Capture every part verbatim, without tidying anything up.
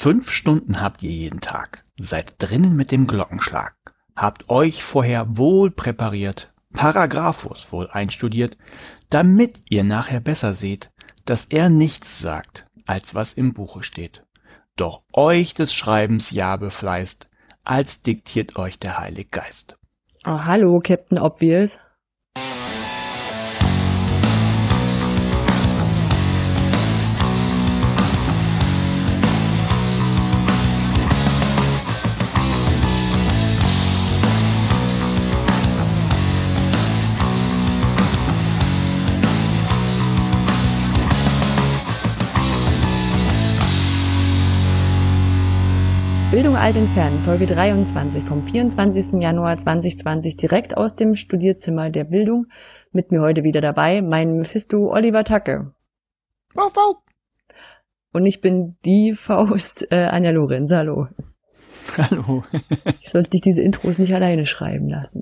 Fünf Stunden habt ihr jeden Tag, seid drinnen mit dem Glockenschlag, habt euch vorher wohl präpariert, Paragraphus wohl einstudiert, damit ihr nachher besser seht, dass er nichts sagt, als was im Buche steht. Doch euch des Schreibens ja befleißt, als diktiert euch der Heilige Geist. Oh, hallo, Captain Obvious. Bildung alt entfernen, Folge dreiundzwanzig vom vierundzwanzigsten Januar zweitausendzwanzig, direkt aus dem Studierzimmer der Bildung. Mit mir heute wieder dabei, mein Mephisto Oliver Tacke. Wow, wow. Und ich bin die Faust äh, Anja Lorenz, hallo. Hallo. Ich sollte dich diese Intros nicht alleine schreiben lassen.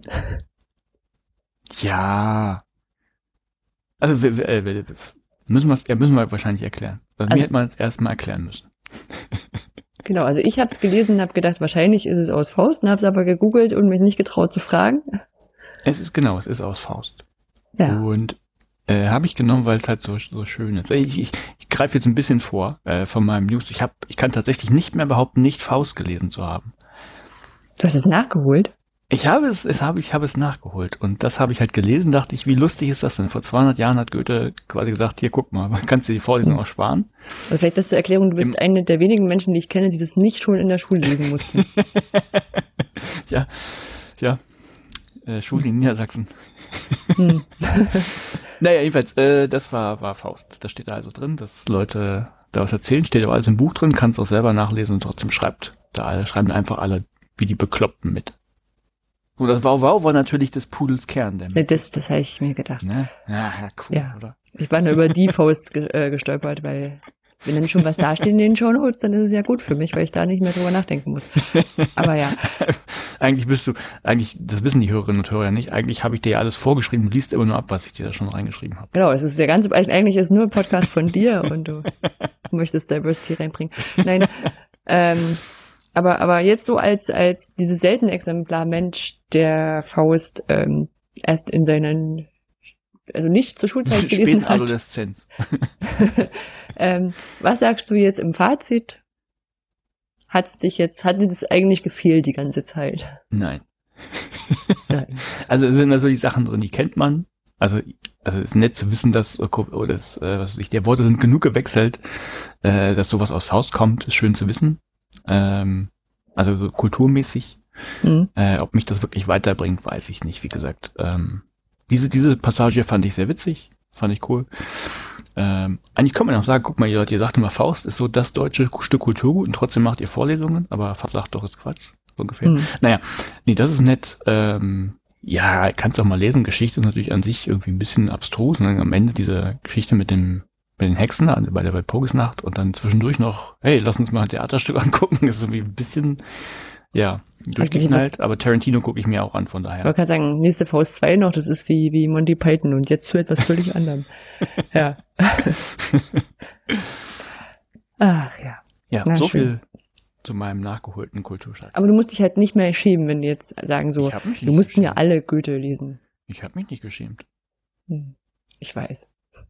Ja. Also wir, wir, wir, müssen, wir's, ja, müssen wir wahrscheinlich erklären. Bei Also, mir hätte man es erstmal erklären müssen. Genau, also ich habe es gelesen und habe gedacht, wahrscheinlich ist es aus Faust und habe es aber gegoogelt und mich nicht getraut zu fragen. Es ist genau, es ist aus Faust. Ja. Und äh, habe ich genommen, weil es halt so, so schön ist. Ich, ich, ich greife jetzt ein bisschen vor äh, von meinem News. Ich, hab, ich kann tatsächlich nicht mehr behaupten, nicht Faust gelesen zu haben. Du hast es nachgeholt? Ich habe es, es habe, ich habe es nachgeholt und das habe ich halt gelesen, dachte ich, wie lustig ist das denn? Vor zweihundert Jahren hat Goethe quasi gesagt, hier guck mal, kannst du die Vorlesung auch sparen? Also vielleicht das zur Erklärung, du bist Im eine der wenigen Menschen, die ich kenne, die das nicht schon in der Schule lesen mussten. ja, ja, äh, Schule in Niedersachsen. Hm. Naja, jedenfalls, äh, das war, war Faust. Da steht da also drin, dass Leute da was erzählen, steht aber alles im Buch drin, kannst auch selber nachlesen und trotzdem schreibt da alle, schreiben einfach alle wie die Bekloppten mit. So, das Wow Wow war natürlich des Pudels Kern. Der Ja, das das habe ich mir gedacht. ne? Ja, ja, cool, Ja. oder? Ich war nur über die Faust ge äh, gestolpert, weil wenn dann schon was dasteht in den Shownotes, dann ist es ja gut für mich, weil ich da nicht mehr drüber nachdenken muss. Aber ja. Eigentlich bist du, eigentlich, das wissen die Hörerinnen und Hörer ja nicht, eigentlich habe ich dir ja alles vorgeschrieben, du liest immer nur ab, was ich dir da schon reingeschrieben habe. Genau, es ist der ganze, eigentlich ist nur ein Podcast von dir und du möchtest Diversity reinbringen. Nein, ähm, aber, aber jetzt so als, als dieses seltene Exemplar Mensch, der Faust ähm, erst in seinen, also nicht zur Schulzeit gelesen Späten hat. Adoleszenz. ähm, was sagst du jetzt im Fazit? Hat's dich jetzt, hat dir das eigentlich gefehlt die ganze Zeit? Nein. Nein. Also es sind natürlich Sachen drin, die kennt man. Also, also es ist nett zu wissen, dass, oder das, äh, was weiß ich, der Worte sind genug gewechselt, äh, dass sowas aus Faust kommt, ist schön zu wissen. Ähm, also so kulturmäßig. Mhm. Äh, ob mich das wirklich weiterbringt, weiß ich nicht. Wie gesagt, ähm, diese diese Passage fand ich sehr witzig, fand ich cool. Ähm, eigentlich kann man auch sagen, guck mal, ihr Leute, ihr sagt immer, Faust ist so das deutsche Stück Kulturgut und trotzdem macht ihr Vorlesungen, aber Faust sagt doch, ist Quatsch, so ungefähr. Mhm. Naja, nee, das ist nett. Ähm, ja, kannst auch mal lesen. Geschichte ist natürlich an sich irgendwie ein bisschen abstrus. Und dann am Ende diese Geschichte mit dem mit den Hexen also bei der Walpurgisnacht und dann zwischendurch noch, hey, lass uns mal ein Theaterstück angucken. Das ist irgendwie ein bisschen, ja, durchgeknallt. Aber Tarantino gucke ich mir auch an, von daher. Man kann sagen, nächste Faust zwei noch, das ist wie, wie Monty Python und jetzt zu etwas völlig anderem. Ja. Ach ja. Ja, Na, so schön. viel zu meinem nachgeholten Kulturschatz. Aber du musst dich halt nicht mehr schämen, wenn die jetzt sagen so, Ich hab mich wir nicht mussten ja geschämt. alle Goethe lesen. Ich habe mich nicht geschämt. Hm. Ich weiß.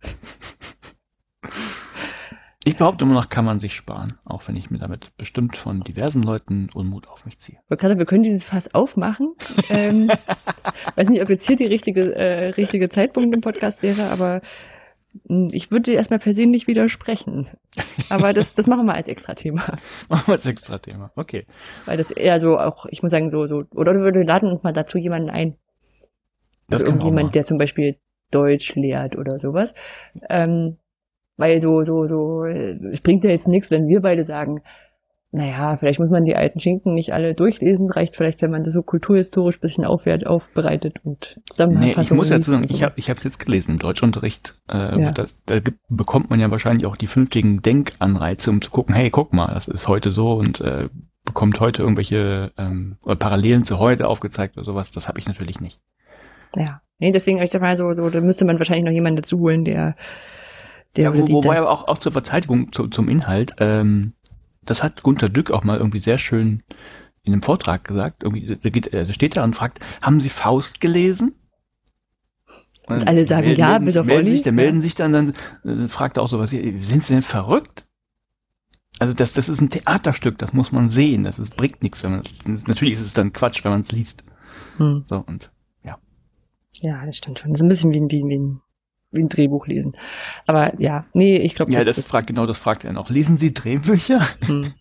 Ich behaupte immer noch, kann man sich sparen, auch wenn ich mir damit bestimmt von diversen Leuten Unmut auf mich ziehe. Wir können, wir können dieses Fass aufmachen. ähm, weiß nicht, ob jetzt hier die richtige, äh, richtige Zeitpunkt im Podcast wäre, aber mh, ich würde dir erstmal persönlich widersprechen. Aber das, das machen wir als Extra-Thema. Machen wir als extra Thema. Okay. Weil das eher so auch, ich muss sagen, so, so, oder wir laden uns mal dazu jemanden ein. Das Also können wir auch irgendjemand, machen. der zum Beispiel Deutsch lehrt oder sowas. Ähm, weil so, so, so, äh, es bringt ja jetzt nichts, wenn wir beide sagen, naja, vielleicht muss man die alten Schinken nicht alle durchlesen, es reicht vielleicht, wenn man das so kulturhistorisch ein bisschen aufwert, aufbereitet und Nee, ich Zusammenfassungen muss dazu sagen, liest und ich habe sowas. ich habe es jetzt gelesen im Deutschunterricht. Äh, Ja. wird das, da gibt, bekommt man ja wahrscheinlich auch die vernünftigen Denkanreize, um zu gucken, hey, guck mal, das ist heute so und äh, bekommt heute irgendwelche ähm, oder Parallelen zu heute aufgezeigt oder sowas. Das habe ich natürlich nicht. Ja. Nee, deswegen, ich sag mal so, so, da müsste man wahrscheinlich noch jemanden dazu holen, der, der Ja, oder wo, die wobei da, aber auch, auch zur Verteidigung zu, zum Inhalt, ähm, das hat Gunter Dück auch mal irgendwie sehr schön in einem Vortrag gesagt. Irgendwie, da, geht, da steht er und fragt, haben Sie Faust gelesen? Und, und alle sagen melden, ja, melden, bis auf melden Olli. Sich, dann ja. melden sich dann, dann, dann fragt er auch sowas, sind Sie denn verrückt? Also das, das ist ein Theaterstück, das muss man sehen. Das ist, bringt nichts, wenn man es. Natürlich ist es dann Quatsch, wenn man es liest. Hm. So und ja. Ja, das stimmt schon. Das ist ein bisschen wie ein, wie ein, wie ein Drehbuch lesen. Aber ja, nee, ich glaube. Ja, das, das, das fragt genau das fragt er noch. Lesen Sie Drehbücher? Hm.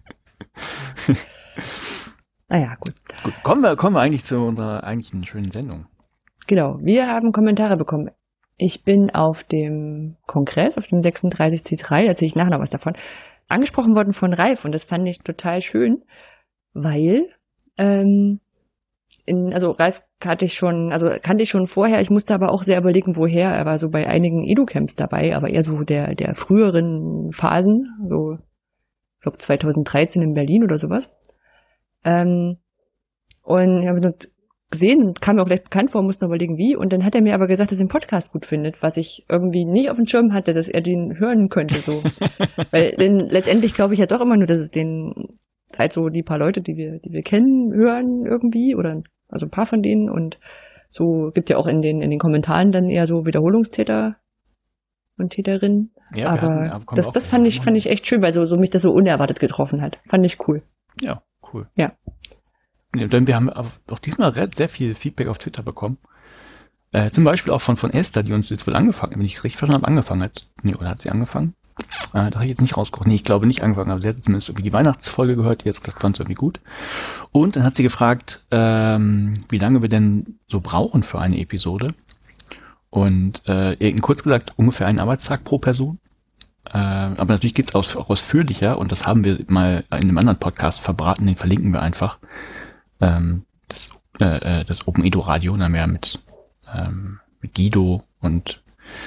Naja, gut. Gut, kommen wir, kommen wir eigentlich zu unserer eigentlichen schönen Sendung. Genau, wir haben Kommentare bekommen. Ich bin auf dem Kongress, auf dem sechsunddreißig C drei, da erzähle ich nachher noch was davon, angesprochen worden von Ralf und das fand ich total schön, weil, ähm, in, also Ralf kannte ich schon, also kannte ich schon vorher, ich musste aber auch sehr überlegen, woher, er war so bei einigen Edu-Camps dabei, aber eher so der, der früheren Phasen, so, ich glaube zweitausenddreizehn in Berlin oder sowas. Ähm, und ich habe dort gesehen, kam mir auch gleich bekannt vor, musste noch überlegen, wie. Und dann hat er mir aber gesagt, dass er den Podcast gut findet, was ich irgendwie nicht auf dem Schirm hatte, dass er den hören könnte, so. Weil denn letztendlich glaube ich ja doch immer nur, dass es den, halt so die paar Leute, die wir, die wir kennen, hören irgendwie, oder, also ein paar von denen. Und so gibt ja auch in den, in den Kommentaren dann eher so Wiederholungstäter und Täterinnen. Ja, aber hatten, aber das, das fand ich, fand ich echt schön, weil so, so mich das so unerwartet getroffen hat. Fand ich cool. Ja, cool. Ja. Denn wir haben auch diesmal sehr viel Feedback auf Twitter bekommen. Äh, zum Beispiel auch von, von Esther, die uns jetzt wohl angefangen, wenn ich es richtig verstanden habe, angefangen hat. Nee, oder hat sie angefangen? Äh, da habe ich jetzt nicht rausgeguckt. Nee, ich glaube nicht angefangen, aber sie hat zumindest irgendwie die Weihnachtsfolge gehört, die jetzt fand sie irgendwie gut. Und dann hat sie gefragt, ähm, wie lange wir denn so brauchen für eine Episode. Und äh, kurz gesagt, ungefähr einen Arbeitstag pro Person. Äh, aber natürlich geht's aus, auch ausführlicher und das haben wir mal in einem anderen Podcast verbraten, den verlinken wir einfach. Ähm, das, äh, das Open Edu Radio, da haben wir ja mit, ähm, mit Guido und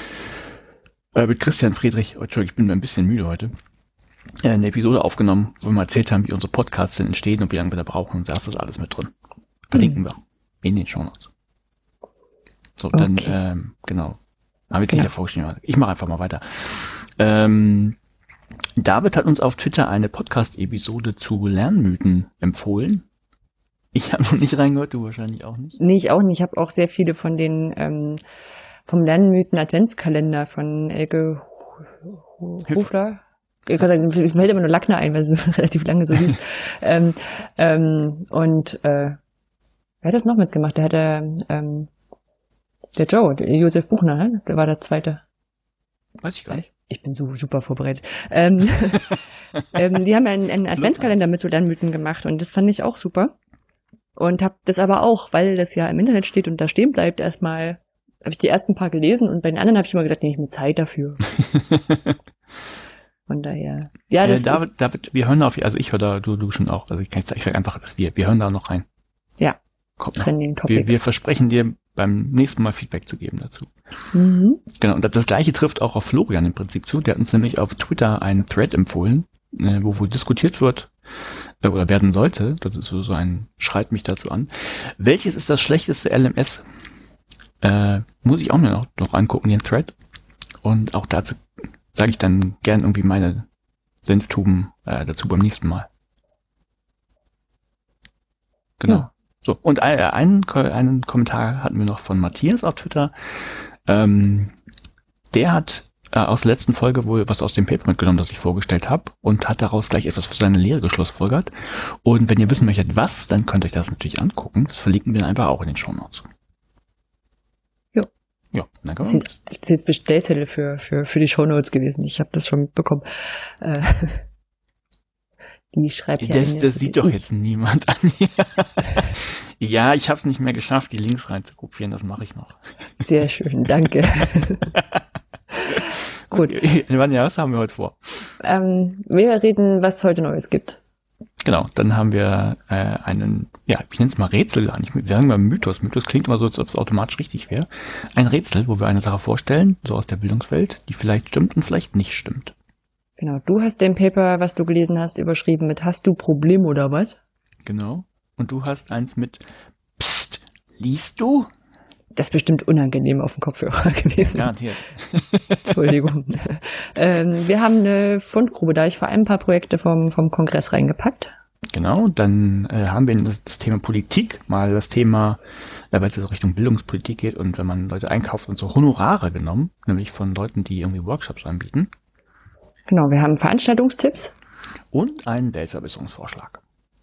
äh, mit Christian Friedrich, oh, Entschuldigung, ich bin ein bisschen müde heute, äh, eine Episode aufgenommen, wo wir mal erzählt haben, wie unsere Podcasts denn entstehen und wie lange wir da brauchen. Und da ist das alles mit drin. Verlinken mhm. wir in den Shownotes. So, okay. Dann, ähm, genau. Habe ich jetzt genau. nicht vorgeschrieben. Ich mache einfach mal weiter. Ähm, David hat uns auf Twitter eine Podcast-Episode zu Lernmythen empfohlen. Ich habe noch nicht reingehört, du wahrscheinlich auch nicht. Nee, ich auch nicht. Ich habe auch sehr viele von den ähm, vom Lernmythen-Adventskalender von Elke Hofler. Ich kann sagen, ich melde immer nur Lackner ein, weil es so relativ lange so hieß. ähm, ähm, und äh, wer hat das noch mitgemacht? Der hatte ähm, der Joe, der Josef Buchner, ne? Der war der Zweite. Weiß ich gar nicht. Ich bin so super vorbereitet. Ähm, ähm, die haben ja einen, einen Adventskalender mit so Lernmythen gemacht und das fand ich auch super. Und habe das aber auch, weil das ja im Internet steht und da stehen bleibt, erstmal, habe ich die ersten paar gelesen und bei den anderen habe ich immer gesagt, nehme ich mir Zeit dafür. Von daher. Ja, das äh, David, ist, David, wir hören da auf, also ich höre da, du, du schon auch, also ich kann ich sage einfach, dass wir, wir hören da noch rein. Ja. Kommt noch. Wir, wir versprechen dir beim nächsten Mal Feedback zu geben dazu. Mhm. Genau, und das, das gleiche trifft auch auf Florian im Prinzip zu. Der hat uns nämlich auf Twitter einen Thread empfohlen, äh, wo wohl diskutiert wird, äh, oder werden sollte, das ist so, so ein, schreit mich dazu an. Welches ist das schlechteste L M S? Äh, muss ich auch mir noch, noch angucken, den Thread. Und auch dazu sage ich dann gern irgendwie meine Senftuben äh, dazu beim nächsten Mal. Genau. Ja. So, und einen, einen Kommentar hatten wir noch von Matthias auf Twitter. Ähm, der hat äh, aus der letzten Folge wohl was aus dem Paper mitgenommen, das ich vorgestellt habe, und hat daraus gleich etwas für seine Lehre geschlussfolgert. Und wenn ihr wissen möchtet, was, dann könnt ihr euch das natürlich angucken. Das verlinken wir dann einfach auch in den Shownotes. Ja. Ja, danke. Das ist jetzt Bestellzettel für, für, für die Shownotes gewesen. Ich habe das schon mitbekommen. Äh, Die schreibt ja. Das, das sieht doch ich. jetzt niemand an. Ja, ich habe es nicht mehr geschafft, die Links reinzukopieren. Das mache ich noch. Sehr schön, danke. Gut. Ja, was haben wir heute vor? Ähm, wir reden, was es heute Neues gibt. Genau, dann haben wir äh, einen, ja, ich nenne es mal Rätsel gar nicht. Wir sagen mal Mythos. Mythos klingt immer so, als ob es automatisch richtig wäre. Ein Rätsel, wo wir eine Sache vorstellen, so aus der Bildungswelt, die vielleicht stimmt und vielleicht nicht stimmt. Genau, du hast dein Paper, was du gelesen hast, überschrieben mit "Hast du Problem oder was?" Genau. Und du hast eins mit "Psst, liest du?" Das ist bestimmt unangenehm auf dem Kopfhörer gewesen. Garantiert. Entschuldigung. ähm, wir haben eine Fundgrube, da ich vor allem ein paar Projekte vom, vom Kongress reingepackt. Genau, dann äh, haben wir das, das Thema Politik, mal das Thema, äh, weil es jetzt Richtung Bildungspolitik geht und wenn man Leute einkauft und so Honorare genommen, nämlich von Leuten, die irgendwie Workshops anbieten. Genau, wir haben Veranstaltungstipps. Und einen Weltverbesserungsvorschlag.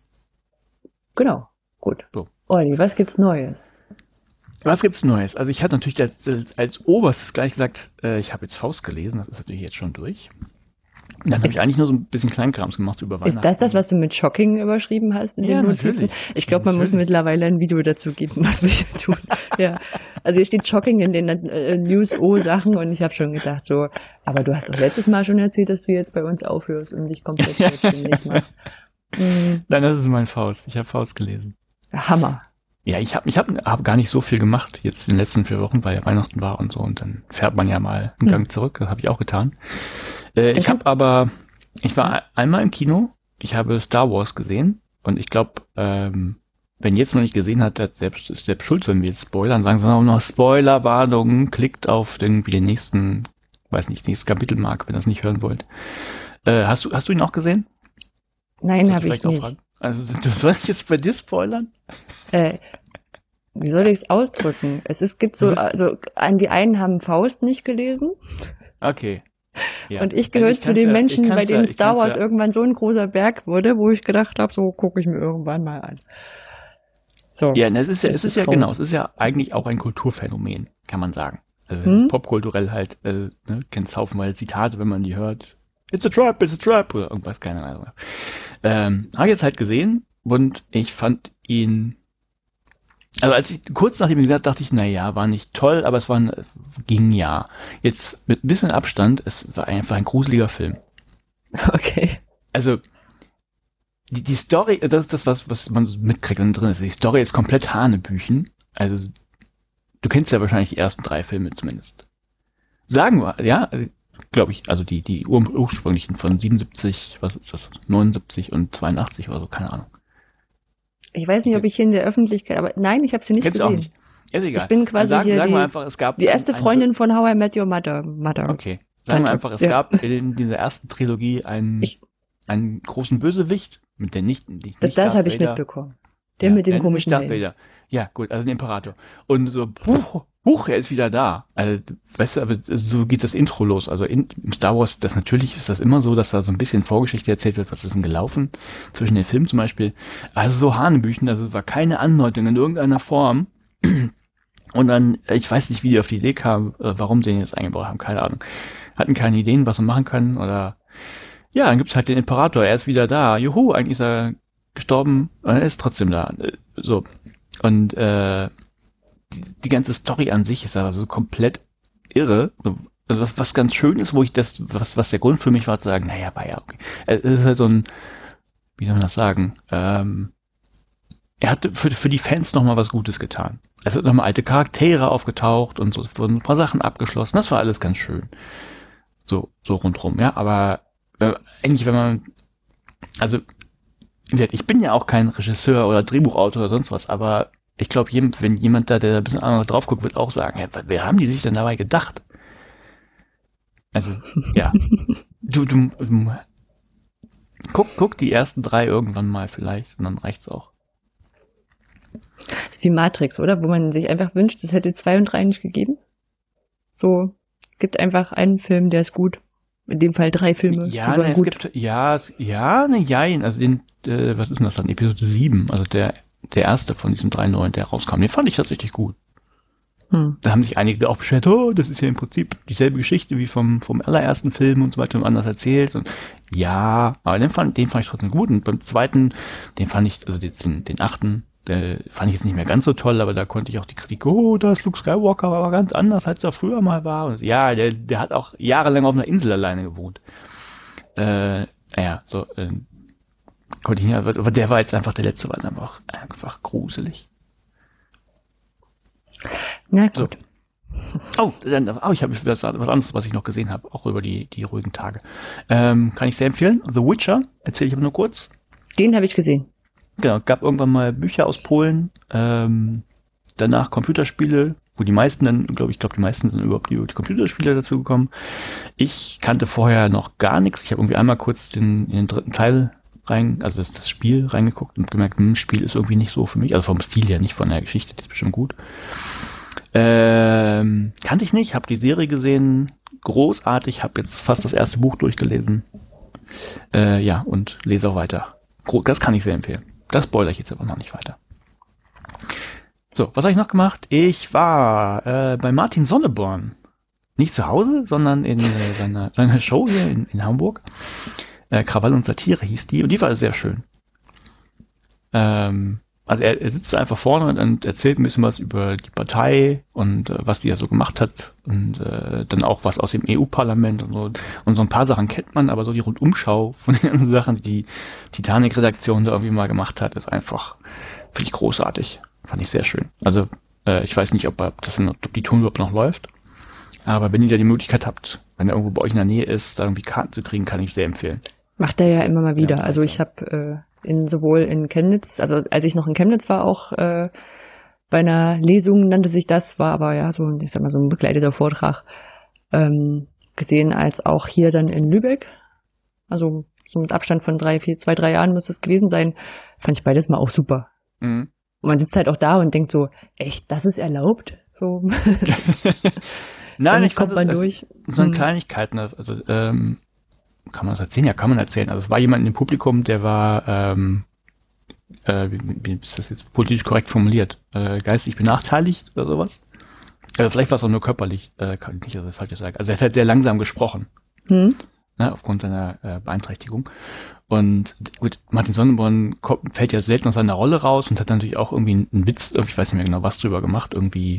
Genau, gut. So. Olli, was gibt's Neues? Was gibt's Neues? Also ich hatte natürlich als, als, als Oberstes gleich gesagt, äh, ich habe jetzt Faust gelesen, das ist natürlich jetzt schon durch. Dann habe ich eigentlich nur so ein bisschen Kleinkrams gemacht über Weihnachten. Ist das das, was du mit Shocking überschrieben hast in ja, den Notizen? natürlich. Ich glaube, man natürlich. muss mittlerweile ein Video dazu geben, was wir hier tun. Ja. Also hier steht Shocking in den äh, News-O-Sachen und ich habe schon gedacht so, aber du hast doch letztes Mal schon erzählt, dass du jetzt bei uns aufhörst und dich komplett selbstständig machst. Mhm. Nein, das ist mein Faust. Ich habe Faust gelesen. Hammer. Ja, ich habe ich hab, hab gar nicht so viel gemacht jetzt in den letzten vier Wochen, weil ja Weihnachten war und so und dann fährt man ja mal einen Gang zurück, das habe ich auch getan. Äh, ich habe aber, ich war einmal im Kino, ich habe Star Wars gesehen und ich glaube, ähm, wenn jetzt noch nicht gesehen hat, der selbst ist selbst schuld, wenn wir jetzt spoilern, sagen sie auch noch Spoilerwarnung, klickt auf den, wie den nächsten, weiß nicht, nächstes Kapitelmark, wenn ihr das nicht hören wollt. Äh, hast du hast du ihn auch gesehen? Nein, habe ich nicht. Fragen? Also soll ich jetzt bei dir spoilern? Äh, wie soll ich es ausdrücken? Es ist, gibt so, also an die einen haben Faust nicht gelesen. Okay. Ja. Und ich gehöre ich zu den ja, Menschen, bei denen ja, Star Wars ja. irgendwann so ein großer Berg wurde, wo ich gedacht habe, so gucke ich mir irgendwann mal an. So. Ja, es ist ja, es ist ja raus. genau, es ist ja eigentlich auch ein Kulturphänomen, kann man sagen. Also es Hm? ist popkulturell halt, äh, ne, kennt haufenweise Zitate, wenn man die hört. It's a trap, it's a trap oder irgendwas, keine Ahnung. Ähm, habe ich jetzt halt gesehen und ich fand ihn, also als ich kurz nachdem gesagt, dachte ich, na ja, war nicht toll, aber es war ein, ging ja. Jetzt mit ein bisschen Abstand, es war einfach ein gruseliger Film. Okay. Also die, die Story, das ist das, was, was man so mitkriegt, wenn drin ist. Die Story ist komplett Hanebüchen. Also du kennst ja wahrscheinlich die ersten drei Filme zumindest. Sagen wir, ja, glaube ich, also die, die ur- ursprünglichen von siebenundsiebzig, was ist das, neunundsiebzig und zweiundachtzig oder so, keine Ahnung. Ich weiß nicht, ob ich hier in der Öffentlichkeit, aber nein, ich habe sie nicht Kennst du auch gesehen. nicht? Ist egal. Ich bin quasi sagen, hier sagen die, wir einfach, es gab die erste ein, Freundin von How I Met Your Mother. Mother. Okay. Sagen wir Tante. einfach, es Ja. gab in dieser ersten Trilogie einen, Ich- einen großen Bösewicht, mit der nicht, nicht Das, das Darth habe ich Vader. mitbekommen. Der Ja, mit dem äh, komischen nicht Darth Helm. Vader. Ja, gut, also den Imperator. Und so, huch, huch, er ist wieder da. Also, weißt du, aber so geht das Intro los. Also in, im Star Wars, das natürlich ist das immer so, dass da so ein bisschen Vorgeschichte erzählt wird, was ist denn gelaufen, zwischen den Filmen zum Beispiel. Also so Hanebüchen, also es war keine Andeutung in irgendeiner Form. Und dann, ich weiß nicht, wie die auf die Idee kamen, äh, warum sie den jetzt eingebaut haben, keine Ahnung. Hatten keine Ideen, was sie machen können, oder ja, dann gibt's halt den Imperator, er ist wieder da. Juhu, eigentlich ist er gestorben, er ist trotzdem da. So. Und äh, die, die ganze Story an sich ist aber so komplett irre. Also was, was ganz schön ist, wo ich das, was, was der Grund für mich war, zu sagen, naja, war ja okay. Es ist halt so ein, wie soll man das sagen, ähm, er hat für, für die Fans nochmal was Gutes getan. Es sind nochmal alte Charaktere aufgetaucht und so, es wurden ein paar Sachen abgeschlossen, das war alles ganz schön. So, so rundrum, ja, aber äh, eigentlich, wenn man, also, ich bin ja auch kein Regisseur oder Drehbuchautor oder sonst was, aber ich glaube, wenn jemand da, der ein bisschen anders drauf guckt, wird auch sagen, ja, wer haben die sich denn dabei gedacht? Also, ja. Du, du, du guck, guck die ersten drei irgendwann mal vielleicht und dann reicht's auch. Das ist wie Matrix, oder? Wo man sich einfach wünscht, es hätte zwei und drei nicht gegeben. So, gibt einfach einen Film, der ist gut. In dem Fall drei Filme. Ja, die waren ne, es gut. gibt, ja, es- ja, ne, jein, also den, äh, was ist denn das dann? Episode sieben, also der, der erste von diesen drei neuen, der rauskam, den fand ich tatsächlich gut. Hm. Da haben sich einige auch beschwert, oh, das ist ja im Prinzip dieselbe Geschichte wie vom, vom allerersten Film und so weiter und anders erzählt. Und ja, aber den fand, den fand ich trotzdem gut. Und beim zweiten, den fand ich, also den, den achten, der fand ich jetzt nicht mehr ganz so toll, aber da konnte ich auch die Kritik, oh, da ist Luke Skywalker, aber ganz anders, als er früher mal war. Und ja, der, der hat auch jahrelang auf einer Insel alleine gewohnt. Äh, naja, so, äh, konnte ich nicht, aber der war jetzt einfach, der letzte war einfach, einfach gruselig. Na gut. Oh, dann, oh ich habe was, was anderes, was ich noch gesehen habe, auch über die, die ruhigen Tage. Ähm, kann ich sehr empfehlen. The Witcher, erzähle ich aber nur kurz. Den habe ich gesehen. Genau, gab irgendwann mal Bücher aus Polen, ähm, danach Computerspiele, wo die meisten dann, glaube ich, glaube die meisten sind überhaupt über die Computerspiele dazu gekommen. Ich kannte vorher noch gar nichts. Ich habe irgendwie einmal kurz den, in den dritten Teil rein, also das, das Spiel reingeguckt und gemerkt, hm, Spiel ist irgendwie nicht so für mich, also vom Stil her, nicht von der Geschichte, die ist bestimmt gut. Ähm, kannte ich nicht, habe die Serie gesehen, großartig, habe jetzt fast das erste Buch durchgelesen. Äh, ja, und lese auch weiter. Das kann ich sehr empfehlen. Das spoilere ich jetzt aber noch nicht weiter. So, was habe ich noch gemacht? Ich war äh, bei Martin Sonneborn. Nicht zu Hause, sondern in äh, seiner, seiner Show hier in, in Hamburg. Äh, Krawall und Satire hieß die und die war sehr schön. Ähm, also er, er sitzt einfach vorne und, und erzählt ein bisschen was über die Partei und äh, was die ja so gemacht hat und äh, dann auch was aus dem E U-Parlament und so. Und so ein paar Sachen kennt man, aber so die Rundumschau von den ganzen Sachen, die die Titanic-Redaktion da irgendwie mal gemacht hat, ist einfach, finde ich großartig. Fand ich sehr schön. Also äh, ich weiß nicht, ob, ob, das, ob die Tour überhaupt noch läuft, aber wenn ihr da die Möglichkeit habt, wenn er irgendwo bei euch in der Nähe ist, da irgendwie Karten zu kriegen, kann ich sehr empfehlen. Macht er ja immer mal wieder. Also ich habe äh, in sowohl in Chemnitz, also als ich noch in Chemnitz war, auch äh, bei einer Lesung nannte sich das, war aber ja so, ich sag mal so ein begleiteter Vortrag ähm, gesehen, als auch hier dann in Lübeck. Also so mit Abstand von drei, vier, zwei, drei Jahren müsste es gewesen sein. Fand ich beides mal auch super. Mhm. Und man sitzt halt auch da und denkt so, echt, das ist erlaubt? So. Nein, ich kommt fand man das, durch. So eine hm. Kleinigkeiten, also ähm, kann man das erzählen? Ja, kann man erzählen. Also es war jemand in dem Publikum, der war, ähm, äh, wie, wie ist das jetzt politisch korrekt formuliert, äh, geistig benachteiligt oder sowas. Also vielleicht war es auch nur körperlich, äh, kann ich nicht, also falsch sagen. Also er hat halt sehr langsam gesprochen, hm. ne, aufgrund seiner äh, Beeinträchtigung. Und gut, Martin Sonneborn kommt, fällt ja selten aus seiner Rolle raus und hat natürlich auch irgendwie einen Witz, ich weiß nicht mehr genau, was drüber gemacht, irgendwie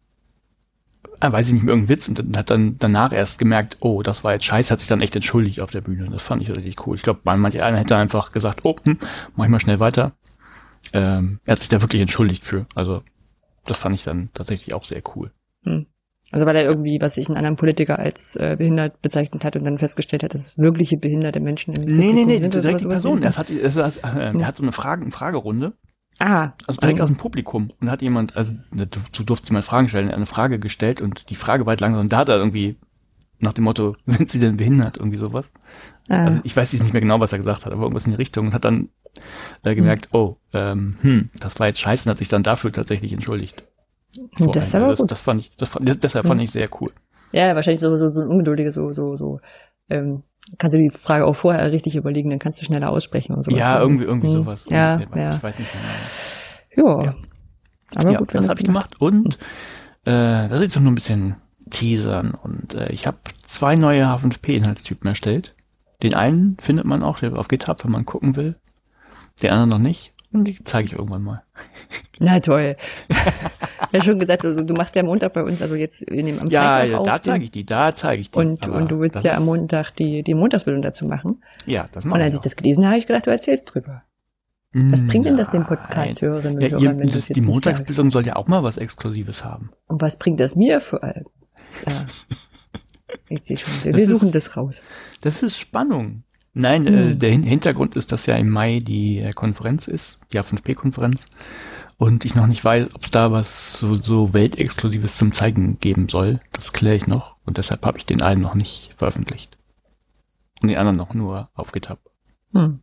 Ah, weiß ich nicht mehr, irgendeinen Witz und dann hat dann danach erst gemerkt, oh, das war jetzt scheiße, hat sich dann echt entschuldigt auf der Bühne. Das fand ich richtig cool. Ich glaube, manch einer hätte einfach gesagt, oh, hm, mach ich mal schnell weiter. Ähm, er hat sich da wirklich entschuldigt für. Also, das fand ich dann tatsächlich auch sehr cool. Hm. Also weil er irgendwie, was sich ein anderer Politiker als äh, behindert bezeichnet hat und dann festgestellt hat, dass es wirkliche behinderte Menschen im Nee, nee, nee, sind, direkt die Person. Er er hat, er hat, äh, er hat so eine Frage, eine Fragerunde. Ah. Also direkt aus dem Publikum. Und hat jemand, also dazu durfte jemand Fragen stellen, eine Frage gestellt und die Frage weit langsam. Und da hat er irgendwie nach dem Motto, sind Sie denn behindert? Irgendwie sowas. Ah. Also ich weiß jetzt nicht mehr genau, was er gesagt hat, aber irgendwas in die Richtung und hat dann äh, gemerkt, hm. oh, ähm, hm, das war jetzt scheiße und hat sich dann dafür tatsächlich entschuldigt. Das, aber das, gut. das fand ich, das fand, das, deshalb hm. fand ich sehr cool. Ja, wahrscheinlich so, so, so ein ungeduldiges, so, so, so, ähm, kannst du die Frage auch vorher richtig überlegen, dann kannst du schneller aussprechen und sowas. Ja, irgendwie, irgendwie hm. sowas. Ja, ich, ja. Ich weiß nicht genau. Jo. Ja, aber ja, gut, das habe ich gemacht und äh, da sieht es nur ein bisschen teasern und äh, ich habe zwei neue H fünf P-Inhaltstypen erstellt. Den einen findet man auch auf GitHub, wenn man gucken will. Den anderen noch nicht. Und die zeige ich irgendwann mal. Na toll. Ja, schon gesagt, also du machst ja am Montag bei uns, also jetzt in dem am ja, Freitag ja, auch da zeige ich die, da zeige ich die. Und, und du willst ja am Montag die, die Montagsbildung dazu machen. Ja, das mache ich. Und als ich, ich das gelesen habe, habe ich gedacht, du erzählst drüber. Was bringt denn das den Podcast-Hörerinnen ja, und Hörern, wenn das, du es jetzt Die nicht Montagsbildung sagst? soll ja auch mal was Exklusives haben. Und was bringt das mir vor allem? Ja. Ich sehe schon, wir, wir suchen ist, das raus. Das ist Spannung. Nein, hm. äh, der Hintergrund ist, dass ja im Mai die äh, Konferenz ist, die H fünf P-Konferenz. Und ich noch nicht weiß, ob es da was so, so Weltexklusives zum Zeigen geben soll. Das kläre ich noch. Und deshalb habe ich den einen noch nicht veröffentlicht. Und den anderen noch nur auf GitHub. Hm.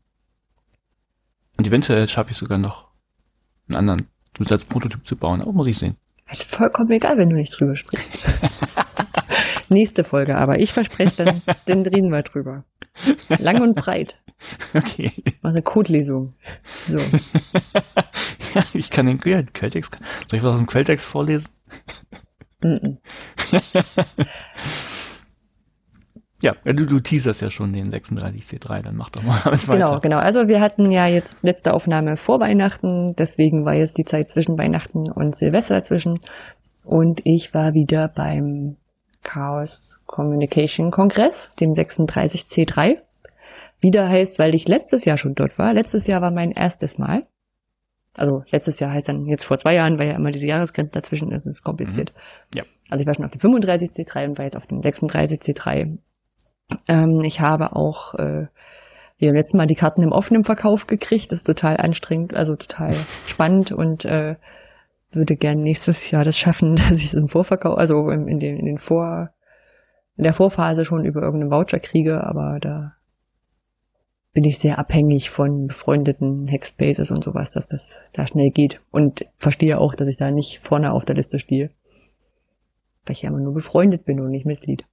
Und eventuell schaffe ich sogar noch einen anderen als Prototyp zu bauen. Aber muss ich sehen. Ist vollkommen egal, wenn du nicht drüber sprichst. Nächste Folge, aber ich verspreche, dann, dann reden wir drüber. Lang und breit. Okay. Mal eine Codelesung. So. Ja, ich kann den Quelltext. Soll ich was aus dem Quelltext vorlesen? Mm-mm. Ja, du, du teaserst ja schon den sechsunddreißig C drei, dann mach doch mal damit weiter. Genau, genau. Also wir hatten ja jetzt letzte Aufnahme vor Weihnachten, deswegen war jetzt die Zeit zwischen Weihnachten und Silvester dazwischen. Und ich war wieder beim Chaos Communication Kongress, dem sechsunddreißig C drei. Wieder heißt, weil ich letztes Jahr schon dort war. Letztes Jahr war mein erstes Mal. Also letztes Jahr heißt dann jetzt vor zwei Jahren, weil ja immer diese Jahresgrenze dazwischen ist, ist kompliziert. Mhm. Ja. Also ich war schon auf dem fünfunddreißig C drei und war jetzt auf dem sechsunddreißig C drei. Ähm, ich habe auch äh, wie beim letzten Mal die Karten im offenen Verkauf gekriegt. Das ist total anstrengend, also total spannend und äh, würde gern nächstes Jahr das schaffen, dass ich es im Vorverkauf, also in, in den, in den Vor, in der Vorphase schon über irgendeinen Voucher kriege, aber da bin ich sehr abhängig von befreundeten Hackspaces und sowas, dass das da schnell geht. Und verstehe auch, dass ich da nicht vorne auf der Liste stehe. Weil ich ja immer nur befreundet bin und nicht Mitglied.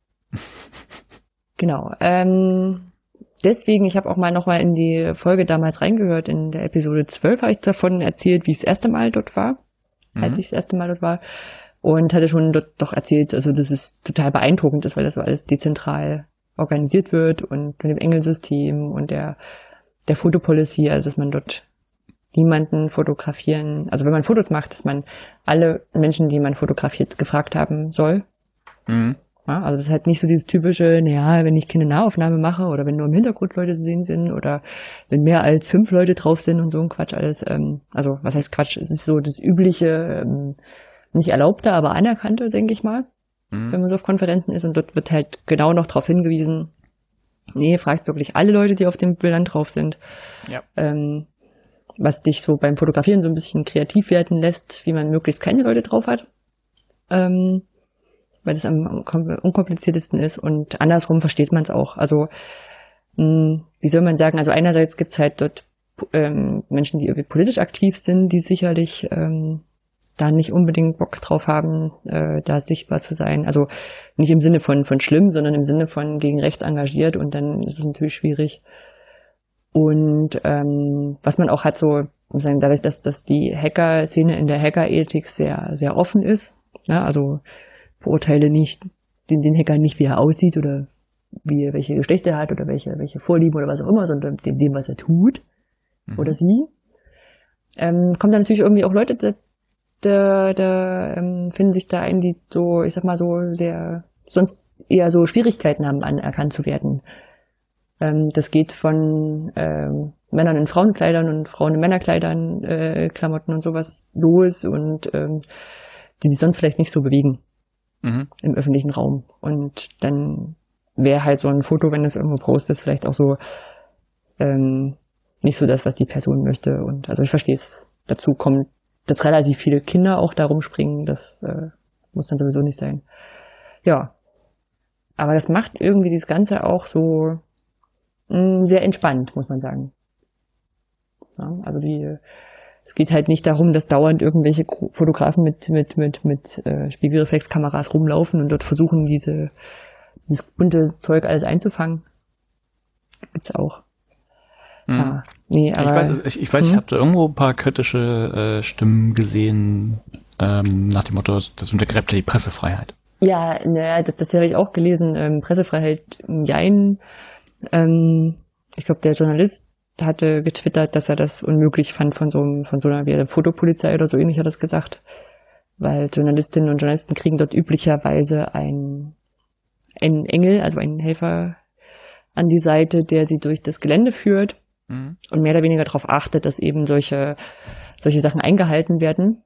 Genau. Ähm, deswegen, ich habe auch mal nochmal in die Folge damals reingehört. In der Episode zwölf habe ich davon erzählt, wie ich das erste Mal dort war. Mhm. Als ich das erste Mal dort war. Und hatte schon dort doch erzählt, also dass es total beeindruckend ist, weil das so alles dezentral organisiert wird und mit dem Engelsystem und der der Fotopolicy, also dass man dort niemanden fotografieren, also wenn man Fotos macht, dass man alle Menschen, die man fotografiert, gefragt haben soll. Mhm. Ja, also das ist halt nicht so dieses typische, naja, wenn ich keine Nahaufnahme mache oder wenn nur im Hintergrund Leute zu sehen sind oder wenn mehr als fünf Leute drauf sind und so ein Quatsch alles. Ähm, also was heißt Quatsch? Es ist so das übliche, ähm, nicht erlaubte, aber anerkannte, denke ich mal. Mhm. Wenn man so auf Konferenzen ist und dort wird halt genau noch darauf hingewiesen, nee, fragt wirklich alle Leute, die auf den Bildern drauf sind. Ja. Ähm, was dich so beim Fotografieren so ein bisschen kreativ werden lässt, wie man möglichst keine Leute drauf hat. Ähm, weil das am unkompliziertesten ist und andersrum versteht man es auch. Also, mh, wie soll man sagen, also einerseits gibt's halt dort ähm, Menschen, die irgendwie politisch aktiv sind, die sicherlich ähm, da nicht unbedingt Bock drauf haben, äh, da sichtbar zu sein. Also nicht im Sinne von von schlimm, sondern im Sinne von gegen rechts engagiert und dann ist es natürlich schwierig. Und ähm, was man auch hat, so muss sagen, dadurch, dass, dass die Hacker-Szene in der Hackerethik sehr sehr offen ist, ne? Also beurteile nicht den, den Hacker nicht, wie er aussieht oder wie welche Geschlechter er hat oder welche welche Vorlieben oder was auch immer, sondern dem, dem was er tut mhm. oder sie. Ähm, kommen da natürlich irgendwie auch Leute dazu, Da, da ähm, finden sich da ein, die so, ich sag mal so sehr, sonst eher so Schwierigkeiten haben, anerkannt zu werden. Ähm, das geht von ähm, Männern in Frauenkleidern und Frauen in Männerkleidern, äh, Klamotten und sowas los und ähm, die sich sonst vielleicht nicht so bewegen mhm. im öffentlichen Raum. Und dann wäre halt so ein Foto, wenn du es irgendwo postest, vielleicht auch so ähm, nicht so das, was die Person möchte. Und also ich verstehe es, dazu kommt, dass relativ viele Kinder auch da rumspringen, das äh, muss dann sowieso nicht sein. Ja, aber das macht irgendwie das Ganze auch so mh, sehr entspannt, muss man sagen. Ja, also die, es geht halt nicht darum, dass dauernd irgendwelche Fotografen mit mit mit mit äh, Spiegelreflexkameras rumlaufen und dort versuchen, diese dieses bunte Zeug alles einzufangen. Gibt's auch. Mhm. Ah, nee, aber, ich weiß, ich, ich, weiß, hm? ich habe da irgendwo ein paar kritische äh, Stimmen gesehen, ähm, nach dem Motto, das untergräbt ja die Pressefreiheit. Ja, naja, das, das habe ich auch gelesen, ähm, Pressefreiheit, jein. Ähm, ich glaube, der Journalist hatte getwittert, dass er das unmöglich fand von so einem, von so einer wie der Fotopolizei oder so ähnlich hat er das gesagt. Weil Journalistinnen und Journalisten kriegen dort üblicherweise ein, einen Engel, also einen Helfer an die Seite, der sie durch das Gelände führt. Mhm. Und mehr oder weniger darauf achtet, dass eben solche solche Sachen eingehalten werden.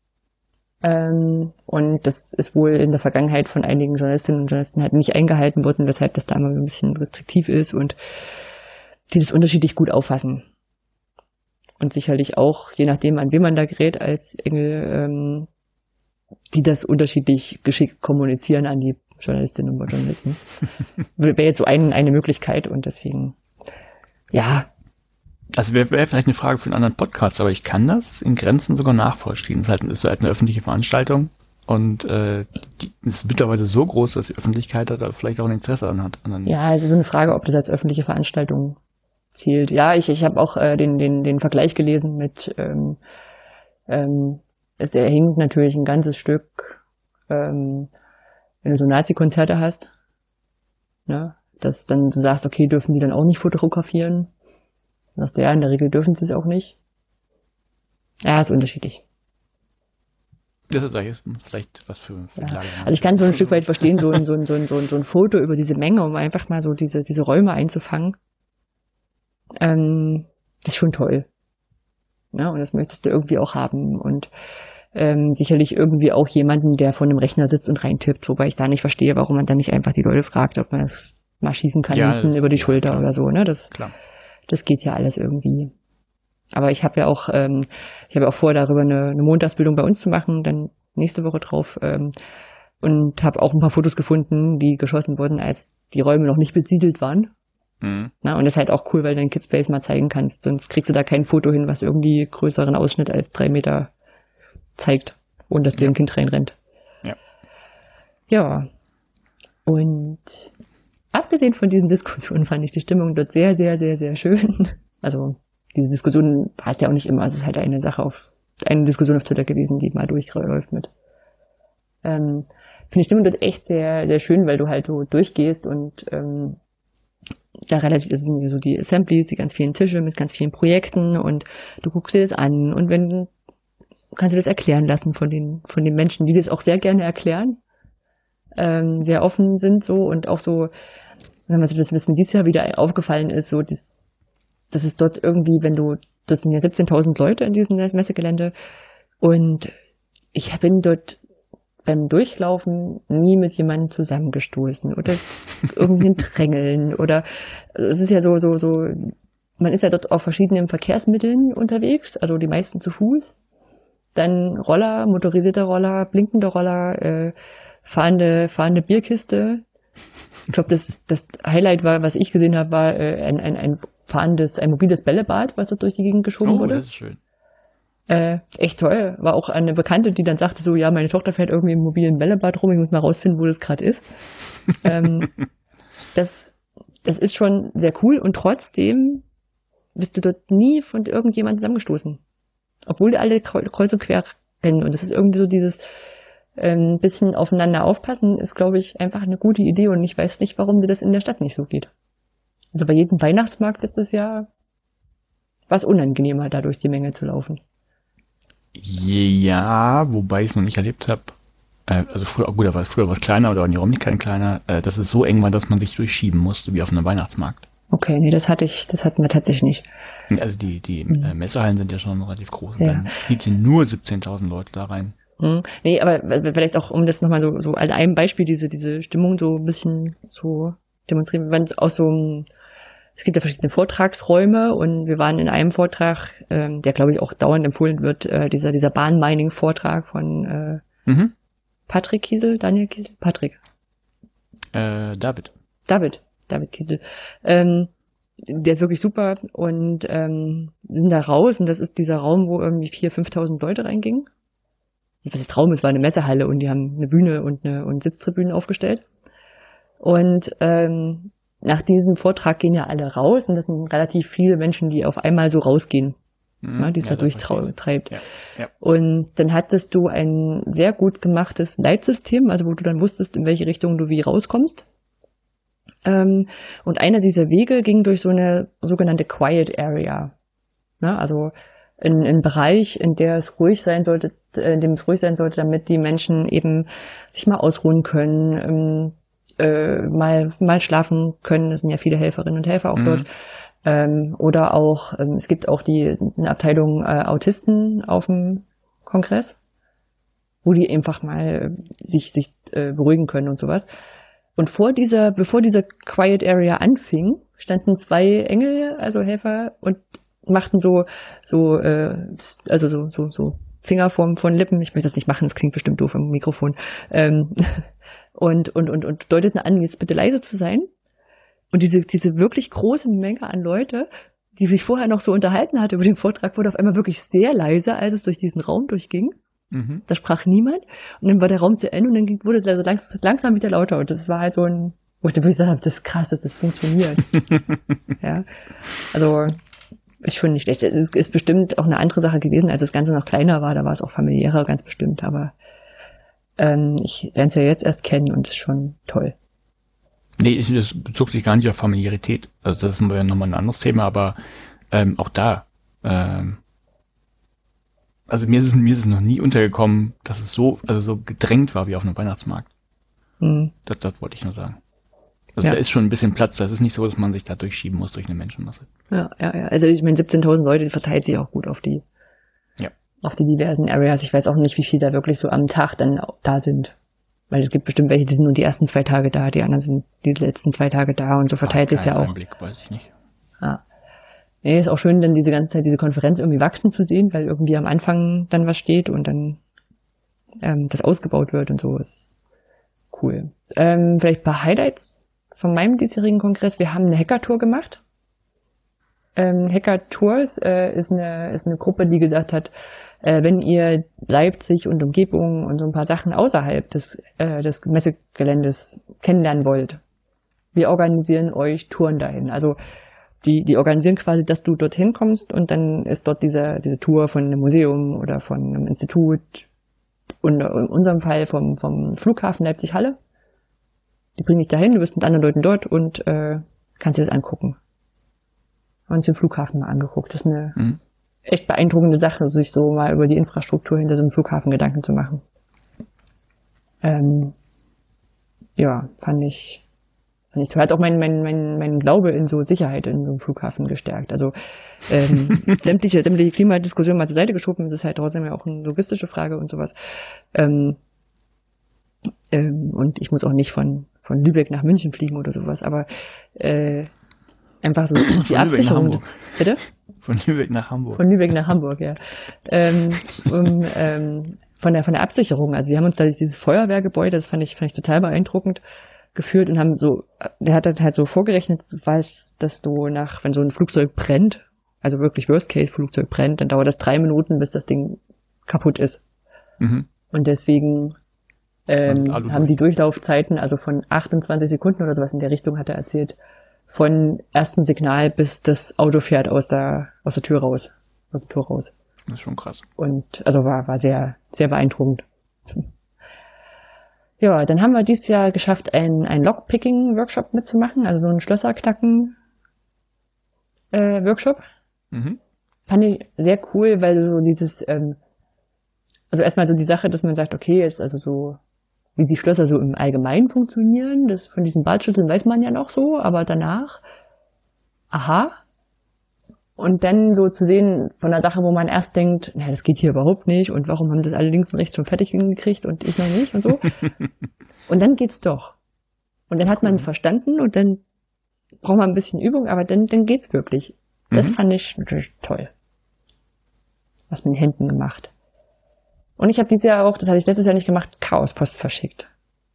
Ähm, und das ist wohl in der Vergangenheit von einigen Journalistinnen und Journalisten halt nicht eingehalten worden, weshalb das da immer so ein bisschen restriktiv ist und die das unterschiedlich gut auffassen. Und sicherlich auch, je nachdem, an wen man da gerät als Engel, ähm, die das unterschiedlich geschickt kommunizieren an die Journalistinnen und Journalisten. Wäre jetzt so ein, eine Möglichkeit und deswegen, ja. Also wäre wär vielleicht eine Frage für einen anderen Podcast, aber ich kann das in Grenzen sogar nachvollziehen. Es ist halt, ist halt eine öffentliche Veranstaltung und äh, die ist mittlerweile so groß, dass die Öffentlichkeit da vielleicht auch ein Interesse an hat. An ja, es ist so eine Frage, ob das als öffentliche Veranstaltung zählt. Ja, ich, ich habe auch äh, den, den, den Vergleich gelesen mit, ähm, ähm, es hinkt natürlich ein ganzes Stück, ähm, wenn du so Nazi-Konzerte hast, ne, dass dann du sagst, okay, dürfen die dann auch nicht fotografieren? Dann sagst du, ja, in der Regel dürfen sie es auch nicht. Ja, ist unterschiedlich. Das ist vielleicht was für, für ja. Also ich kann so ein Stück weit verstehen, so ein, so ein, so ein, so ein, so ein Foto über diese Menge, um einfach mal so diese, diese Räume einzufangen. Ähm, das ist schon toll. Ja, und das möchtest du irgendwie auch haben. Und ähm, sicherlich irgendwie auch jemanden, der vor einem Rechner sitzt und reintippt, wobei ich da nicht verstehe, warum man dann nicht einfach die Leute fragt, ob man das mal schießen kann, ja, hinten über die ja, Schulter klar. oder so. Ne? Das, klar. das geht ja alles irgendwie. Aber ich habe ja auch, ähm, ich habe ja auch vor, darüber eine, eine Montagsbildung bei uns zu machen, dann nächste Woche drauf, ähm, und habe auch ein paar Fotos gefunden, die geschossen wurden, als die Räume noch nicht besiedelt waren. Mhm. Na, und das ist halt auch cool, weil du den Kidspace mal zeigen kannst, sonst kriegst du da kein Foto hin, was irgendwie größeren Ausschnitt als drei Meter zeigt, ohne dass dir Ja. ein Kind reinrennt. Ja. Ja. Und abgesehen von diesen Diskussionen fand ich die Stimmung dort sehr, sehr, sehr, sehr schön. Also diese Diskussion passt ja auch nicht immer. Es ist halt eine Sache auf, eine Diskussion auf Twitter gewesen, die mal durchläuft mit. Ähm, finde die Stimmung dort echt sehr, sehr schön, weil du halt so durchgehst und ähm, da relativ, das sind so die Assemblies, die ganz vielen Tische mit ganz vielen Projekten und du guckst dir das an und wenn, kannst du das erklären lassen von den, von den Menschen, die das auch sehr gerne erklären, ähm, sehr offen sind so und auch so, wenn man so das, was mir dieses Jahr wieder aufgefallen ist, so, das, das ist dort irgendwie, wenn du, das sind ja siebzehntausend Leute in diesem Messegelände und ich bin dort beim Durchlaufen nie mit jemandem zusammengestoßen oder irgendein Drängeln oder es ist ja so, so, so, man ist ja dort auf verschiedenen Verkehrsmitteln unterwegs, also die meisten zu Fuß, dann Roller, motorisierte Roller, blinkende Roller, äh, fahrende, fahrende Bierkiste. Ich glaube, das, das Highlight war, was ich gesehen habe, war äh, ein, ein, ein fahrendes, ein mobiles Bällebad, was dort durch die Gegend geschoben Oh, wurde. das ist schön. Äh, echt toll. War auch eine Bekannte, die dann sagte so, ja, meine Tochter fährt irgendwie im mobilen Bällebad rum, ich muss mal rausfinden, wo das gerade ist. ähm, das, das ist schon sehr cool und trotzdem bist du dort nie von irgendjemandem zusammengestoßen. Obwohl die alle kreuz und quer rennen. Und das ist irgendwie so dieses ein ähm, bisschen aufeinander aufpassen, ist, glaube ich, einfach eine gute Idee und ich weiß nicht, warum dir das in der Stadt nicht so geht. Also bei jedem Weihnachtsmarkt letztes Jahr war es unangenehmer, da durch die Menge zu laufen. Ja, wobei ich es noch nicht erlebt habe. Äh, also früher, gut, aber früher war es kleiner oder waren die Räumlichkeiten kleiner, äh, dass es so eng war, dass man sich durchschieben musste, wie auf einem Weihnachtsmarkt. Okay, nee, das hatte ich, das hatten wir tatsächlich nicht. Also die, die mhm. äh, Messehallen sind ja schon relativ groß und ja. dann hielten nur siebzehntausend Leute da rein. Mhm. Nee, aber vielleicht auch, um das nochmal so, so als einem Beispiel, diese, diese Stimmung so ein bisschen zu demonstrieren, wenn es aus so einem, es gibt ja verschiedene Vortragsräume und wir waren in einem Vortrag, ähm, der glaube ich auch dauernd empfohlen wird, äh, dieser, dieser Bahnmining-Vortrag von äh, mhm. Patrick Kiesel, Daniel Kiesel, Patrick. Äh, David. David, David Kiesel. Ähm, der ist wirklich super und ähm, wir sind da raus und das ist dieser Raum, wo irgendwie viertausend, fünftausend Leute reingingen. Was ist Traum? Es war eine Messehalle und die haben eine Bühne und eine und Sitztribünen aufgestellt. Und ähm, nach diesem Vortrag gehen ja alle raus und das sind relativ viele Menschen, die auf einmal so rausgehen, mhm, ne, die es ja, da durchtreibt. Ja, ja. Und dann hattest du ein sehr gut gemachtes Leitsystem, also wo du dann wusstest, in welche Richtung du wie rauskommst. Ähm, und einer dieser Wege ging durch so eine sogenannte Quiet Area. Ne, also in einen Bereich, in der es ruhig sein sollte, in dem es ruhig sein sollte, damit die Menschen eben sich mal ausruhen können, ähm, äh, mal mal schlafen können. Es sind ja viele Helferinnen und Helfer auch mhm. dort. Ähm, oder auch, ähm, es gibt auch die eine Abteilung äh, Autisten auf dem Kongress, wo die einfach mal sich sich äh, beruhigen können und sowas. Und vor dieser, bevor diese Quiet Area anfing, standen zwei Engel, also Helfer, und machten so, so, äh, also so, so, so Finger von, von Lippen. Ich möchte das nicht machen, das klingt bestimmt doof im Mikrofon. Ähm, und, und, und, und deuteten an, jetzt bitte leise zu sein. Und diese, diese wirklich große Menge an Leute, die sich vorher noch so unterhalten hatte über den Vortrag, wurde auf einmal wirklich sehr leise, als es durch diesen Raum durchging. Mhm. Da sprach niemand. Und dann war der Raum zu Ende und dann wurde es also langsam, langsam wieder lauter. Und das war halt so ein, wo ich dann gesagt habe, das ist krass, dass das funktioniert. Ja. Also, ist schon nicht schlecht. Es ist bestimmt auch eine andere Sache gewesen, als das Ganze noch kleiner war. Da war es auch familiärer, ganz bestimmt. Aber ähm, ich lerne es ja jetzt erst kennen und es ist schon toll. Nee, das bezog sich gar nicht auf Familiarität. Also das ist nochmal ein anderes Thema, aber ähm, auch da, ähm, also mir ist, es, mir ist es noch nie untergekommen, dass es so, also so gedrängt war wie auf einem Weihnachtsmarkt. Mhm. Das, das wollte ich nur sagen. Also ja. Da ist schon ein bisschen Platz. Das ist nicht so, dass man sich da durchschieben muss durch eine Menschenmasse. Ja, ja, ja. Also ich meine, siebzehntausend Leute, die verteilt sich auch gut auf die, ja. auf die diversen Areas. Ich weiß auch nicht, wie viel da wirklich so am Tag dann da sind. Weil es gibt bestimmt welche, die sind nur die ersten zwei Tage da, die anderen sind die letzten zwei Tage da und so verteilt sich ja auch. Einblick, weiß ich nicht. Ja. Nee, ist auch schön, dann diese ganze Zeit diese Konferenz irgendwie wachsen zu sehen, weil irgendwie am Anfang dann was steht und dann ähm, das ausgebaut wird und so. Ist cool. Ähm, vielleicht ein paar Highlights von meinem diesjährigen Kongress. Wir haben eine Hacker-Tour gemacht. Ähm, Hacker-Tours äh, ist eine ist eine Gruppe, die gesagt hat, äh, wenn ihr Leipzig und Umgebung und so ein paar Sachen außerhalb des äh, des Messegeländes kennenlernen wollt, wir organisieren euch Touren dahin. Also die die organisieren quasi, dass du dorthin kommst und dann ist dort diese diese Tour von einem Museum oder von einem Institut und in unserem Fall vom vom Flughafen Leipzig-Halle. Die bringen dich dahin, du bist mit anderen Leuten dort und äh, kannst dir das angucken. Haben uns den Flughafen mal angeguckt. Das ist eine mhm. echt beeindruckende Sache, sich so mal über die Infrastruktur hinter so einem Flughafen Gedanken zu machen. Ähm, ja, fand ich fand ich toll. Hat auch mein mein mein mein Glaube in so Sicherheit in so einem Flughafen gestärkt. Also ähm, sämtliche sämtliche Klimadiskussionen mal zur Seite geschoben. Das ist halt trotzdem ja auch eine logistische Frage und sowas. Ähm, ähm, und ich muss auch nicht von von Lübeck nach München fliegen oder sowas. Aber äh, einfach so die Absicherung des, bitte? Von Lübeck nach Hamburg. Von Lübeck nach Hamburg, ja. ähm, um, ähm, von der von der Absicherung. Also, die haben uns da dieses Feuerwehrgebäude, das fand ich fand ich total beeindruckend, geführt und haben so, der hat dann halt so vorgerechnet, was, dass du nach, wenn so ein Flugzeug brennt, also wirklich Worst Case Flugzeug brennt, dann dauert das drei Minuten, bis das Ding kaputt ist. Mhm. Und deswegen ähm, haben die Durchlaufzeiten, also von achtundzwanzig Sekunden oder sowas in der Richtung, hat er erzählt, von ersten Signal bis das Auto fährt aus der aus der Tür raus, aus der Tür raus. Das ist schon krass. Und also war war sehr sehr beeindruckend. Ja, dann haben wir dieses Jahr geschafft, einen einen Lockpicking-Workshop mitzumachen, also so einen Schlösserknacken äh, Workshop. Mhm. Fand ich sehr cool, weil so dieses ähm, also erstmal so die Sache, dass man sagt, okay, ist also so wie die Schlösser so im Allgemeinen funktionieren, das von diesen Ballschlüsseln weiß man ja noch so, aber danach, aha. Und dann so zu sehen von einer Sache, wo man erst denkt, naja, das geht hier überhaupt nicht und warum haben das alle links und rechts schon fertig hingekriegt und ich noch nicht und so. Und dann geht's doch. Und dann hat man es verstanden und dann braucht man ein bisschen Übung, aber dann, dann geht's wirklich. Das mhm. fand ich natürlich toll. Was mit den Händen gemacht. Und ich habe dieses Jahr auch, das hatte ich letztes Jahr nicht gemacht, Chaospost verschickt.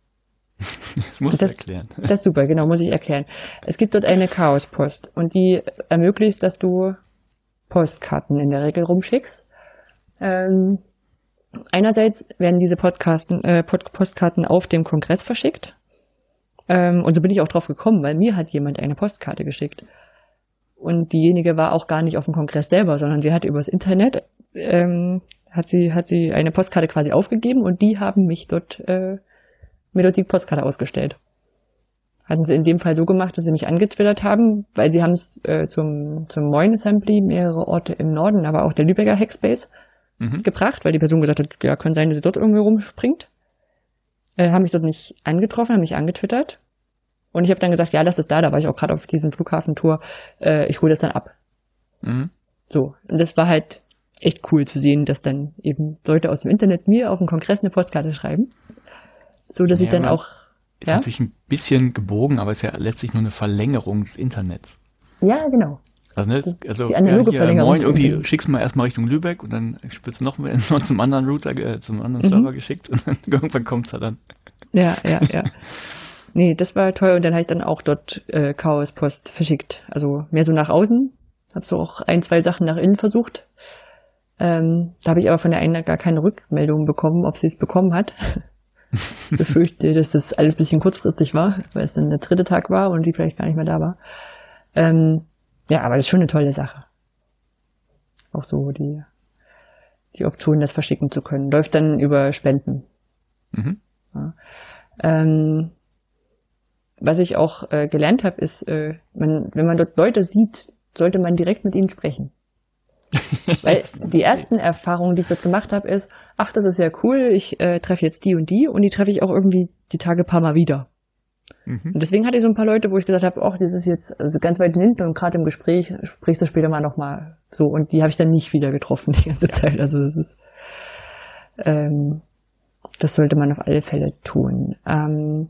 Das musst du erklären. Das ist super, genau, muss ich erklären. Es gibt dort eine Chaospost und die ermöglicht, dass du Postkarten in der Regel rumschickst. Ähm, einerseits werden diese Podcasten, äh, Pod- Postkarten auf dem Kongress verschickt. Ähm, und so bin ich auch drauf gekommen, weil mir hat jemand eine Postkarte geschickt. Und diejenige war auch gar nicht auf dem Kongress selber, sondern die hat übers Internet ähm, hat sie hat sie eine Postkarte quasi aufgegeben und die haben mich dort äh, mir dort die Postkarte ausgestellt. Hatten sie in dem Fall so gemacht, dass sie mich angetwittert haben, weil sie haben es äh, zum zum Moin Assembly mehrere Orte im Norden, aber auch der Lübecker Hackspace mhm. gebracht, weil die Person gesagt hat, ja, kann sein, dass sie dort irgendwie rumspringt. Äh, haben mich dort nicht angetroffen, haben mich angetwittert. Und ich habe dann gesagt, ja, lass es da, da war ich auch gerade auf diesem Flughafentour, äh, ich hole das dann ab. Mhm. So, und das war halt echt cool zu sehen, dass dann eben Leute aus dem Internet mir auf dem Kongress eine Postkarte schreiben. So, dass ja, ich dann auch... Ist ja? natürlich ein bisschen gebogen, aber ist ja letztlich nur eine Verlängerung des Internets. Ja, genau. Also, ne, also die analoge ja, hier, moin, irgendwie schickst du mal erstmal Richtung Lübeck und dann wird es noch, noch zum anderen Router, äh, zum anderen mhm. Server geschickt und dann irgendwann kommt's ja dann. Ja, ja, ja. Nee, das war toll und dann habe ich dann auch dort äh, Chaospost verschickt. Also mehr so nach außen. Hab so auch ein, zwei Sachen nach innen versucht. Ähm, da habe ich aber von der einen gar keine Rückmeldung bekommen, ob sie es bekommen hat. Ich befürchte, dass das alles ein bisschen kurzfristig war, weil es dann der dritte Tag war und sie vielleicht gar nicht mehr da war. Ähm, ja, aber das ist schon eine tolle Sache. Auch so die, die Option, das verschicken zu können. Läuft dann über Spenden. Mhm. Ja. Ähm, was ich auch äh, gelernt habe, ist, äh, man, wenn man dort Leute sieht, sollte man direkt mit ihnen sprechen. Weil die ersten Erfahrungen, die ich dort gemacht habe, ist, ach, das ist ja cool, ich äh, treffe jetzt die und die und die treffe ich auch irgendwie die Tage ein paar Mal wieder. Mhm. Und deswegen hatte ich so ein paar Leute, wo ich gesagt habe, ach, das ist jetzt also ganz weit hinten und gerade im Gespräch sprichst du später mal nochmal so. Und die habe ich dann nicht wieder getroffen die ganze Zeit. Also das ist, ähm, das sollte man auf alle Fälle tun. Ähm,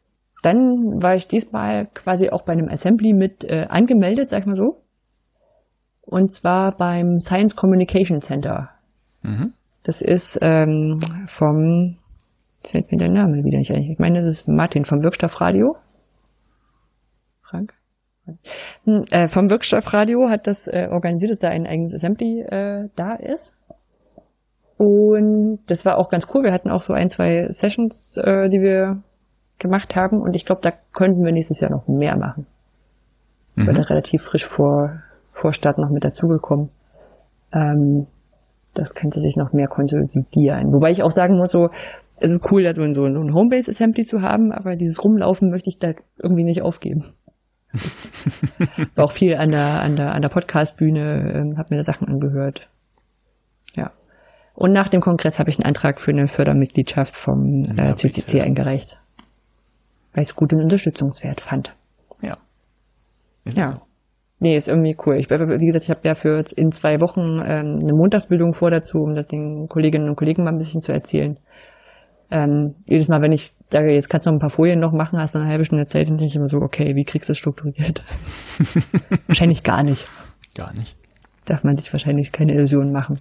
dann war ich diesmal quasi auch bei einem Assembly mit äh, angemeldet, sag ich mal so. Und zwar beim Science Communication Center. Mhm. Das ist ähm, vom, jetzt fällt mir der Name wieder nicht ein. Ich meine, das ist Martin vom Wirkstoffradio. Frank? Hm, äh, vom Wirkstoffradio hat das äh, organisiert, dass da ein eigenes Assembly äh, da ist. Und das war auch ganz cool. Wir hatten auch so ein, zwei Sessions, äh, die wir gemacht haben. Und ich glaube, da könnten wir nächstes Jahr noch mehr machen. Ich bin da relativ frisch vor, vor Start noch mit dazugekommen. Ähm, das könnte sich noch mehr konsolidieren. Wobei ich auch sagen muss, so, es ist cool, da so ein, so ein Homebase-Assembly zu haben, aber dieses Rumlaufen möchte ich da irgendwie nicht aufgeben. War auch viel an der, an der, an der Podcast-Bühne, ähm, habe mir da Sachen angehört. Ja. Und nach dem Kongress habe ich einen Antrag für eine Fördermitgliedschaft vom äh, Ja, C C C bitte. eingereicht. Weil ich es gut und unterstützungswert fand. Ja. Ist Ja. so. Nee, ist irgendwie cool. Ich, wie gesagt, ich habe ja für in zwei Wochen ähm, eine Montagsbildung vor dazu, um das den Kolleginnen und Kollegen mal ein bisschen zu erzählen. Ähm, jedes Mal, wenn ich sage, jetzt kannst du noch ein paar Folien noch machen, hast du eine halbe Stunde Zeit, dann denke ich immer so, okay, wie kriegst du das strukturiert? Wahrscheinlich gar nicht. Gar nicht. Darf man sich wahrscheinlich keine Illusionen machen.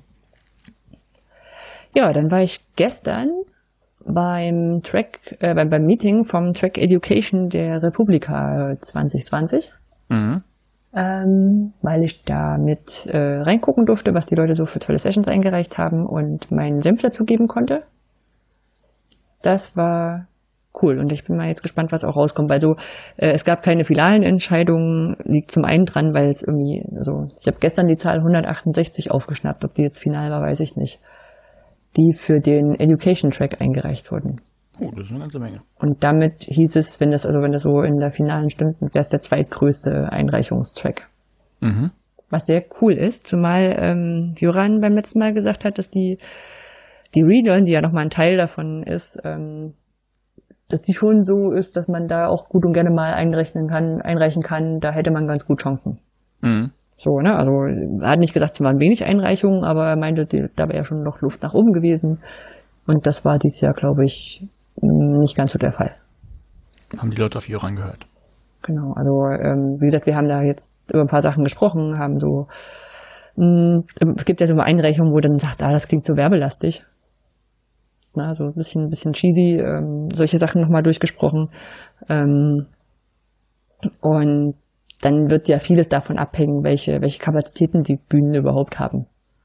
Ja, dann war ich gestern beim Track, äh, beim, beim Meeting vom Track Education der Republika zwanzig zwanzig. Mhm. Ähm, weil ich da mit äh, reingucken durfte, was die Leute so für tolle Sessions eingereicht haben und meinen Senf dazu geben konnte. Das war cool und ich bin mal jetzt gespannt, was auch rauskommt, weil so, äh, es gab keine finalen Entscheidungen, liegt zum einen dran, weil es irgendwie, also ich habe gestern die Zahl hundertachtundsechzig aufgeschnappt, ob die jetzt final war, weiß ich nicht, die für den Education Track eingereicht wurden. Oh, das ist eine ganze Menge. Und damit hieß es, wenn das, also wenn das so in der finalen stimmt, wäre es der zweitgrößte Einreichungstrack. Mhm. Was sehr cool ist, zumal ähm, Joran beim letzten Mal gesagt hat, dass die die Relearn, die ja nochmal ein Teil davon ist, ähm, dass die schon so ist, dass man da auch gut und gerne mal einrechnen kann, einreichen kann, da hätte man ganz gut Chancen. Mhm. So, ne, also er hat nicht gesagt, es waren wenig Einreichungen, aber er meinte, die, da wäre ja schon noch Luft nach oben gewesen. Und das war dieses Jahr, glaube ich, nicht ganz so der Fall. Haben die Leute auf Joran gehört? Genau, also ähm, wie gesagt, wir haben da jetzt über ein paar Sachen gesprochen, haben so, mh, es gibt ja so eine Einreichung, wo du dann sagst, ah, das klingt so werbelastig. Na, so ein bisschen, bisschen cheesy, ähm, solche Sachen nochmal durchgesprochen. Ähm, und dann wird ja vieles davon abhängen, welche, welche Kapazitäten die Bühnen überhaupt haben.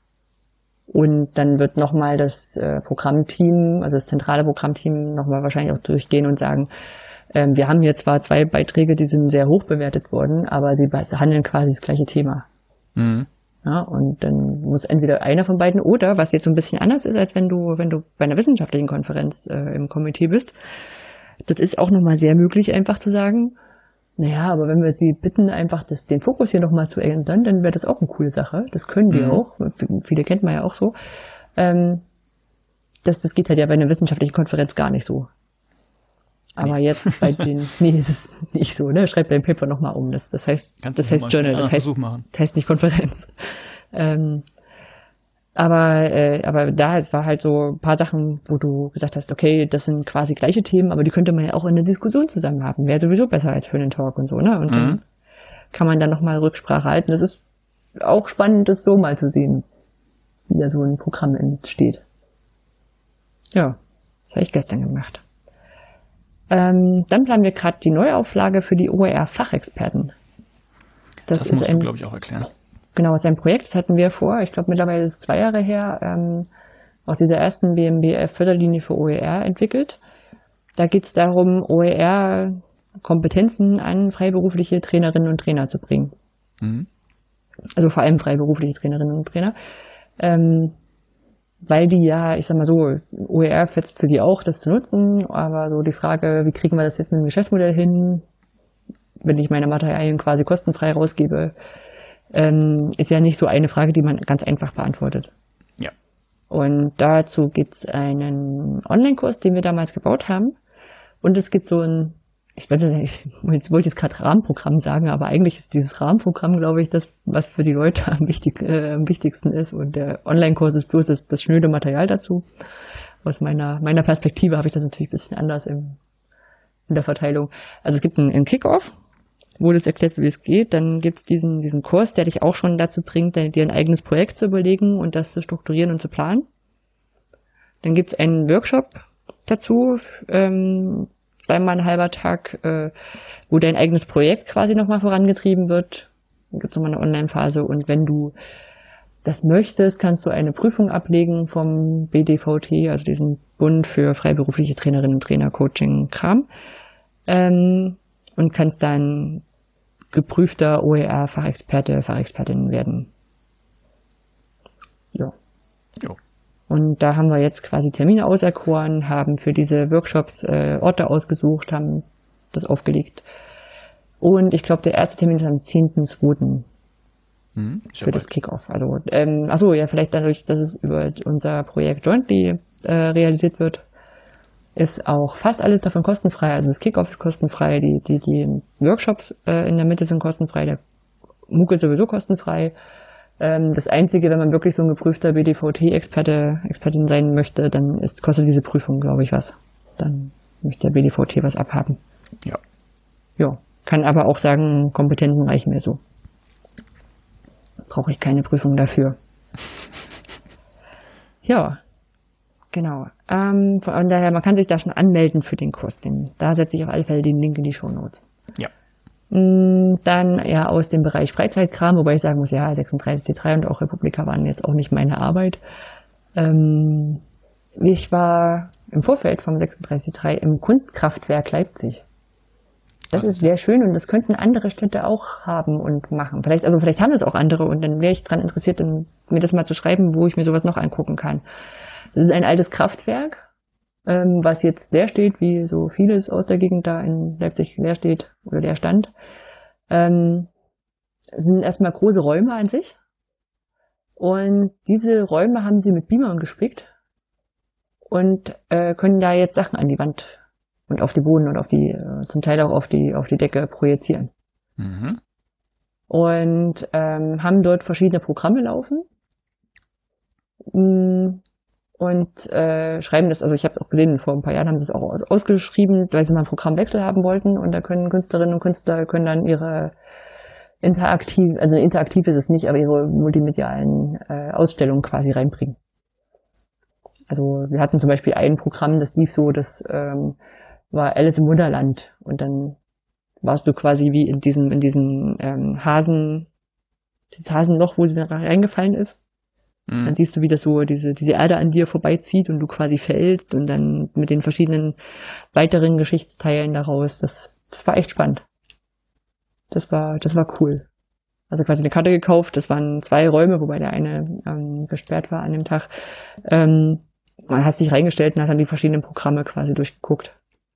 Und dann wird nochmal das äh, Programmteam, also das zentrale Programmteam, nochmal wahrscheinlich auch durchgehen und sagen, ähm, wir haben hier zwar zwei Beiträge, die sind sehr hoch bewertet worden, aber sie handeln quasi das gleiche Thema. Mhm. Ja, und dann muss entweder einer von beiden oder, was jetzt so ein bisschen anders ist, als wenn du, wenn du bei einer wissenschaftlichen Konferenz äh, im Komitee bist, das ist auch nochmal sehr möglich, einfach zu sagen, naja, aber wenn wir sie bitten, einfach das, den Fokus hier nochmal zu ändern, dann wäre das auch eine coole Sache. Das können die Mhm. auch. Viele kennt man ja auch so. Ähm, das, das geht halt ja bei einer wissenschaftlichen Konferenz gar nicht so. Aber Nee. jetzt bei den, nee, das ist nicht so, ne? Schreib dein Paper nochmal um. Das, das heißt, Kannst das du heißt mal Journal, einen das heißt, Versuch machen. das heißt nicht Konferenz. ähm, aber, äh, aber da, es war halt so ein paar Sachen, wo du gesagt hast, okay, das sind quasi gleiche Themen, aber die könnte man ja auch in der Diskussion zusammen haben. Wäre sowieso besser als für einen Talk und so, ne? Und Mhm. dann kann man dann nochmal Rücksprache halten. Das ist auch spannend, das so mal zu sehen, wie da so ein Programm entsteht. Ja, das habe ich gestern gemacht. Ähm, dann planen wir gerade die Neuauflage für die O E R-Fachexperten. Das, Das ist musst ein, du, glaube ich, auch erklären. genau, das ist ein Projekt, das hatten wir vor, ich glaube mittlerweile ist es zwei Jahre her, ähm, aus dieser ersten B M B F-Förderlinie für O E R entwickelt. Da geht es darum, O E R-Kompetenzen an freiberufliche Trainerinnen und Trainer zu bringen. Mhm. Also vor allem freiberufliche Trainerinnen und Trainer. Ähm, weil die ja, ich sag mal so, O E R fetzt für die auch, das zu nutzen, aber so die Frage, wie kriegen wir das jetzt mit dem Geschäftsmodell hin, wenn ich meine Materialien quasi kostenfrei rausgebe, ähm, ist ja nicht so eine Frage, die man ganz einfach beantwortet. Ja. Und dazu gibt's einen Online-Kurs, den wir damals gebaut haben. Und es gibt so ein, ich wollte ich wollte jetzt gerade Rahmenprogramm sagen, aber eigentlich ist dieses Rahmenprogramm, glaube ich, das, was für die Leute am, wichtig, äh, am wichtigsten ist. Und der Online-Kurs ist bloß das, das schnöde Material dazu. Aus meiner, meiner Perspektive habe ich das natürlich ein bisschen anders im, in der Verteilung. Also es gibt einen, einen Kick-Off. wo das erklärt, wie es geht. Dann gibt's diesen, diesen Kurs, der dich auch schon dazu bringt, dir ein eigenes Projekt zu überlegen und das zu strukturieren und zu planen. Dann gibt's einen Workshop dazu, ähm, zweimal ein halber Tag, äh, wo dein eigenes Projekt quasi nochmal vorangetrieben wird. Dann gibt's nochmal eine Online-Phase und wenn du das möchtest, kannst du eine Prüfung ablegen vom B D V T, also diesen Bund für freiberufliche Trainerinnen und Trainer, Coaching, Kram, ähm, und kannst dann geprüfter O E R-Fachexperte, Fachexpertin werden. Ja. Jo. Und da haben wir jetzt quasi Termine auserkoren, haben für diese Workshops äh, Orte ausgesucht, haben das aufgelegt. Und ich glaube, der erste Termin ist am zehnten zweiten Hm, für das Kickoff. Also, ähm, achso, ja, vielleicht dadurch, dass es über unser Projekt Jointly äh, realisiert wird, ist auch fast alles davon kostenfrei. Also das Kickoff ist kostenfrei, die, die, die Workshops äh, in der Mitte sind kostenfrei, der MOOC ist sowieso kostenfrei. Ähm, das Einzige, wenn man wirklich so ein geprüfter B D V T-Experte, Expertin sein möchte, dann ist, kostet diese Prüfung, glaube ich, was. Dann möchte der B D V T was abhaben. Ja. Ja. Kann aber auch sagen, Kompetenzen reichen mir so. Brauche ich keine Prüfung dafür. Ja. Genau. Ähm, von daher, man kann sich da schon anmelden für den Kurs. Den, da setze ich auf alle Fälle den Link in die Shownotes. Ja. Dann ja aus dem Bereich Freizeitkram, wobei ich sagen muss, ja, sechsunddreißig T drei und auch Republika waren jetzt auch nicht meine Arbeit. Ähm, ich war im Vorfeld vom sechsunddreißig T drei im Kunstkraftwerk Leipzig. Das ist sehr schön und das könnten andere Städte auch haben und machen. Vielleicht, also vielleicht haben das auch andere und dann wäre ich dran interessiert, mir das mal zu schreiben, wo ich mir sowas noch angucken kann. Das ist ein altes Kraftwerk, ähm, was jetzt leer steht, wie so vieles aus der Gegend da in Leipzig leer steht oder leer stand. Ähm, es sind erstmal große Räume an sich. Und diese Räume haben sie mit Beamern gespickt und äh, können da jetzt Sachen an die Wand und auf die Boden und auf die, äh, zum Teil auch auf die, auf die Decke projizieren. Mhm. Und ähm, haben dort verschiedene Programme laufen. Mm. Und äh, schreiben das, also ich habe es auch gesehen, vor ein paar Jahren haben sie es auch aus, ausgeschrieben, weil sie mal einen Programmwechsel haben wollten und da können Künstlerinnen und Künstler können dann ihre interaktiv, also interaktiv ist es nicht, aber ihre multimedialen äh, Ausstellungen quasi reinbringen. Also wir hatten zum Beispiel ein Programm, das lief so, das ähm, war Alice im Wunderland und dann warst du quasi wie in diesem in diesem ähm, Hasen, dieses Hasenloch, wo sie dann reingefallen ist. Dann siehst du, wie das so, diese, diese Erde an dir vorbeizieht und du quasi fällst und dann mit den verschiedenen weiteren Geschichtsteilen daraus. Das, das war echt spannend. Das war, das war cool. Also quasi eine Karte gekauft. Das waren zwei Räume, wobei der eine ähm, gesperrt war an dem Tag. Ähm, man hat sich reingestellt und hat dann die verschiedenen Programme quasi durchgeguckt.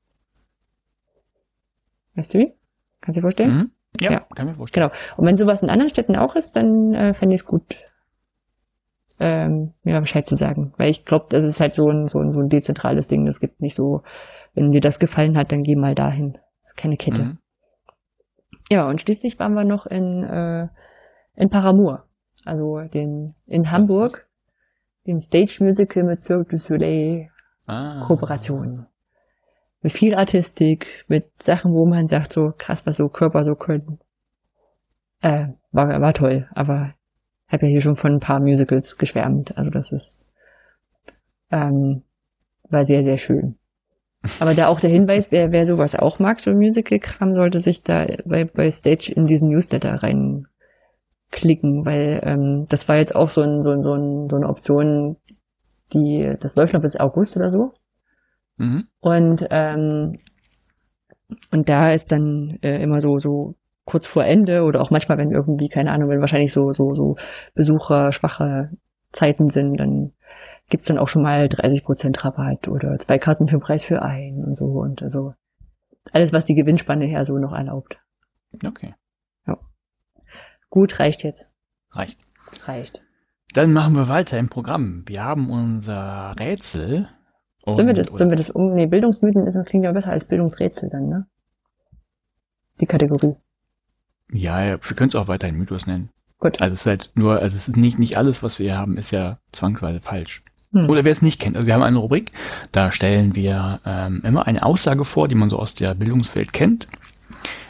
Weißt du wie? Kannst du dir vorstellen? Mhm. Ja, ja, kann mir vorstellen. Genau. Und wenn sowas in anderen Städten auch ist, dann äh, fände ich es gut, Ähm, mir Bescheid zu sagen. Weil ich glaube, das ist halt so ein, so ein, so ein dezentrales Ding. Das gibt nicht so, wenn dir das gefallen hat, dann geh mal dahin. Das ist keine Kette. Mhm. Ja, und schließlich waren wir noch in, äh, in Paramur. Also den, in Hamburg, dem Stage Musical mit Cirque du Soleil Ah. Kooperation. Mit viel Artistik, mit Sachen, wo man sagt, so krass, was so Körper so können. Äh, war, war toll, aber ich habe ja hier schon von ein paar Musicals geschwärmt. Also das ist ähm, war sehr, sehr schön. Aber da auch der Hinweis, wer, wer sowas auch mag, so Musical-Kram, sollte sich da bei, bei Stage in diesen Newsletter reinklicken, weil ähm, das war jetzt auch so, ein, so, ein, so, ein, so eine Option, die das läuft noch bis August oder so. Mhm. Und ähm, und da ist dann äh, immer so so kurz vor Ende oder auch manchmal, wenn irgendwie, keine Ahnung, wenn wahrscheinlich so so so Besucher schwache Zeiten sind, dann gibt's dann auch schon mal dreißig Prozent Rabatt oder zwei Karten für den Preis für einen und so und also alles, was die Gewinnspanne her so noch erlaubt. Okay. Ja. Gut, reicht jetzt. Reicht. Reicht. Dann machen wir weiter im Programm. Wir haben unser Rätsel. Sollen wir das, sollen wir das um, nee, Bildungsmythen ist, klingt ja besser als Bildungsrätsel dann, ne? Die Kategorie. Ja, ja, wir können es auch weiterhin Mythos nennen. Gut. Also es ist halt nur, also es ist nicht, nicht alles, was wir hier haben, ist ja zwangsweise falsch. Hm. Oder wer es nicht kennt, also wir haben eine Rubrik, da stellen wir ähm, immer eine Aussage vor, die man so aus der Bildungswelt kennt.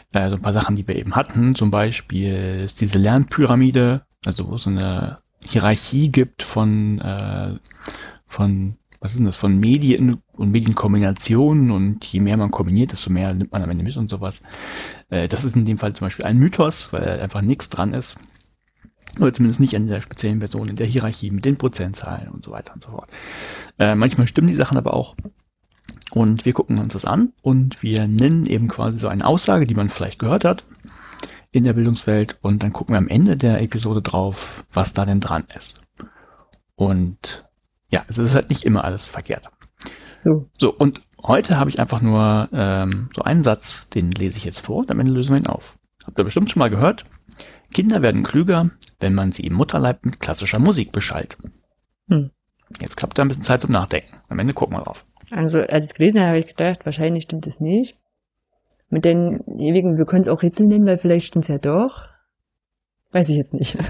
Äh, so ein paar Sachen, die wir eben hatten, zum Beispiel ist diese Lernpyramide, also wo es so eine Hierarchie gibt von, äh, von, was ist denn das, von Medien und Medienkombinationen, und je mehr man kombiniert, desto mehr nimmt man am Ende mit und sowas. Äh, das ist in dem Fall zum Beispiel ein Mythos, weil einfach nichts dran ist. Oder zumindest nicht an der speziellen Version in der Hierarchie mit den Prozentzahlen und so weiter und so fort. Äh, manchmal stimmen die Sachen aber auch. Und wir gucken uns das an und wir nennen eben quasi so eine Aussage, die man vielleicht gehört hat in der Bildungswelt, und dann gucken wir am Ende der Episode drauf, was da denn dran ist. Und ja, es ist halt nicht immer alles verkehrt. So, So, und heute habe ich einfach nur ähm, so einen Satz, den lese ich jetzt vor und am Ende lösen wir ihn auf. Habt ihr bestimmt schon mal gehört? Kinder werden klüger, wenn man sie im Mutterleib mit klassischer Musik beschallt. hm. Jetzt habt ihr ein bisschen Zeit zum Nachdenken. Am Ende gucken wir drauf. Also als ich es gelesen habe, habe ich gedacht, wahrscheinlich stimmt es nicht. Mit den ewigen, wir können es auch Rätsel nennen, weil vielleicht stimmt es ja doch. Weiß ich jetzt nicht.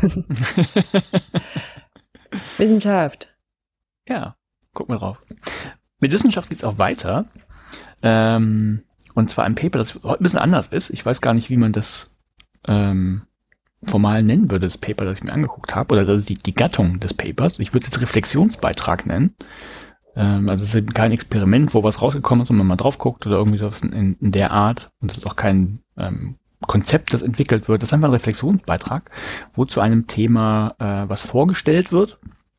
Wissenschaft. Ja, gucken wir drauf. Mit Wissenschaft geht's auch weiter. Ähm, und zwar ein Paper, das heute ein bisschen anders ist. Ich weiß gar nicht, wie man das ähm, formal nennen würde, das Paper, das ich mir angeguckt habe. Oder das ist die, die Gattung des Papers. Ich würde es jetzt Reflexionsbeitrag nennen. Ähm, also es ist eben kein Experiment, wo was rausgekommen ist und man mal drauf guckt oder irgendwie sowas in, in der Art. Und es ist auch kein ähm, Konzept, das entwickelt wird. Das ist einfach ein Reflexionsbeitrag, wo zu einem Thema äh, was vorgestellt wird.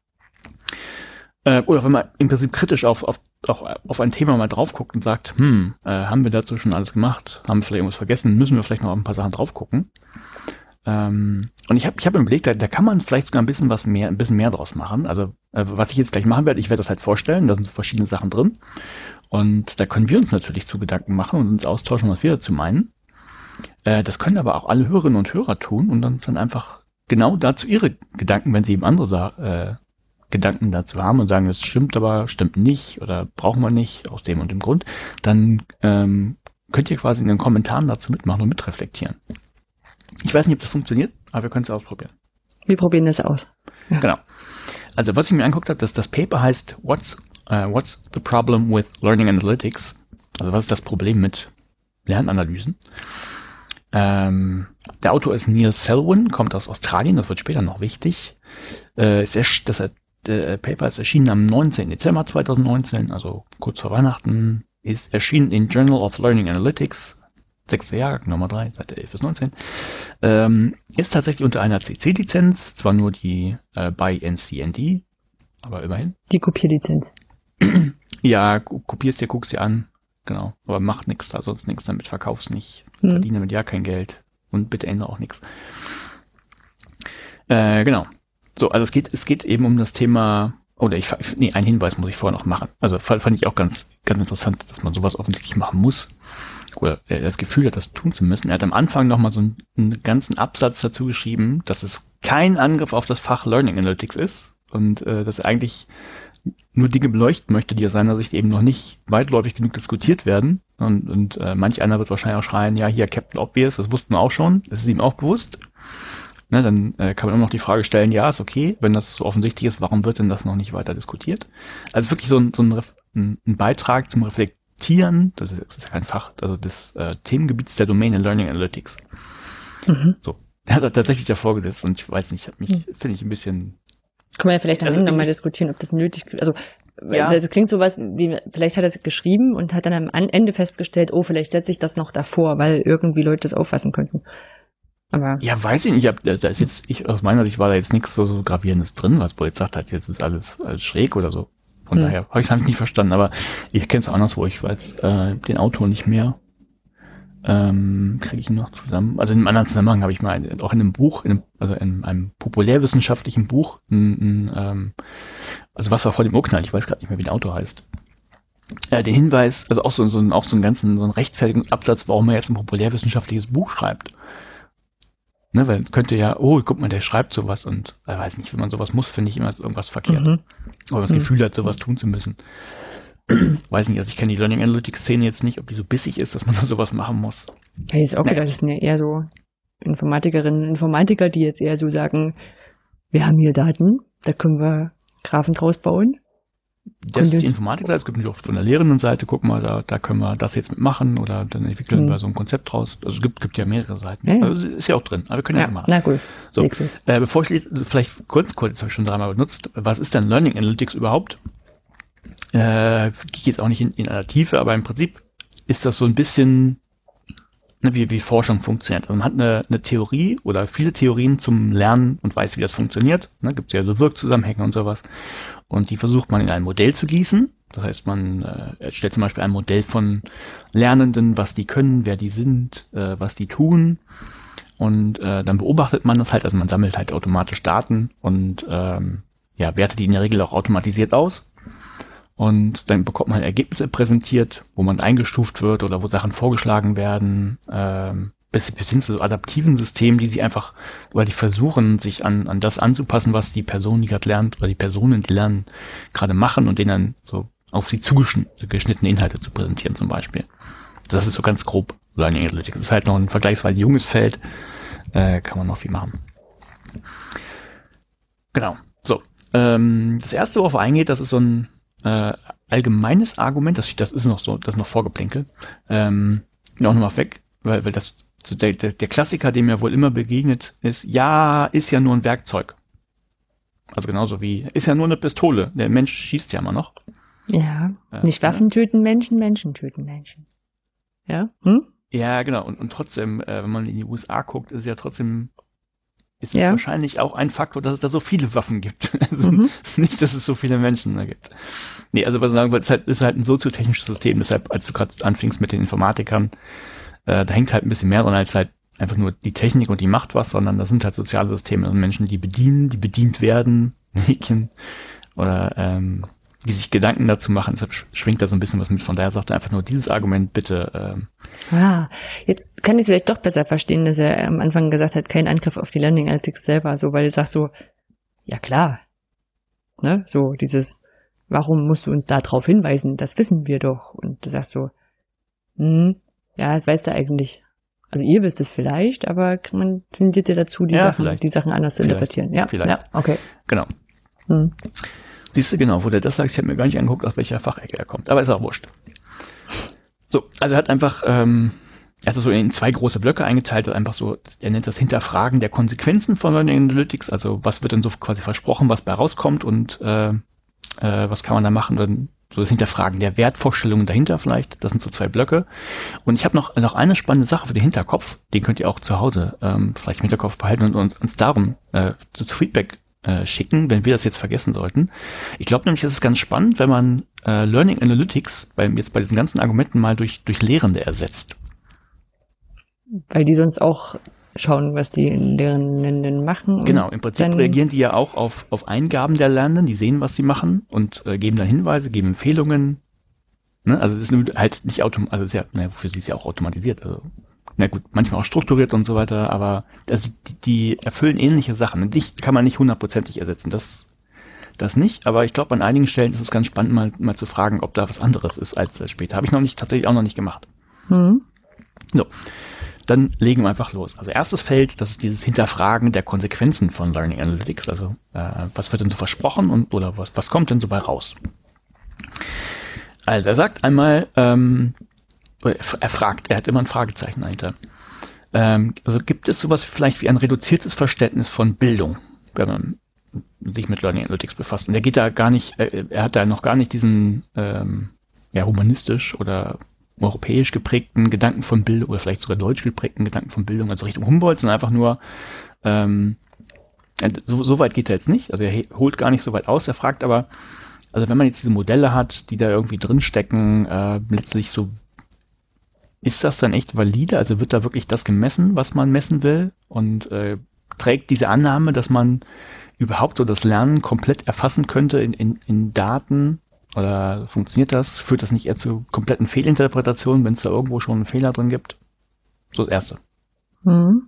Äh, oder wenn man im Prinzip kritisch auf, auf, auf, auf ein Thema mal drauf guckt und sagt, hm, äh, haben wir dazu schon alles gemacht? Haben wir vielleicht irgendwas vergessen? Müssen wir vielleicht noch auf ein paar Sachen drauf gucken? Ähm, und ich habe ich hab mir überlegt, da, da kann man vielleicht sogar ein bisschen was mehr, ein bisschen mehr draus machen. Also äh, was ich jetzt gleich machen werde, ich werde das halt vorstellen, da sind so verschiedene Sachen drin. Und da können wir uns natürlich zu Gedanken machen und uns austauschen, was wir dazu meinen. Äh, das können aber auch alle Hörerinnen und Hörer tun und uns dann einfach genau dazu ihre Gedanken, wenn sie eben andere Sa- äh, Gedanken dazu haben und sagen, das stimmt aber, stimmt nicht oder brauchen wir nicht, aus dem und dem Grund, dann ähm, könnt ihr quasi in den Kommentaren dazu mitmachen und mitreflektieren. Ich weiß nicht, ob das funktioniert, aber wir können es ausprobieren. Wir probieren das aus. Ja. Genau. Also was ich mir angeguckt habe, das, das Paper heißt What's, uh, What's the Problem with Learning Analytics? Also was ist das Problem mit Lernanalysen? Ähm, der Autor ist Neil Selwyn, kommt aus Australien, das wird später noch wichtig. Äh, ist erst, das äh, Paper ist erschienen am neunzehnten Dezember zweitausendneunzehn, also kurz vor Weihnachten, ist erschienen in Journal of Learning Analytics, sechster Jahrgang, Nummer drei, Seite elf bis neunzehn. Ähm, ist tatsächlich unter einer C C-Lizenz, zwar nur die äh, by N C N D, aber immerhin. Die Kopierlizenz. Ja, kopierst dir, guckst dir an, genau, aber macht nichts da, sonst nichts damit, verkaufst nicht, Hm. verdiene damit ja kein Geld und bitte ändere auch nichts. Äh, genau. So, also es geht, es geht eben um das Thema, oder ich, nee, einen Hinweis muss ich vorher noch machen. Also fand, fand ich auch ganz, ganz interessant, dass man sowas offensichtlich machen muss. Oder er das Gefühl hat, das tun zu müssen. Er hat am Anfang nochmal so einen, einen ganzen Absatz dazu geschrieben, dass es kein Angriff auf das Fach Learning Analytics ist und äh, dass er eigentlich nur Dinge beleuchten möchte, die aus seiner Sicht eben noch nicht weitläufig genug diskutiert werden. Und, und äh, manch einer wird wahrscheinlich auch schreien, ja, hier Captain Obvious, das wussten wir auch schon, das ist ihm auch bewusst. Ne, dann äh, kann man immer noch die Frage stellen, ja, ist okay, wenn das so offensichtlich ist, warum wird denn das noch nicht weiter diskutiert? Also wirklich so ein, so ein, ein, ein Beitrag zum Reflektieren, das ist, das ist ja kein Fach, also des äh, Themengebiets der Domain in Learning Analytics. Mhm. So, er hat er tatsächlich davor gesetzt und ich weiß nicht, hat mich, mhm. finde ich ein bisschen... Können wir ja vielleicht am Also Ende ich- nochmal diskutieren, ob das nötig ist. Also, Ja. das klingt sowas, wie, vielleicht hat er es geschrieben und hat dann am An- Ende festgestellt, oh, vielleicht setze ich das noch davor, weil irgendwie Leute das auffassen könnten. Aber, Ja, weiß ich nicht, ich hab, da ist jetzt, ich, aus meiner Sicht war da jetzt nichts so, so Gravierendes drin, was wohl jetzt sagt hat, jetzt ist alles, alles schräg oder so. Von Hm. daher habe ich es nicht verstanden, aber ich kenne es auch anderswo, ich weiß äh, den Autor nicht mehr. Ähm, kriege ich ihn noch zusammen. Also in einem anderen Zusammenhang habe ich mal auch in einem Buch, in einem, also in einem populärwissenschaftlichen Buch, ein, ein, ähm, also was war vor dem Urknall, ich weiß gerade nicht mehr, wie der Autor heißt. Äh, den Hinweis, also auch so, so, ein, auch so einen ganzen so einen Rechtfertigungsabsatz, warum er jetzt ein populärwissenschaftliches Buch schreibt. Ne, weil es könnte ja, oh, guck mal, der schreibt sowas und äh, weiß nicht, wenn man sowas muss, finde ich immer, ist irgendwas verkehrt. mhm. Oder das Mhm. Gefühl hat, sowas tun zu müssen. Weiß nicht, also ich kenne die Learning Analytics Szene jetzt nicht, ob die so bissig ist, dass man da sowas machen muss. Ja, ich auch Naja. gedacht, das sind ja eher so Informatikerinnen und Informatiker, die jetzt eher so sagen, wir haben hier Daten, da können wir Graphen draus bauen. Das ist die Informatikseite, es gibt natürlich auch von der lehrenden Seite, guck mal, da, da können wir das jetzt mitmachen oder dann entwickeln mhm. wir so ein Konzept draus. Also es gibt, gibt ja mehrere Seiten. Ja. Also es ist ja auch drin, aber wir können ja, ja machen. Na gut. So, äh, bevor ich lese, vielleicht kurz, kurz, das habe ich schon dreimal benutzt, was ist denn Learning Analytics überhaupt? Äh, gehe ich jetzt auch nicht in, in einer Tiefe, aber im Prinzip ist das so ein bisschen, ne, wie, wie Forschung funktioniert. Also man hat eine, eine Theorie oder viele Theorien zum Lernen und weiß, wie das funktioniert. Ne, gibt es ja so Wirkzusammenhänge und sowas. Und die versucht man in ein Modell zu gießen. Das heißt, man äh, erstellt zum Beispiel ein Modell von Lernenden, was die können, wer die sind, äh, was die tun. Und äh, dann beobachtet man das halt, also man sammelt halt automatisch Daten und ähm, ja, wertet die in der Regel auch automatisiert aus. Und dann bekommt man Ergebnisse präsentiert, wo man eingestuft wird oder wo Sachen vorgeschlagen werden, ähm, bis, bis hin zu so adaptiven Systemen, die sie einfach, weil die versuchen, sich an, an das anzupassen, was die Person, die gerade lernt, oder die Personen, die lernen, gerade machen und denen dann so auf sie zugeschnittene Inhalte zu präsentieren zum Beispiel. Das ist so ganz grob Learning Analytics. Das ist halt noch ein vergleichsweise junges Feld, äh, kann man noch viel machen. Genau. So. Ähm, das erste, worauf er eingeht, das ist so ein äh, allgemeines Argument, das, das ist noch so, das ist noch Vorgeplänkel, ähm, auch nochmal weg, weil, weil das so der, der, der Klassiker, dem mir wohl immer begegnet ist, ja, ist ja nur ein Werkzeug. Also genauso wie, ist ja nur eine Pistole, der Mensch schießt ja immer noch. Ja, äh, nicht Waffen ja. töten Menschen, Menschen töten Menschen. Ja, hm? Ja, genau, und, und trotzdem, äh, wenn man in die U S A guckt, ist es ja trotzdem ist es ja. wahrscheinlich auch ein Faktor, dass es da so viele Waffen gibt. Also mhm. nicht, dass es so viele Menschen da gibt. Nee, also was ich sagen wollte, es ist halt, ist halt ein soziotechnisches System. Deshalb, als du gerade anfingst mit den Informatikern, äh, da hängt halt ein bisschen mehr dran als halt einfach nur die Technik und die macht was, sondern das sind halt soziale Systeme. Also Menschen, die bedienen, die bedient werden, Mädchen oder ähm, die sich Gedanken dazu machen. Deshalb schwingt da so ein bisschen was mit. Von daher sagt er einfach nur dieses Argument bitte. Ähm, Ah, jetzt kann ich es vielleicht doch besser verstehen, dass er am Anfang gesagt hat, kein Angriff auf die Learning Analytics selber, so, weil er sagt so, ja klar, ne, so dieses, warum musst du uns da drauf hinweisen, das wissen wir doch, und du sagst so, hm, ja, das weißt du eigentlich, also ihr wisst es vielleicht, aber man tendiert dir dazu, die ja, Sachen, vielleicht. die Sachen anders zu vielleicht. interpretieren, ja, vielleicht. ja, okay. Genau. Hm. Siehst du, genau, wo der das sagt, ich habe mir gar nicht angeguckt, aus welcher Fachecke er kommt, aber ist auch wurscht. So, also er hat einfach, ähm, er hat das so in zwei große Blöcke eingeteilt, einfach so, er nennt das Hinterfragen der Konsequenzen von Learning Analytics, also was wird denn so quasi versprochen, was bei rauskommt und äh, äh, was kann man da machen, dann so das Hinterfragen der Wertvorstellungen dahinter vielleicht, das sind so zwei Blöcke. Und ich habe noch noch eine spannende Sache für den Hinterkopf, den könnt ihr auch zu Hause ähm, vielleicht im Hinterkopf behalten und uns, uns darum äh, zu, zu Feedback äh, schicken, wenn wir das jetzt vergessen sollten. Ich glaube nämlich, es ist ganz spannend, wenn man äh, Learning Analytics beim, jetzt bei diesen ganzen Argumenten mal durch, durch Lehrende ersetzt. Weil die sonst auch schauen, was die Lehrenden machen. Genau, im Prinzip reagieren die ja auch auf, auf Eingaben der Lernenden, die sehen, was sie machen und äh, geben dann Hinweise, geben Empfehlungen. Ne? Also es ist nur halt nicht automatisch, also es ist ja, naja, für sie ist ja auch automatisiert, also na gut, manchmal auch strukturiert und so weiter, aber also die, die erfüllen ähnliche Sachen. Und dich kann man nicht hundertprozentig ersetzen, das, das nicht, aber ich glaube, an einigen Stellen ist es ganz spannend, mal, mal zu fragen, ob da was anderes ist als äh, später. Habe ich noch nicht, tatsächlich auch noch nicht gemacht. Mhm. So, dann legen wir einfach los. Also erstes Feld, das ist dieses Hinterfragen der Konsequenzen von Learning Analytics, also äh, was wird denn so versprochen und oder was, was kommt denn so bei raus? Also er sagt einmal, ähm, er fragt, er hat immer ein Fragezeichen dahinter. Ähm, also gibt es sowas vielleicht wie ein reduziertes Verständnis von Bildung, wenn man sich mit Learning Analytics befasst? Und er geht da gar nicht, äh, er hat da noch gar nicht diesen ähm, ja, humanistisch oder europäisch geprägten Gedanken von Bildung oder vielleicht sogar deutsch geprägten Gedanken von Bildung, also Richtung Humboldt, sondern einfach nur, ähm, so, so weit geht er jetzt nicht, also er holt gar nicht so weit aus, er fragt aber, also wenn man jetzt diese Modelle hat, die da irgendwie drinstecken, äh, letztlich so, ist das dann echt valide? Also wird da wirklich das gemessen, was man messen will? Und äh, trägt diese Annahme, dass man überhaupt so das Lernen komplett erfassen könnte in, in, in Daten? Oder funktioniert das? Führt das nicht eher zu kompletten Fehlinterpretationen, wenn es da irgendwo schon einen Fehler drin gibt? So das Erste. Mhm.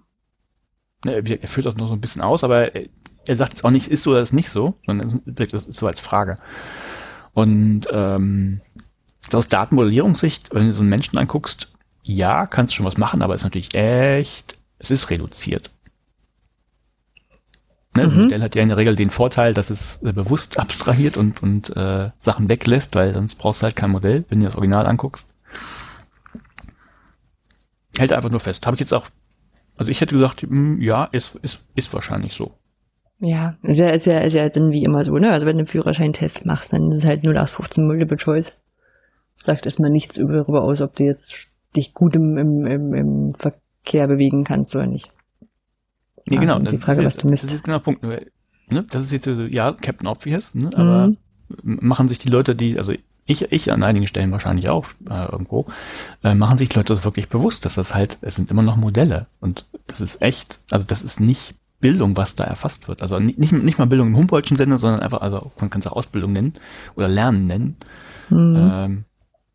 Er führt das noch so ein bisschen aus, aber er, er sagt jetzt auch nicht, ist so oder ist nicht so, sondern das ist so als Frage. Und ähm, aus Datenmodellierungssicht, wenn du so einen Menschen anguckst, ja, kannst du schon was machen, aber es ist natürlich echt, es ist reduziert. Ne, also Mhm. ein Modell hat ja in der Regel den Vorteil, dass es äh, bewusst abstrahiert und, und äh, Sachen weglässt, weil sonst brauchst du halt kein Modell, wenn du das Original anguckst. Hält einfach nur fest. Habe ich jetzt auch, also ich hätte gesagt, mh, ja, ist, ist, ist wahrscheinlich so. Ja, ist ja, ist ja, ist ja dann wie immer so, ne? Also wenn du einen Führerscheintest machst, dann ist es halt null acht fünfzehn Multiple Choice. Sagt erstmal nichts darüber aus, ob du jetzt dich gut im, im, im, im Verkehr bewegen kannst oder nicht. Nee, Also genau, die das ist, Frage, was jetzt, du das ist misst. jetzt genau der Punkt. Nur, ne, das ist jetzt, so, ja, Captain Obvious, ne, aber Mhm. machen sich die Leute, die, also ich, ich an einigen Stellen wahrscheinlich auch äh, irgendwo, äh, machen sich die Leute das wirklich bewusst, dass das halt, es sind immer noch Modelle und das ist echt, also das ist nicht Bildung, was da erfasst wird. Also nicht, nicht mal Bildung im Humboldtschen Sinne, sondern einfach, also man kann es auch Ausbildung nennen oder Lernen nennen. Mhm. Ähm,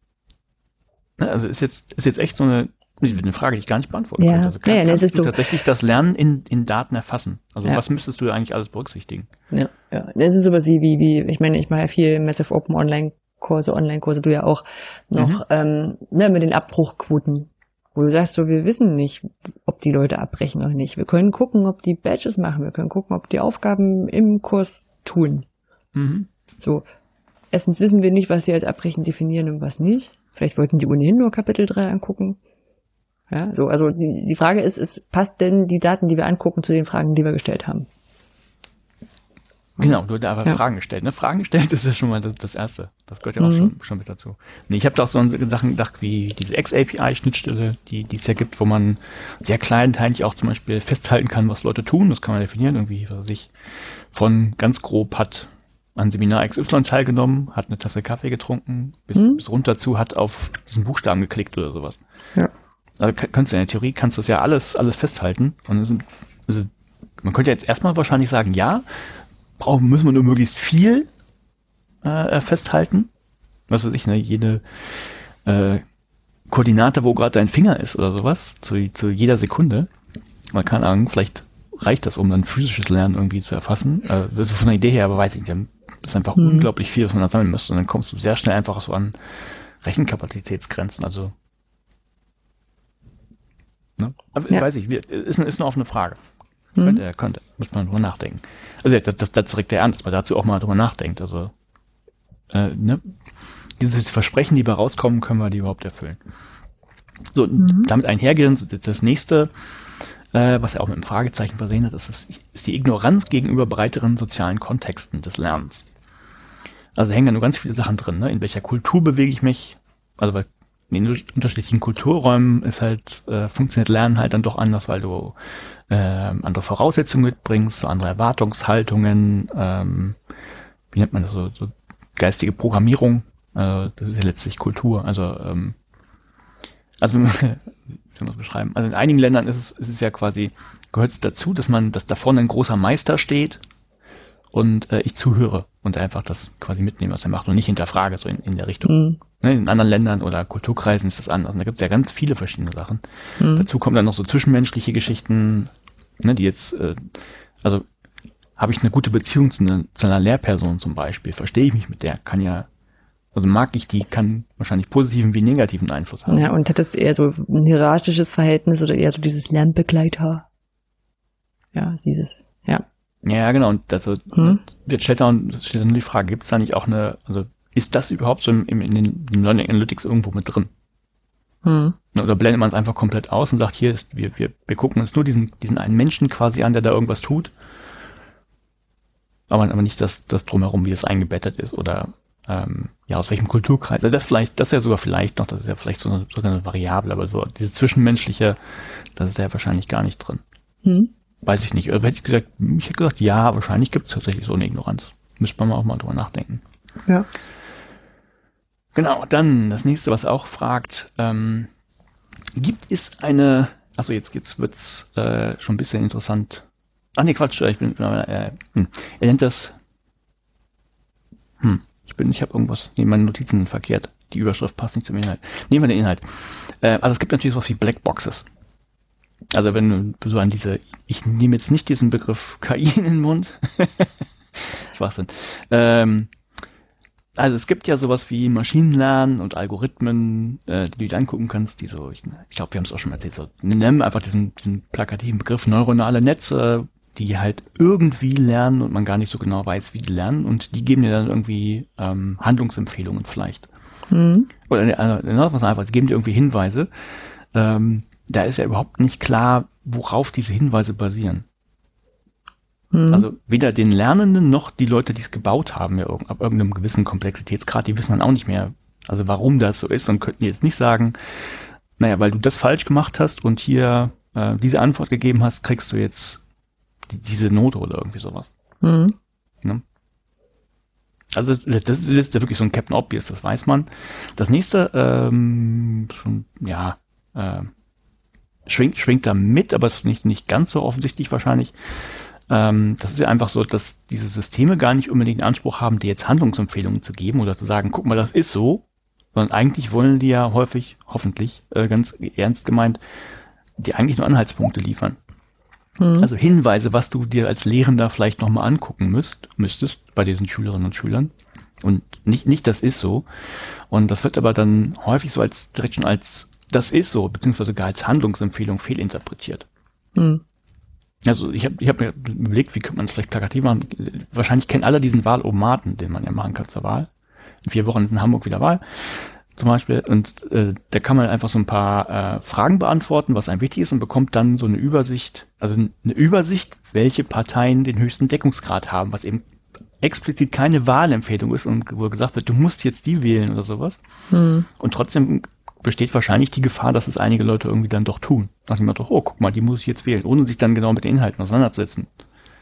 ne, also ist jetzt, ist jetzt echt so eine, eine Frage, die ich gar nicht beantworten könnte. Ja, Also kann, naja, das kannst ist du so. tatsächlich das Lernen in, in Daten erfassen? Also Ja, was müsstest du eigentlich alles berücksichtigen? ja, ja. Das ist sowas wie, wie, wie, ich meine, ich mache ja viel Massive Open Online-Kurse, Online-Kurse, du ja auch Mhm. noch, ähm, ne, mit den Abbruchquoten. Wo du sagst, so, wir wissen nicht, ob die Leute abbrechen oder nicht. Wir können gucken, ob die Badges machen. Wir können gucken, ob die Aufgaben im Kurs tun. Mhm. So, erstens wissen wir nicht, was sie als Abbrechen definieren und was nicht. Vielleicht wollten die ohnehin nur Kapitel drei angucken. Ja, so, also die, die Frage ist, ist, passt denn die Daten, die wir angucken, zu den Fragen, die wir gestellt haben? Genau, du hast aber Ja. Fragen gestellt. Ne? Fragen gestellt ist ja schon mal das, das Erste. Das gehört ja auch Mhm. schon, schon mit dazu. Nee, ich habe da auch so an Sachen gedacht wie diese X A P I-Schnittstelle, die, die es ja gibt, wo man sehr kleinteilig auch zum Beispiel festhalten kann, was Leute tun. Das kann man definieren. Irgendwie, was weiß ich, von ganz grob hat an Seminar X Y teilgenommen, hat eine Tasse Kaffee getrunken, bis, Mhm. bis runter zu hat auf diesen Buchstaben geklickt oder sowas. Ja. Also kannst du in der Theorie kannst du das ja alles, alles festhalten. Und es sind, also man könnte jetzt erstmal wahrscheinlich sagen, ja, brauchen, müssen wir nur möglichst viel äh, festhalten. Was weiß ich, ne, jede äh, Koordinate, wo gerade dein Finger ist oder sowas, zu, zu jeder Sekunde. Man kann Ahnung, vielleicht reicht das, um dann physisches Lernen irgendwie zu erfassen. Äh, das ist von der Idee her, aber weiß ich nicht, das ist einfach Mhm. unglaublich viel, was man da sammeln müsste. Und dann kommst du sehr schnell einfach so an Rechenkapazitätsgrenzen. Also, ne? Aber Ja. weiß ich, ist, ist eine offene Frage. Mhm. Könnte er, könnte. Muss man drüber nachdenken. Also das, das, das direkt der Ernst, dass man dazu auch mal drüber nachdenkt. Also, äh, ne? Diese Versprechen, die bei rauskommen, können wir die überhaupt erfüllen. So, Mhm. damit einhergehend, das nächste, äh, was er auch mit einem Fragezeichen versehen hat, ist, das, ist die Ignoranz gegenüber breiteren sozialen Kontexten des Lernens. Also da hängen ja nur ganz viele Sachen drin, ne? In welcher Kultur bewege ich mich? Also bei in den unterschiedlichen Kulturräumen ist halt, äh, funktioniert Lernen halt dann doch anders, weil du äh, andere Voraussetzungen mitbringst, so andere Erwartungshaltungen, ähm, wie nennt man das so, so geistige Programmierung, äh, das ist ja letztlich Kultur, also ähm, also wenn man, wie soll man es beschreiben, also in einigen Ländern ist es, ist es ja quasi, gehört es dazu, dass man, dass da vorne ein großer Meister steht und äh, ich zuhöre und einfach das quasi mitnehme, was er macht und nicht hinterfrage, so in, in der Richtung. Mhm. Ne, in anderen Ländern oder Kulturkreisen ist das anders. Und da gibt es ja ganz viele verschiedene Sachen. Mhm. Dazu kommen dann noch so zwischenmenschliche Geschichten, ne, die jetzt, äh, also habe ich eine gute Beziehung zu, ne, zu einer Lehrperson zum Beispiel, verstehe ich mich mit der, kann ja, also mag ich die, kann wahrscheinlich positiven wie negativen Einfluss haben. Ja, und hat das eher so ein hierarchisches Verhältnis oder eher so dieses Lernbegleiter? Ja, dieses, ja. Ja, genau, und also Hm? jetzt stellt dann, stellt dann die Frage, gibt es da nicht auch eine, also ist das überhaupt so im, im, in den im Learning Analytics irgendwo mit drin? Hm. Oder blendet man es einfach komplett aus und sagt, hier ist, wir, wir, wir gucken uns nur diesen, diesen einen Menschen quasi an, der da irgendwas tut, aber, aber nicht das, das drumherum, wie es eingebettet ist oder ähm, ja, aus welchem Kulturkreis. Also das vielleicht, das ist ja sogar vielleicht noch, das ist ja vielleicht so eine, sogar eine Variable, aber so dieses Zwischenmenschliche, das ist ja wahrscheinlich gar nicht drin. Hm. Weiß ich nicht. Also hätte ich gesagt, ich hätte gesagt, ja, wahrscheinlich gibt es tatsächlich so eine Ignoranz. Müsste man auch mal drüber nachdenken. Ja. Genau, dann das nächste, was er auch fragt, ähm, gibt es eine, also jetzt, jetzt wird's äh, schon ein bisschen interessant. Ach nee, Quatsch, ich bin, äh, hm. Er nennt das, hm, ich bin, ich habe irgendwas, nee, meine Notizen sind verkehrt. Die Überschrift passt nicht zum Inhalt. Nehmen wir den Inhalt. Äh, also es gibt natürlich sowas wie Blackboxes. Also wenn du so an diese, ich nehme jetzt nicht diesen Begriff K I in den Mund. Schwachsinn. Ähm, also es gibt ja sowas wie Maschinenlernen und Algorithmen, äh, die du dir angucken kannst, die so, ich, ich glaube, wir haben es auch schon mal erzählt, so, nimm einfach diesen, diesen plakativen Begriff neuronale Netze, die halt irgendwie lernen und man gar nicht so genau weiß, wie die lernen und die geben dir dann irgendwie ähm, Handlungsempfehlungen vielleicht. Mhm. Oder äh, noch was einfach, sie geben dir irgendwie Hinweise. Ähm, da ist ja überhaupt nicht klar, worauf diese Hinweise basieren. Mhm. Also weder den Lernenden noch die Leute, die es gebaut haben, ja, ab irgendeinem gewissen Komplexitätsgrad, die wissen dann auch nicht mehr, also warum das so ist und könnten jetzt nicht sagen, naja, weil du das falsch gemacht hast und hier äh, diese Antwort gegeben hast, kriegst du jetzt die, diese Note oder irgendwie sowas. Mhm. Ne? Also das ist jetzt wirklich so ein Captain Obvious, das weiß man. Das nächste, ähm, schon, ja, äh, schwingt, schwingt da mit, aber ist nicht, nicht ganz so offensichtlich wahrscheinlich. Ähm, das ist ja einfach so, dass diese Systeme gar nicht unbedingt den Anspruch haben, dir jetzt Handlungsempfehlungen zu geben oder zu sagen, guck mal, das ist so, sondern eigentlich wollen die ja häufig, hoffentlich, äh, ganz ernst gemeint, dir eigentlich nur Anhaltspunkte liefern. Mhm. Also Hinweise, was du dir als Lehrender vielleicht nochmal angucken müsst, müsstest bei diesen Schülerinnen und Schülern. Und nicht, nicht das ist so. Und das wird aber dann häufig so als direkt schon als das ist so, beziehungsweise gar als Handlungsempfehlung fehlinterpretiert. Mhm. Also ich habe ich hab mir überlegt, wie könnte man es vielleicht plakativ machen. Wahrscheinlich kennen alle diesen Wahlomaten, den man ja machen kann zur Wahl. In vier Wochen ist in Hamburg wieder Wahl zum Beispiel. Und äh, da kann man einfach so ein paar äh, Fragen beantworten, was einem wichtig ist und bekommt dann so eine Übersicht, also eine Übersicht, welche Parteien den höchsten Deckungsgrad haben, was eben explizit keine Wahlempfehlung ist und wo gesagt wird, du musst jetzt die wählen oder sowas. Mhm. Und trotzdem besteht wahrscheinlich die Gefahr, dass es einige Leute irgendwie dann doch tun. Nach dem Motto, oh, guck mal, die muss ich jetzt wählen, ohne sich dann genau mit den Inhalten auseinanderzusetzen.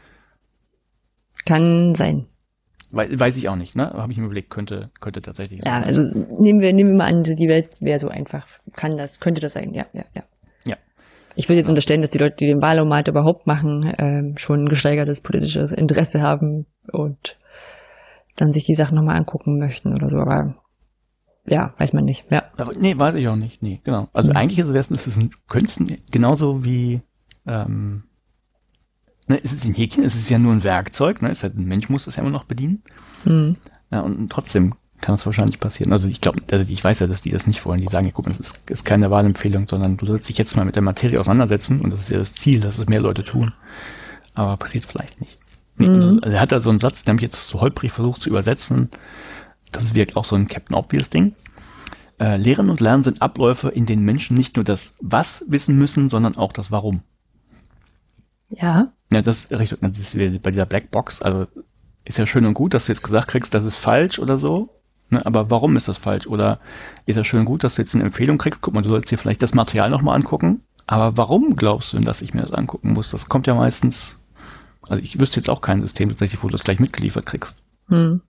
Kann sein. Weiß, weiß ich auch nicht, ne? Habe ich mir überlegt, könnte, könnte tatsächlich Ja, sein. also nehmen wir, nehmen wir mal an, die Welt wäre so einfach. Kann das, könnte das sein? Ja, ja, ja. Ja. Ich will jetzt Ja. unterstellen, dass die Leute, die den Wahlomat überhaupt machen, ähm, schon ein gesteigertes politisches Interesse haben und dann sich die Sachen nochmal angucken möchten oder so, aber ja, weiß man nicht. Ja. Aber nee, weiß ich auch nicht. Nee, genau. Also Mhm. eigentlich ist es, ist es ein, könnte es genauso wie, ähm, ne, es ist ein Häkchen, es ist ja nur ein Werkzeug, ne? Es ist halt, ein Mensch muss das ja immer noch bedienen. Mhm. Ja, und trotzdem kann es wahrscheinlich passieren. Also ich glaube, also ich weiß ja, dass die das nicht wollen. Die sagen, ja, guck mal, das ist, ist keine Wahlempfehlung, sondern du sollst dich jetzt mal mit der Materie auseinandersetzen und das ist ja das Ziel, dass es mehr Leute tun. Aber passiert vielleicht nicht. Nee, Mhm. also, also er hat da so einen Satz, den habe ich jetzt so holprig versucht zu übersetzen. Das wirkt auch so ein Captain Obvious Ding. Äh, Lehren und Lernen sind Abläufe, in denen Menschen nicht nur das Was wissen müssen, sondern auch das Warum. Ja. Ja, das, das ist wieder bei dieser Blackbox. Also ist ja schön und gut, dass du jetzt gesagt kriegst, das ist falsch oder so. Ne, aber warum ist das falsch? Oder ist ja schön und gut, dass du jetzt eine Empfehlung kriegst. Guck mal, du sollst dir vielleicht das Material nochmal angucken. Aber warum glaubst du denn, dass ich mir das angucken muss? Das kommt ja meistens. Also ich wüsste jetzt auch kein System, tatsächlich, wo du das gleich mitgeliefert kriegst. Mhm.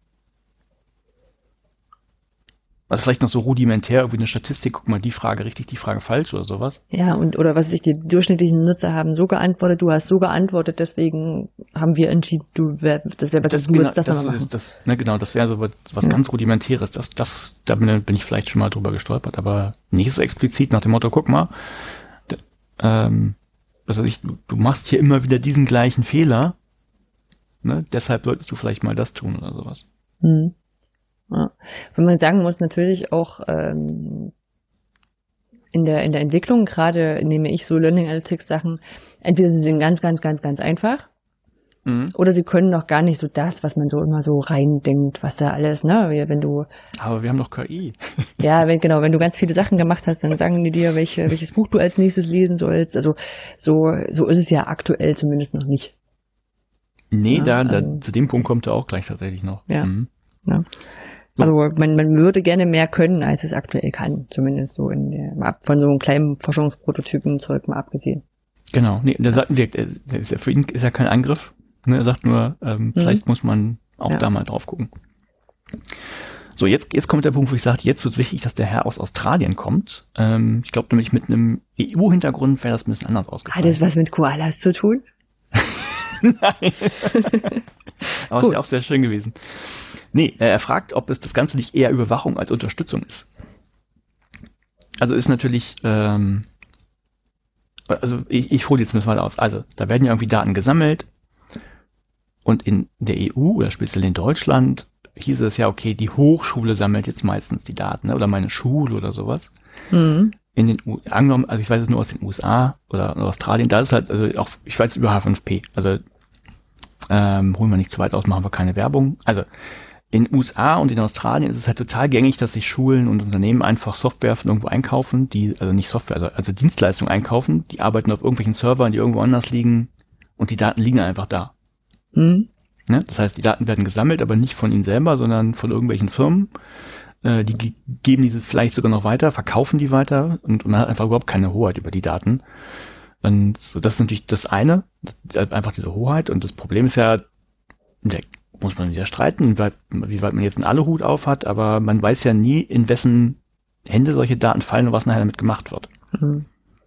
Also vielleicht noch so rudimentär, irgendwie eine Statistik, guck mal, die Frage richtig, die Frage falsch oder sowas. Ja, und oder was weiß ich, die durchschnittlichen Nutzer haben so geantwortet, du hast so geantwortet, deswegen haben wir entschieden, du wär, das wäre besser, Das, du genau, würdest das, das, nochmal machen. ist, das, ne, genau, das wäre so was, was Ja. ganz Rudimentäres. Das, das, da bin, bin ich vielleicht schon mal drüber gestolpert, aber nicht so explizit nach dem Motto, guck mal, d- ähm, was weiß ich, du, du machst hier immer wieder diesen gleichen Fehler, ne, deshalb solltest du vielleicht mal das tun oder sowas. Mhm. Ja. Wenn man sagen muss, natürlich auch ähm, in der in der Entwicklung, gerade nehme ich so Learning Analytics Sachen, entweder sie sind ganz, ganz, ganz, ganz einfach, Mhm. oder sie können noch gar nicht so das, was man so immer so reindenkt, was da alles, ne, wie wenn du, Aber wir haben doch K I. ja, wenn, genau, wenn du ganz viele Sachen gemacht hast, dann sagen die dir, welche, welches Buch du als nächstes lesen sollst. Also so, so ist es ja aktuell zumindest noch nicht. Nee, Ja, da, da, also, zu dem Punkt kommt er auch gleich tatsächlich noch. Ja. Mhm. Ja. So. Also man, man würde gerne mehr können, als es aktuell kann. Zumindest so in der, mal ab von so einem kleinen Forschungsprototypen-Zeug mal abgesehen. Genau, nee, der sagt, der, der ist ja für ihn ist ja kein Angriff. Ne, er sagt nur, ähm, Mhm. vielleicht muss man auch Ja. da mal drauf gucken. So, jetzt, jetzt kommt der Punkt, wo ich sage, jetzt wird wichtig, dass der Herr aus Australien kommt. Ähm, ich glaube nämlich mit einem E U-Hintergrund wäre das ein bisschen anders Hat ausgefallen. das was mit Koalas zu tun? Nein. Aber es Gut. wäre auch sehr schön gewesen. Nee, äh, er fragt, ob es das Ganze nicht eher Überwachung als Unterstützung ist. Also ist natürlich, ähm, also ich, ich hole jetzt ein bisschen mal aus. Also, da werden ja irgendwie Daten gesammelt und in der E U oder speziell in Deutschland hieß es ja, okay, die Hochschule sammelt jetzt meistens die Daten, ne? Oder meine Schule oder sowas. Mhm. In den U angenommen, also ich weiß es nur aus den U S A oder Australien, da ist halt, also auch, ich weiß über H fünf P, also Ähm, holen wir nicht zu weit aus, machen wir keine Werbung. Also in den U S A und in Australien ist es halt total gängig, dass sich Schulen und Unternehmen einfach Software von irgendwo einkaufen, die, also nicht Software, also, also Dienstleistungen einkaufen, die arbeiten auf irgendwelchen Servern, die irgendwo anders liegen und die Daten liegen einfach da. Mhm. Ne? Das heißt, die Daten werden gesammelt, aber nicht von ihnen selber, sondern von irgendwelchen Firmen. Äh, die ge- geben diese vielleicht sogar noch weiter, verkaufen die weiter und, und man hat einfach überhaupt keine Hoheit über die Daten. Und so, das ist natürlich das eine, das, einfach diese Hoheit. Und das Problem ist ja, der muss man wieder streiten, wie weit, wie weit man jetzt einen Aluhut auf hat, aber man weiß ja nie, in wessen Hände solche Daten fallen und was nachher damit gemacht wird. Mhm.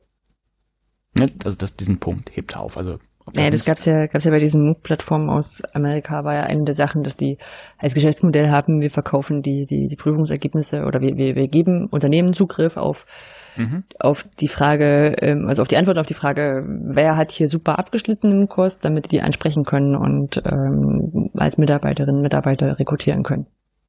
Ne? Also das, diesen Punkt hebt er auf. Also, ob Naja, das nicht- gab's ja, gab's ja bei diesen MOOC-Plattformen aus Amerika, war ja eine der Sachen, dass die als Geschäftsmodell haben, wir verkaufen die, die, die Prüfungsergebnisse oder wir, wir, wir geben Unternehmen Zugriff auf, Mhm. auf die Frage, ähm, also auf die Antwort auf die Frage, wer hat hier super abgeschnitten im Kurs, damit die ansprechen können und ähm, als Mitarbeiterinnen und Mitarbeiter rekrutieren können.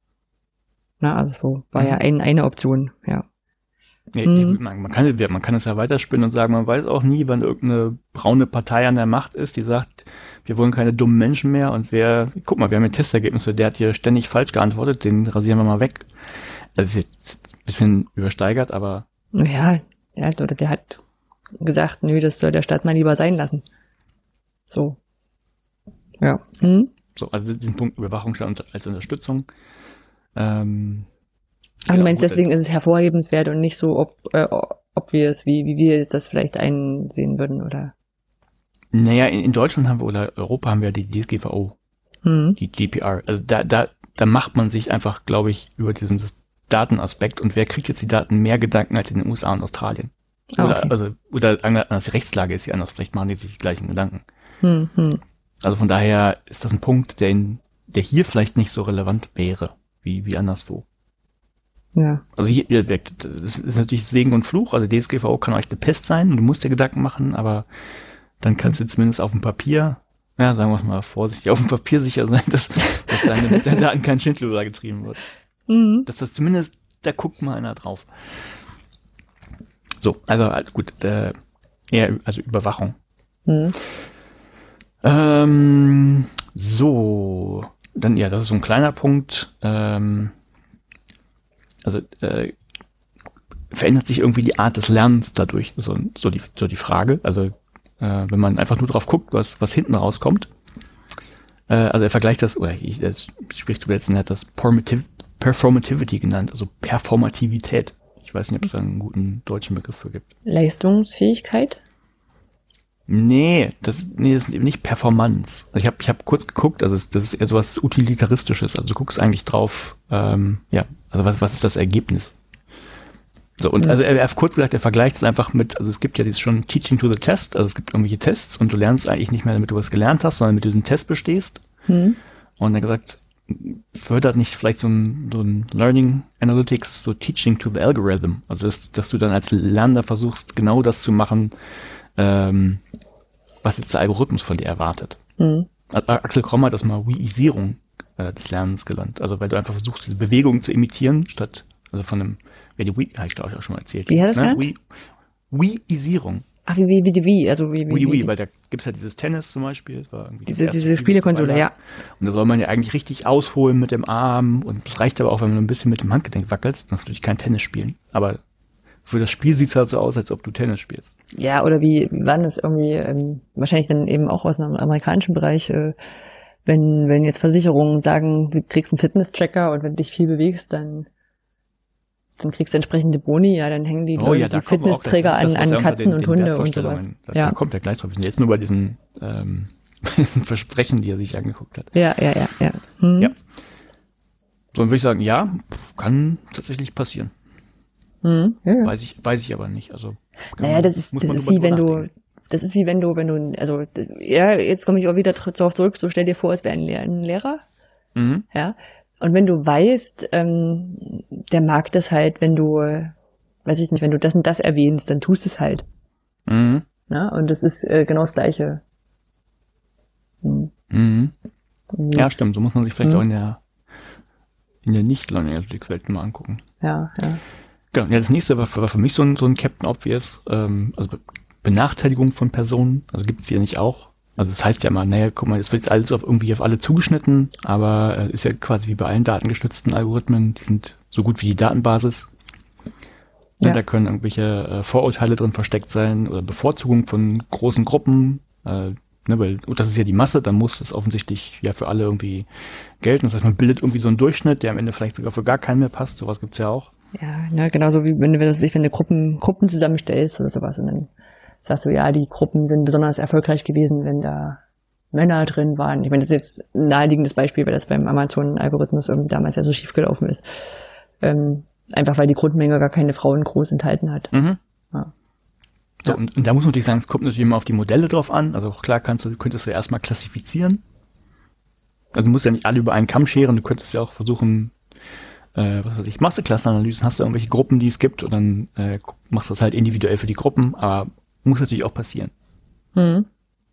Na, also so war Mhm. ja ein, eine Option, ja. Nee, Mhm. man, man, kann, man kann es ja weiterspinnen und sagen, man weiß auch nie, wann irgendeine braune Partei an der Macht ist, die sagt, wir wollen keine dummen Menschen mehr und wer, guck mal, wir haben ein Testergebnis, der hat hier ständig falsch geantwortet, den rasieren wir mal weg. Also ist jetzt ein bisschen übersteigert, aber Ja, ja, oder der hat gesagt, nö, das soll der Staat mal lieber sein lassen. So. Ja. Hm? so, also diesen Punkt Überwachung stand als Unterstützung. Ähm, Aber ja, du meinst, gut, deswegen ist es hervorhebenswert und nicht so, ob, äh, ob wir es, wie, wie wir das vielleicht einsehen würden, oder? Naja, in, in Deutschland haben wir oder Europa haben wir die D S G V O, Hm. die G D P R. Also da, da, da macht man sich einfach, glaube ich, über diesen Datenaspekt und wer kriegt jetzt die Daten mehr Gedanken als in den U S A und Australien. Ah, Oder, okay. also, oder anders, die Rechtslage ist ja anders, vielleicht machen die sich die gleichen Gedanken. Hm, hm. Also von daher ist das ein Punkt, der, in, der hier vielleicht nicht so relevant wäre, wie, wie anderswo. Ja. Also hier, hier das ist natürlich Segen und Fluch, also D S G V O kann euch eine Pest sein und du musst dir Gedanken machen, aber dann kannst du zumindest auf dem Papier, ja, sagen wir es mal vorsichtig, auf dem Papier sicher sein, dass, dass deine, mit deinen Daten kein Schindluder getrieben wird. Mhm. Dass das zumindest, da guckt mal einer drauf. So, also gut, äh, eher also Überwachung. Hm. Ähm, so, dann ja, das ist so ein kleiner Punkt. Ähm, also äh, verändert sich irgendwie die Art des Lernens dadurch, so, so, die, so die Frage. Also äh, wenn man einfach nur drauf guckt, was, was hinten rauskommt. Äh, also er vergleicht das, oder ich, er spricht zuletzt, er hat das Performativ- Performativity genannt, also Performativität. Ich weiß nicht, ob es da einen guten deutschen Begriff für gibt. Leistungsfähigkeit? Nee, das, nee, das ist eben nicht Performance. Also ich habe ich hab kurz geguckt, also es, das ist eher sowas Utilitaristisches. Also du guckst eigentlich drauf, ähm, ja, also was, was ist das Ergebnis? So, und Mhm. also er, er hat kurz gesagt, er vergleicht es einfach mit, also es gibt ja dieses schon Teaching to the Test, also es gibt irgendwelche Tests und du lernst eigentlich nicht mehr, damit du was gelernt hast, sondern damit du diesen Test bestehst. Hm. Und er hat gesagt, fördert nicht vielleicht so ein, so ein Learning Analytics, so Teaching to the Algorithm. Also dass, dass du dann als Lernender versuchst, genau das zu machen, ähm, was jetzt der Algorithmus von dir erwartet. Hm. Axel Kromm hat das mal Weisierung äh, des Lernens genannt. Also weil du einfach versuchst, diese Bewegung zu imitieren, statt, also von einem, wer die Wii, habe ich glaube ich auch schon mal erzählt. Wie hat er das genannt? Wii, Weisierung. Ach, wie, wie, wie, wie, also wie, wie, Wii, wie, Wii, weil da gibt's halt dieses Tennis zum Beispiel. Das war irgendwie das diese, erste diese Spiel, Spielekonsole, das dabei ja. war. Und da soll man ja eigentlich richtig ausholen mit dem Arm und es reicht aber auch, wenn man ein bisschen mit dem Handgelenk wackelst, dann ist natürlich kein Tennis spielen. Aber für das Spiel sieht's halt so aus, als ob du Tennis spielst. Ja, oder wie, wie waren das irgendwie, ähm, wahrscheinlich dann eben auch aus einem amerikanischen Bereich, äh, wenn, wenn jetzt Versicherungen sagen, du kriegst einen Fitness-Tracker und wenn du dich viel bewegst, dann, dann kriegst du entsprechende Boni, ja, dann hängen die Oh Leute, ja, da die kommen wir auch gleich- Fitnessträger das, an, was er an unter Katzen den- und den Hunde und Wertvorstellungen- sowas. Da, Ja. da kommt er gleich drauf. Wir sind jetzt nur bei diesen, ähm, diesen Versprechen, die er sich angeguckt hat. Ja, ja, ja, ja. Hm. Ja. So, dann würde ich sagen, ja, kann tatsächlich passieren. Hm. Ja, ja. Weiß ich, weiß ich aber nicht. Also kann Naja, man- das ist, muss das man ist drüber wie wenn du, nachdenken. das ist wie wenn du, wenn du, also, das, ja, jetzt komme ich auch wieder dr- darauf zurück, so stell dir vor, es wäre ein, Lehr ein Lehrer, Mhm. ja, und wenn du weißt, ähm, der mag das halt, wenn du, äh, weiß ich nicht, wenn du das und das erwähnst, dann tust es halt, Mhm. ne, und das ist äh, genau das Gleiche. Hm. Mhm. Irgendwie. Ja, stimmt. So muss man sich vielleicht Mhm. auch in der in der Nicht-Learning-Analytics-Welt mal angucken. Ja, ja. Genau. Ja, das nächste war für, war für mich so ein, so ein Captain Obvious, ähm, also Be Benachteiligung von Personen. Also gibt es hier nicht auch. Also das heißt ja mal, naja, guck mal, es wird jetzt alles auf irgendwie auf alle zugeschnitten, aber äh, ist ja quasi wie bei allen datengestützten Algorithmen, die sind so gut wie die Datenbasis. Ja. Da können irgendwelche äh, Vorurteile drin versteckt sein oder Bevorzugung von großen Gruppen, äh, ne, weil und das ist ja die Masse, dann muss das offensichtlich ja für alle irgendwie gelten. Das heißt, man bildet irgendwie so einen Durchschnitt, der am Ende vielleicht sogar für gar keinen mehr passt. Sowas gibt's ja auch. Ja, ne, genauso wie wenn du, wenn du, wenn du Gruppen, Gruppen zusammenstellst oder sowas und dann sagst du, ja, die Gruppen sind besonders erfolgreich gewesen, wenn da Männer drin waren. Ich meine, das ist jetzt ein naheliegendes Beispiel, weil das beim Amazon-Algorithmus irgendwie damals ja so schief gelaufen ist. Ähm, einfach weil die Grundmenge gar keine Frauen groß enthalten hat. Mhm. Ja. So, Ja. und, und da muss man natürlich sagen, es kommt natürlich immer auf die Modelle drauf an. Also klar kannst du, könntest du ja erstmal klassifizieren. Also du musst ja nicht alle über einen Kamm scheren, du könntest ja auch versuchen, äh, was weiß ich, machst du Klassenanalysen, hast du irgendwelche Gruppen, die es gibt und dann äh, machst du das halt individuell für die Gruppen, aber muss natürlich auch passieren. Mhm.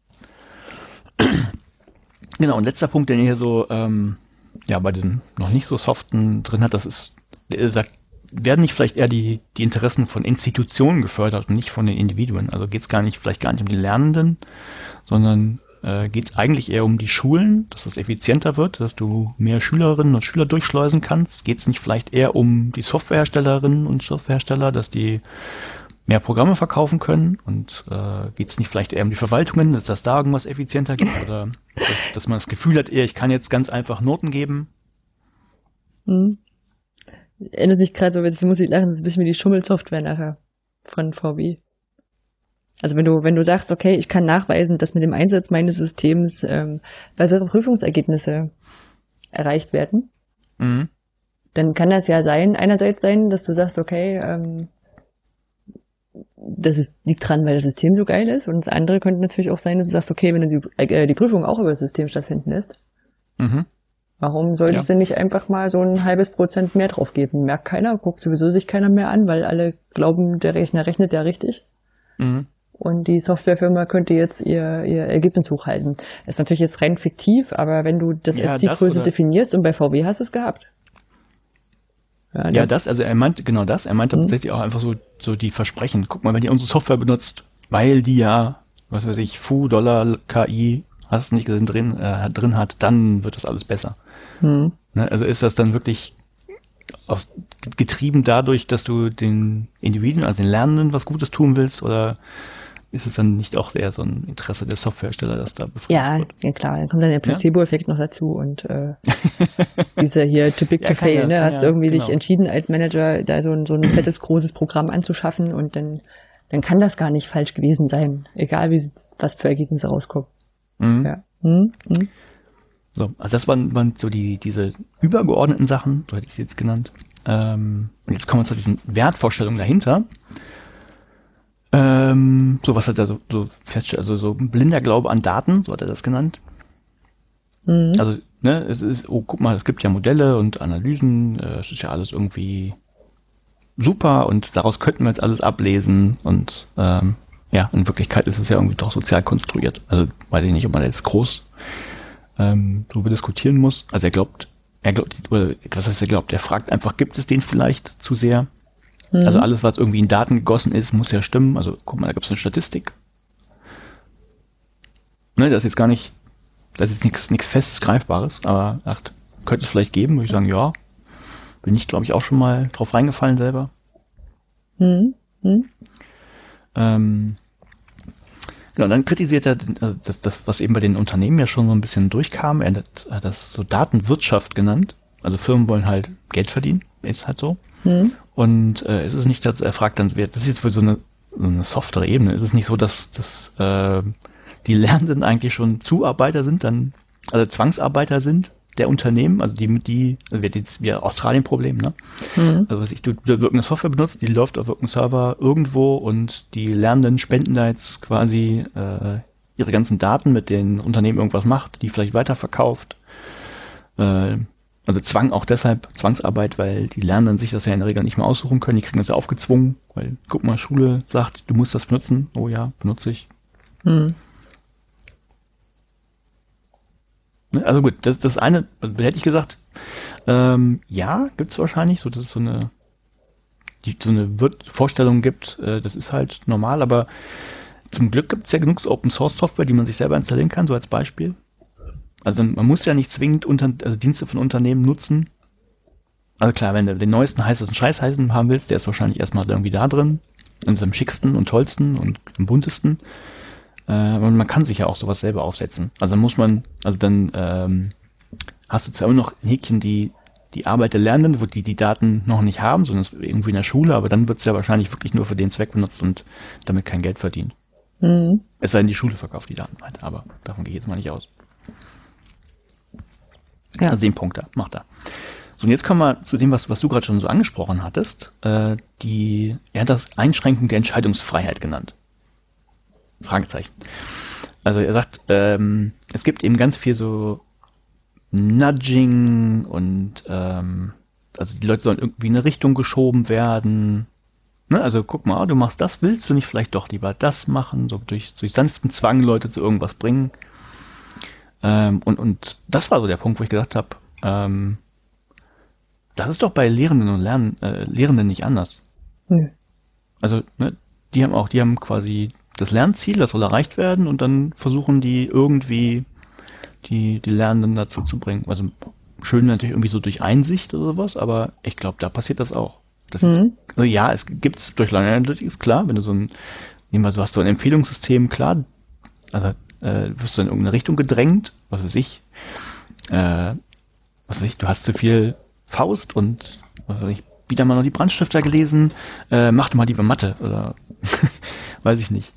Genau, und letzter Punkt, den ihr hier so ähm, ja bei den noch nicht so soften drin hat, das ist, er sagt, werden nicht vielleicht eher die, die Interessen von Institutionen gefördert und nicht von den Individuen? Also geht es gar nicht, vielleicht gar nicht um die Lernenden, sondern äh, geht es eigentlich eher um die Schulen, dass das effizienter wird, dass du mehr Schülerinnen und Schüler durchschleusen kannst? Geht es nicht vielleicht eher um die Softwareherstellerinnen und Softwarehersteller, dass die mehr Programme verkaufen können? Und äh, geht es nicht vielleicht eher um die Verwaltungen, dass das da irgendwas effizienter geht? Oder dass, dass man das Gefühl hat, eher, ich kann jetzt ganz einfach Noten geben? Mhm. Erinnert mich gerade so, jetzt muss ich lachen, das ist ein bisschen wie die Schummelsoftware nachher von V W. Also wenn du, wenn du sagst, okay, ich kann nachweisen, dass mit dem Einsatz meines Systems ähm, bessere Prüfungsergebnisse erreicht werden, Mhm. dann kann das ja sein, einerseits sein, dass du sagst, okay, ähm, das ist, liegt dran, weil das System so geil ist, und das andere könnte natürlich auch sein, dass du sagst, okay, wenn du die, äh, die Prüfung auch über das System stattfinden lässt, Mhm. warum solltest Ja. du nicht einfach mal so ein halbes Prozent mehr drauf geben? Merkt keiner, guckt sowieso sich keiner mehr an, weil alle glauben, der Rechner rechnet ja richtig. Mhm. Und die Softwarefirma könnte jetzt ihr, ihr Ergebnis hochhalten. Das ist natürlich jetzt rein fiktiv, aber wenn du das Ja, als das Zielgröße oder- definierst, und bei V W hast du es gehabt. Ja, Ja, der- das, also er meint genau das, er meinte Mhm. tatsächlich auch einfach so, so die Versprechen. Guck mal, wenn ihr unsere Software benutzt, weil die ja, was weiß ich, Fu, Dollar, K I, hast du nicht gesehen, drin, äh, drin hat, dann wird das alles besser. Mhm. Ne? Also ist das dann wirklich aus, getrieben dadurch, dass du den Individuen, also den Lernenden, was Gutes tun willst, oder ist es dann nicht auch eher so ein Interesse der Softwarehersteller, das da befriedigt Ja, wird? ja klar, dann kommt dann der Placebo-Effekt noch dazu und äh, dieser hier too big Ja, to kann fail, ja- ne? kann Hast ja, du irgendwie dich genau. entschieden als Manager, da so ein, so ein fettes, großes Programm anzuschaffen, und dann, dann kann das gar nicht falsch gewesen sein, egal wie was für Ergebnisse rauskommen. Mhm. Ja. Hm? Hm? So, also das waren, waren so die, diese übergeordneten Sachen, so hätte ich sie jetzt genannt. Ähm, und jetzt kommen wir zu diesen Wertvorstellungen dahinter. Ähm, so, was hat er so, so feststellt, also so ein blinder Glaube an Daten, so hat er das genannt. Hm? Also, ne, es ist, oh, guck mal, es gibt ja Modelle und Analysen, äh, es ist ja alles irgendwie super und daraus könnten wir jetzt alles ablesen und ähm, ja, in Wirklichkeit ist es ja irgendwie doch sozial konstruiert. Also weiß ich nicht, ob man jetzt groß ähm, darüber diskutieren muss. Also er glaubt, er glaubt, oder was heißt er glaubt, er fragt einfach, gibt es den vielleicht zu sehr? Hm? Also alles, was irgendwie in Daten gegossen ist, muss ja stimmen. Also guck mal, da gibt es eine Statistik. Ne, das ist jetzt gar nicht, das ist nichts nichts Festes, Greifbares, aber ach, könnte es vielleicht geben, würde ich sagen, ja. Bin ich, glaube ich, auch schon mal drauf reingefallen selber. Hm? Hm? Ähm, genau, dann kritisiert er also das, das, was eben bei den Unternehmen ja schon so ein bisschen durchkam. Er hat, hat das so Datenwirtschaft genannt. Also Firmen wollen halt Geld verdienen, ist halt so. Hm? Und äh, ist es nicht, dass er fragt dann, das ist jetzt für so eine, so eine softere Ebene, ist es nicht so, dass, dass äh, die Lernenden eigentlich schon Zuarbeiter sind, dann, also Zwangsarbeiter sind der Unternehmen, also die mit die, also wird jetzt wieder Australien-Problem, ne? Hm? Also was ich, du, du irgendeine Software benutzt, die läuft auf irgendeinem Server irgendwo und die Lernenden spenden da jetzt quasi äh, ihre ganzen Daten, mit denen Unternehmen irgendwas macht, die vielleicht weiterverkauft. Äh, also Zwang auch deshalb, Zwangsarbeit, weil die Lernenden sich das ja in der Regel nicht mehr aussuchen können, die kriegen das ja aufgezwungen, weil, guck mal, Schule sagt, du musst das benutzen. Oh ja, benutze ich. Hm? Ne? Also gut, das das eine, hätte ich gesagt, ähm, ja, gibt's wahrscheinlich, so dass es so eine, die, so eine Wirt- Vorstellung gibt, äh, das ist halt normal, aber zum Glück gibt es ja genug Open-Source-Software, die man sich selber installieren kann, so als Beispiel. Also man muss ja nicht zwingend unter, also Dienste von Unternehmen nutzen. Also klar, wenn du den neuesten heißesten Scheiß heißen haben willst, der ist wahrscheinlich erstmal irgendwie da drin, in so am schicksten und tollsten und am buntesten. Äh, aber man kann sich ja auch sowas selber aufsetzen. Also dann muss man, also dann ähm, hast du zwar immer noch ein Häkchen die, die Arbeit der Lernenden, wo die die Daten noch nicht haben, sondern es ist irgendwie in der Schule, aber dann wird es ja wahrscheinlich wirklich nur für den Zweck benutzt und damit kein Geld verdient. Mhm. Es sei denn, die Schule verkauft die Daten weiter, aber davon gehe ich jetzt mal nicht aus. Ja. Also den Punkt da, macht er. So, und jetzt kommen wir zu dem, was, was du gerade schon so angesprochen hattest. Äh, die, er hat das Einschränkung der Entscheidungsfreiheit genannt. Fragezeichen. Also er sagt, ähm, es gibt eben ganz viel so Nudging und ähm, also die Leute sollen irgendwie in eine Richtung geschoben werden. Ne? Also guck mal, du machst das, willst du nicht vielleicht doch lieber das machen, so durch, durch sanften Zwang Leute zu irgendwas bringen. Ähm, und, und das war so der Punkt, wo ich gedacht habe, ähm, das ist doch bei Lehrenden und Lern, äh, Lehrenden nicht anders. Mhm. Also, ne, die haben auch, die haben quasi das Lernziel, das soll erreicht werden und dann versuchen die irgendwie die, die Lernenden dazu zu bringen. Also schön natürlich irgendwie so durch Einsicht oder sowas, aber ich glaube, da passiert das auch. Das ist, Mhm. also ja, es gibt's durch Learning Analytics, klar, wenn du so ein, nehmen wir so, hast du ein Empfehlungssystem, klar, also äh, wirst du in irgendeine Richtung gedrängt, was weiß ich, äh, was weiß ich, du hast zu viel Faust und was weiß ich, wieder mal noch die Brandstifter gelesen, äh, mach doch mal lieber Mathe oder weiß ich nicht.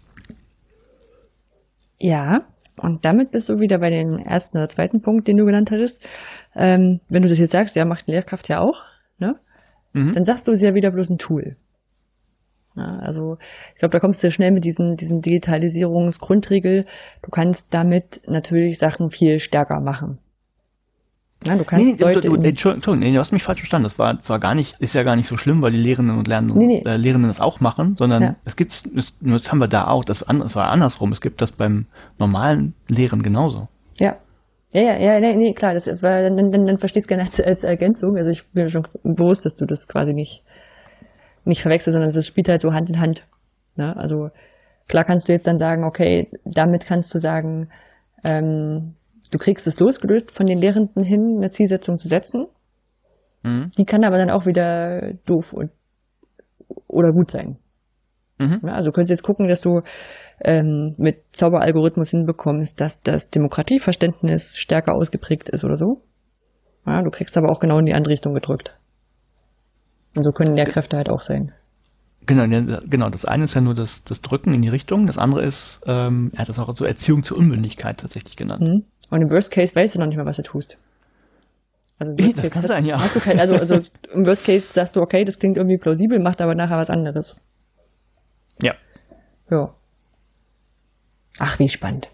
Ja, und damit bist du wieder bei dem ersten oder zweiten Punkt, den du genannt hattest. Ähm, wenn du das jetzt sagst, ja, macht eine Lehrkraft ja auch, ne? Mhm. Dann sagst du, es ist ja wieder bloß ein Tool. Ja, also ich glaube, da kommst du schnell mit diesen, diesen Digitalisierungsgrundregel. Du kannst damit natürlich Sachen viel stärker machen. Ja, du kannst Nee, nee, du, Leute du, in, Entschuldigung, nee, du hast mich falsch verstanden. Das war, war gar nicht, ist ja gar nicht so schlimm, weil die Lehrenden und Lernenden, nee, nee, äh, Lehrenden das auch machen, sondern ja, es gibt's, es, nur das haben wir da auch, das, an, das war andersrum. Es gibt das beim normalen Lehren genauso. ja. Ja, ja, ja, nee, nee, klar, das war, dann, dann, dann verstehst du gerne als, als Ergänzung. Also ich bin mir schon bewusst, dass du das quasi nicht, nicht verwechselst, sondern das spielt halt so Hand in Hand. Ne? Also klar kannst du jetzt dann sagen, okay, damit kannst du sagen, ähm, du kriegst es losgelöst von den Lehrenden hin, eine Zielsetzung zu setzen. Mhm. Die kann aber dann auch wieder doof und, oder gut sein. Mhm. Ja, also du könntest jetzt gucken, dass du ähm, mit Zauberalgorithmus hinbekommst, dass das Demokratieverständnis stärker ausgeprägt ist oder so. Ja, du kriegst aber auch genau in die andere Richtung gedrückt. Und so können Lehrkräfte halt auch sein. Genau, ja, genau, das eine ist ja nur das, das Drücken in die Richtung, das andere ist, ähm, er hat das auch so Erziehung zur Unmündigkeit tatsächlich genannt. Mhm. Und im Worst Case weißt du noch nicht mal, was du tust. Also im Worst Das Case kann hast, sein, ja. hast du kein, also, also im Worst Case sagst du, okay, das klingt irgendwie plausibel, macht aber nachher was anderes. Ja. Ja. Ach, wie spannend.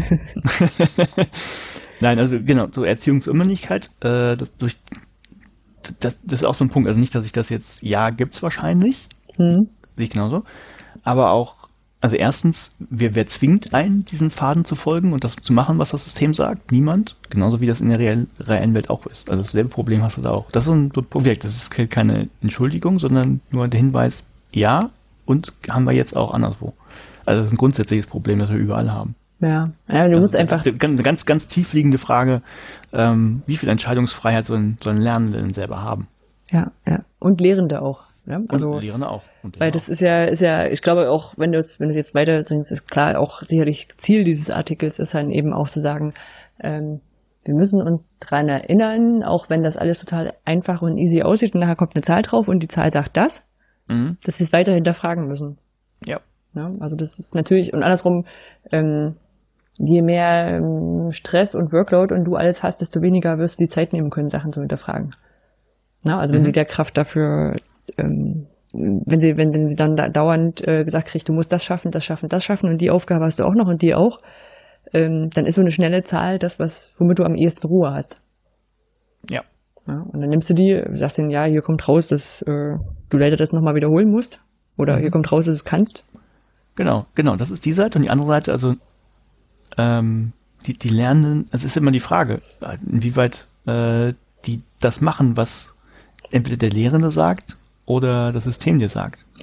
Nein, also genau, so Erziehung zur Unmündigkeit, äh, das durch das, das ist auch so ein Punkt, also nicht, dass ich das jetzt, ja, gibt's wahrscheinlich, Hm. sehe ich genauso, aber auch, also erstens, wer, wer zwingt einen, diesen Faden zu folgen und das zu machen, was das System sagt? Niemand, genauso wie das in der reellen, reellen Welt auch ist. Also dasselbe Problem hast du da auch. Das ist ein Projekt, das ist keine Entschuldigung, sondern nur der Hinweis, ja, und haben wir jetzt auch anderswo. Also das ist ein grundsätzliches Problem, das wir überall haben. Ja, ja, du Das musst ist einfach, eine ganz, ganz, ganz tiefliegende Frage, ähm, wie viel Entscheidungsfreiheit soll ein, soll ein Lernender denn selber haben? ja, ja. Und Lehrende auch. Ja? Und Also, Lehrende auch. Und weil Lehrer das ist ja, ist ja, ich glaube auch, wenn du es, wenn du es jetzt weiter bringst, ist klar auch sicherlich Ziel dieses Artikels ist dann eben auch zu sagen, ähm, wir müssen uns dran erinnern, auch wenn das alles total einfach und easy aussieht und nachher kommt eine Zahl drauf und die Zahl sagt das, auch. Mhm. dass wir es weiter hinterfragen müssen. Ja. Ja? Also das ist natürlich, und andersrum, ähm, je mehr ähm, Stress und Workload und du alles hast, desto weniger wirst du die Zeit nehmen können, Sachen zu hinterfragen. Na, also wenn Mhm. die der Kraft dafür, ähm, wenn sie, wenn, wenn sie dann da dauernd äh, gesagt kriegt, du musst das schaffen, das schaffen, das schaffen und die Aufgabe hast du auch noch und die auch, ähm, dann ist so eine schnelle Zahl das, was, womit du am ehesten Ruhe hast. Ja. Ja, und dann nimmst du die, sagst denen, ja, hier kommt raus, dass äh, du leider das nochmal wiederholen musst. Oder Mhm. hier kommt raus, dass du es kannst. Genau, genau, das ist die Seite und die andere Seite, also ähm, die, die Lernenden, es ist immer die Frage, inwieweit äh, die das machen, was entweder der Lehrende sagt oder das System dir sagt. Ja.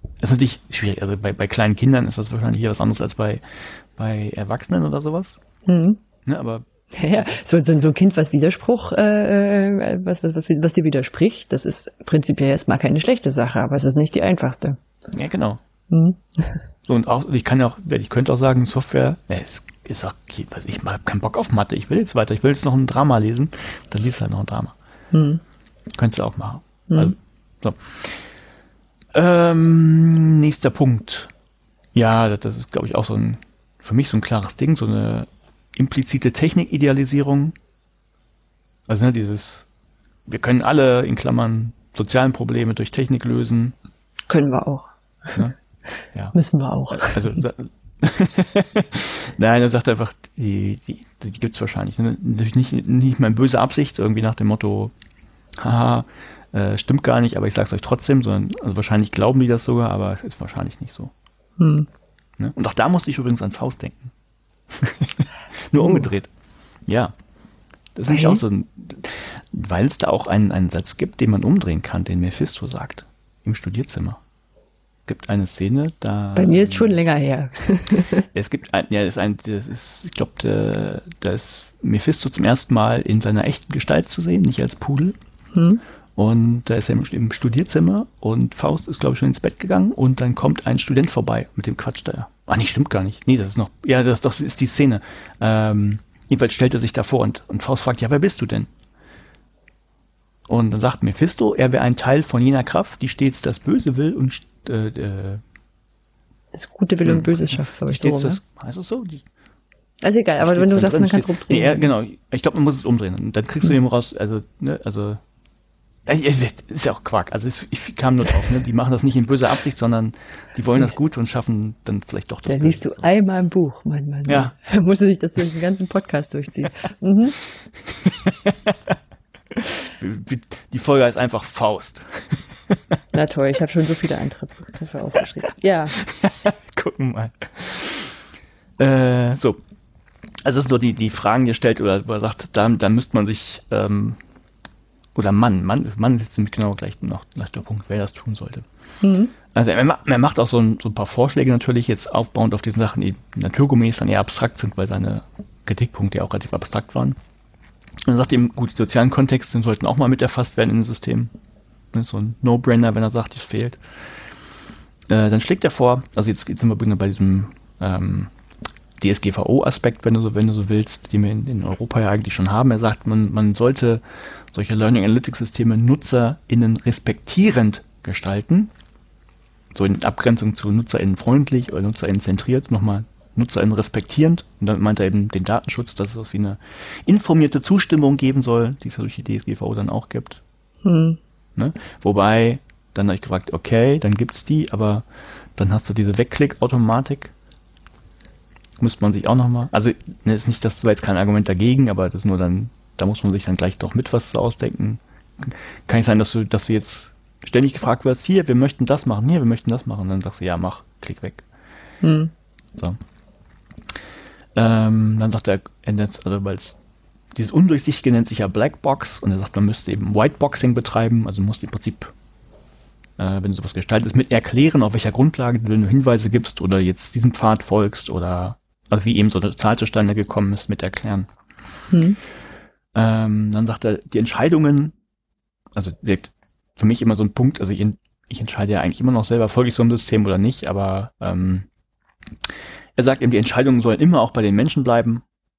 Das ist natürlich schwierig. Also bei, bei kleinen Kindern ist das wahrscheinlich hier was anderes als bei, bei Erwachsenen oder sowas. Mhm. Ne, aber Ja, ja. So, so, so ein Kind, was Widerspruch, äh, was, was, was, was dir widerspricht, das ist prinzipiell erstmal keine schlechte Sache, aber es ist nicht die einfachste. ja, genau. Mhm. So, und auch, ich kann ja auch, ich könnte auch sagen, Software, ja, es ist auch, also ich habe keinen Bock auf Mathe, ich will jetzt weiter, ich will jetzt noch ein Drama lesen, dann liest halt noch ein Drama. Mhm. Könntest du auch machen. Mhm. Also, so. Ähm, nächster Punkt. Ja, das, das ist, glaube ich, auch so ein, für mich so ein klares Ding, so eine implizite Technikidealisierung. Also, ne, dieses, wir können alle, in Klammern, sozialen Probleme durch Technik lösen. Können wir auch. Ne? Ja. Müssen wir auch. Also, nein, er sagt einfach, die, die, die gibt es wahrscheinlich. Ne? Natürlich nicht, nicht mal in böser Absicht, irgendwie nach dem Motto, haha, äh, stimmt gar nicht, aber ich sag's euch trotzdem, sondern also wahrscheinlich glauben die das sogar, aber es ist wahrscheinlich nicht so. Hm. Ne? Und auch da musste ich übrigens an Faust denken. Nur Oh. umgedreht. Ja. Das ist nämlich Weil? auch so ein, weil es da auch einen, einen Satz gibt, den man umdrehen kann, den Mephisto sagt. Im Studierzimmer. Gibt eine Szene, da. Bei mir ist schon länger her. Es gibt ein, ja, das ist ein, das ist, ich glaube, da ist Mephisto zum ersten Mal in seiner echten Gestalt zu sehen, nicht als Pudel. Hm? Und da ist er im, im Studierzimmer und Faust ist, glaube ich, schon ins Bett gegangen und dann kommt ein Student vorbei mit dem Quatsch da. Ah, nee, stimmt gar nicht. Nee, das ist noch, ja, das, das ist die Szene. Ähm, jedenfalls stellt er sich da vor und, und Faust fragt, ja, wer bist du denn? Und dann sagt Mephisto, er wäre ein Teil von jener Kraft, die stets das Böse will und äh, äh, Das gute Wille und Böses schafft, glaube ich, so rum, das, ne? heißt das so? Die, Also egal, aber wenn du sagst, man kann es rumdrehen. Nee, ja, genau. Ich glaube, man muss es umdrehen. Und dann kriegst du eben raus, also, ne, also, ist ja auch Quark. Also es, ich kam nur drauf, ne? Die machen das nicht in böser Absicht, sondern die wollen das Gute und schaffen dann vielleicht doch das Da Böse. liest du so. Einmal ein Buch, Mann, Mann. Ja. Da musste sich das durch den ganzen Podcast durchziehen. Mhm. Die Folge heißt einfach Faust. Na toll, ich habe schon so viele Eintritte aufgeschrieben. Ja. Gucken mal. Äh, so. Also es sind so die, die Fragen, die er stellt, oder wo er sagt, da, da müsste man sich, ähm, oder Mann, Mann, Mann ist jetzt nämlich genau gleich noch gleich der Punkt, wer das tun sollte. Mhm. Also er, er macht auch so ein, so ein paar Vorschläge natürlich, jetzt aufbauend auf diesen Sachen, die naturgemäß dann eher abstrakt sind, weil seine Kritikpunkte ja auch relativ abstrakt waren. Und er sagt eben, gut, die sozialen Kontexte sollten auch mal mit erfasst werden in den Systemen. So ein No-Brainer, wenn er sagt, das fehlt. Äh, dann schlägt er vor, also jetzt, jetzt sind wir bei diesem ähm, D S G V O-Aspekt, wenn du so, wenn du so willst, den wir in, in Europa ja eigentlich schon haben. Er sagt, man, man sollte solche Learning Analytics-Systeme NutzerInnen respektierend gestalten. So in Abgrenzung zu NutzerInnen freundlich oder NutzerInnen zentriert, nochmal NutzerInnen respektierend. Und dann meint er eben den Datenschutz, dass es wie eine informierte Zustimmung geben soll, die es ja durch die D S G V O dann auch gibt. Hm. Ne? Wobei, dann habe ich gefragt, okay, dann gibt's die, aber dann hast du diese Wegklick-Automatik. Müsste man sich auch nochmal, also ne, ist nicht, das war jetzt kein Argument dagegen, aber das ist nur dann, da muss man sich dann gleich doch mit was ausdenken. Kann nicht sein, dass du, dass du jetzt ständig gefragt wirst, hier, wir möchten das machen, hier, wir möchten das machen, und dann sagst du, ja, mach, klick weg. Hm. So. Ähm, dann sagt er, also weil es dieses Undurchsichtige nennt sich ja Blackbox, und er sagt, man müsste eben Whiteboxing betreiben, also muss im Prinzip, äh, wenn du sowas gestaltest, mit erklären, auf welcher Grundlage du Hinweise gibst oder jetzt diesem Pfad folgst oder also wie eben so eine Zahl zustande gekommen ist, mit erklären. Hm. Ähm, dann sagt er, die Entscheidungen, also wirkt für mich immer so ein Punkt, also ich, ich entscheide ja eigentlich immer noch selber, folge ich so einem System oder nicht, aber ähm, er sagt eben, die Entscheidungen sollen immer auch bei den Menschen bleiben.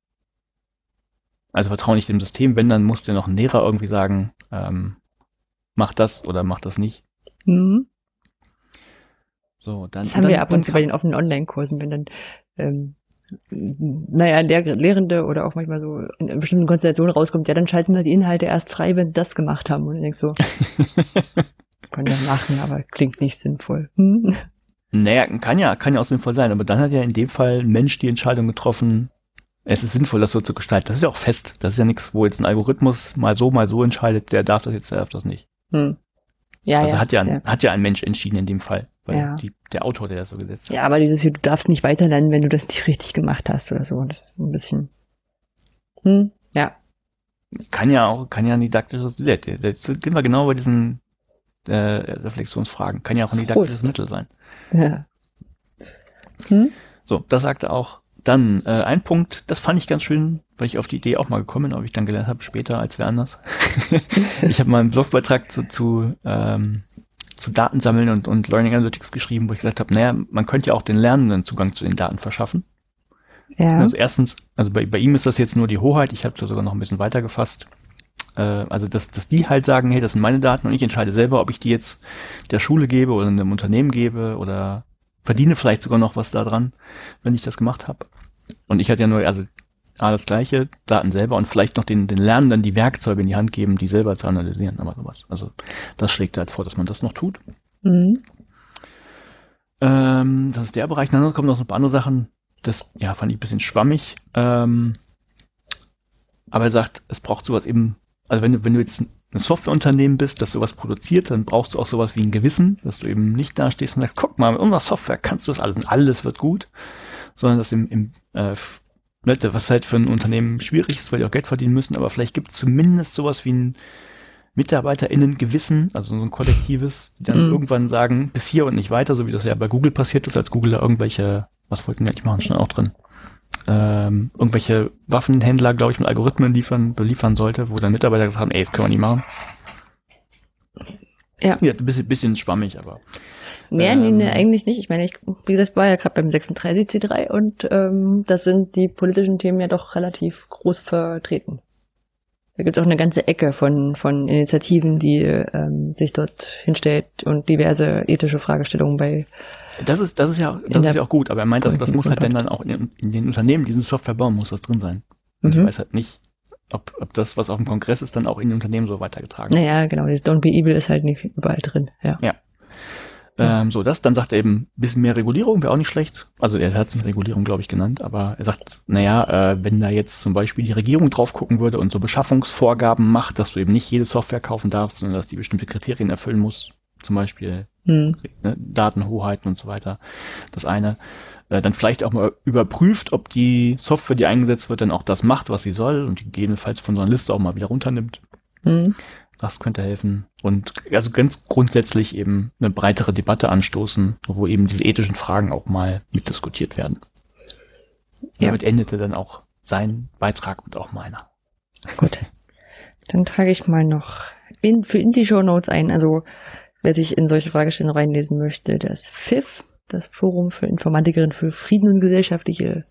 Also vertraue nicht dem System, wenn, dann muss dir noch ein Lehrer irgendwie sagen, ähm, mach das oder mach das nicht. Hm. So, dann, das haben dann, wir ab und zu kann, bei den offenen Online-Kursen, wenn dann ähm, naja, Lehr- Lehrende oder auch manchmal so in bestimmten Konstellationen rauskommt, ja, dann schalten wir die Inhalte erst frei, wenn sie das gemacht haben. Und dann denkst du, können ja machen, aber klingt nicht sinnvoll. Hm? Naja, kann ja, kann ja auch sinnvoll sein, aber dann hat ja in dem Fall ein Mensch die Entscheidung getroffen, es ist sinnvoll, das so zu gestalten. Das ist ja auch fest. Das ist ja nichts, wo jetzt ein Algorithmus mal so, mal so entscheidet, der darf das jetzt, der darf das nicht. Hm. Ja, also ja, hat ja, ein, ja. hat ja ein Mensch entschieden in dem Fall, weil Ja. die, der Autor, der das so gesetzt hat. Ja, aber dieses hier, du darfst nicht weiterlernen, wenn du das nicht richtig gemacht hast oder so. Das ist ein bisschen. Hm, ja. Kann ja auch, kann ja ein didaktisches, jetzt sind wir genau bei diesen äh, Reflexionsfragen. Kann ja auch ein didaktisches Mittel sein. Ja. Hm? So, das sagte auch. Dann äh, ein Punkt, das fand ich ganz schön, weil ich auf die Idee auch mal gekommen bin, aber ich dann gelernt habe, später als wer anders. Ich habe mal einen Blogbeitrag zu, zu, ähm, zu Datensammeln und, und Learning Analytics geschrieben, wo ich gesagt habe, naja, man könnte ja auch den Lernenden Zugang zu den Daten verschaffen. Ja. Also erstens, also bei, bei ihm ist das jetzt nur die Hoheit, ich habe es ja sogar noch ein bisschen weiter gefasst. Äh, also dass, dass die halt sagen, hey, das sind meine Daten und ich entscheide selber, ob ich die jetzt der Schule gebe oder einem Unternehmen gebe oder verdiene vielleicht sogar noch was da dran, wenn ich das gemacht habe. Und ich hatte ja nur, also alles Gleiche, Daten selber und vielleicht noch den, den Lernenden die Werkzeuge in die Hand geben, die selber zu analysieren, aber sowas. Also das schlägt halt vor, dass man das noch tut. Mhm. Ähm, das ist der Bereich. Dann kommen noch so ein paar andere Sachen. Das, ja, fand ich ein bisschen schwammig. Ähm, aber er sagt, es braucht sowas eben, also wenn du, wenn du jetzt ein Softwareunternehmen bist, das sowas produziert, dann brauchst du auch sowas wie ein Gewissen, dass du eben nicht da stehst und sagst, guck mal, mit unserer Software kannst du das alles und alles wird gut, sondern dass im, im äh, was halt für ein Unternehmen schwierig ist, weil die auch Geld verdienen müssen, aber vielleicht gibt es zumindest sowas wie ein MitarbeiterInnen-Gewissen, also so ein kollektives, die dann Mhm. irgendwann sagen, bis hier und nicht weiter, so wie das ja bei Google passiert ist, als Google da irgendwelche, was wollten wir eigentlich machen, schon auch drin, ähm, irgendwelche Waffenhändler, glaube ich, mit Algorithmen liefern, beliefern sollte, wo dann Mitarbeiter gesagt haben, ey, das können wir nicht machen. Ja. Ja, ein bisschen, bisschen schwammig, aber. Nee, ähm, nee, nee, eigentlich nicht. Ich meine, ich, wie gesagt, war ja gerade beim sechsunddreißig C drei und ähm, da sind die politischen Themen ja doch relativ groß vertreten. Da gibt es auch eine ganze Ecke von von Initiativen, die ähm, sich dort hinstellt und diverse ethische Fragestellungen bei. Das ist, das ist ja, das ist ja auch gut, aber er meint, das, das muss halt dann auch in, in den Unternehmen, die diese Software bauen, muss das drin sein. Und Mhm. ich weiß halt nicht, ob, ob das, was auf dem Kongress ist, dann auch in den Unternehmen so weitergetragen wird. Naja, genau, dieses Don't be evil ist halt nicht überall drin, ja. Ja. Ähm, so, das, dann sagt er eben, ein bisschen mehr Regulierung wäre auch nicht schlecht. Also er hat es nicht Regulierung, glaube ich, genannt, aber er sagt, naja, äh, wenn da jetzt zum Beispiel die Regierung drauf gucken würde und so Beschaffungsvorgaben macht, dass du eben nicht jede Software kaufen darfst, sondern dass die bestimmte Kriterien erfüllen muss, zum Beispiel Hm. ne, Datenhoheiten und so weiter, das eine, äh, dann vielleicht auch mal überprüft, ob die Software, die eingesetzt wird, dann auch das macht, was sie soll und gegebenenfalls von so einer Liste auch mal wieder runternimmt. Hm. Das könnte helfen. Und also ganz grundsätzlich eben eine breitere Debatte anstoßen, wo eben diese ethischen Fragen auch mal mitdiskutiert werden. Ja. Damit endete dann auch sein Beitrag und auch meiner. Gut. Dann trage ich mal noch in, für in die Shownotes ein, also wer sich in solche Fragestellungen reinlesen möchte, das F I F, das Forum für Informatikerinnen für Frieden und gesellschaftliche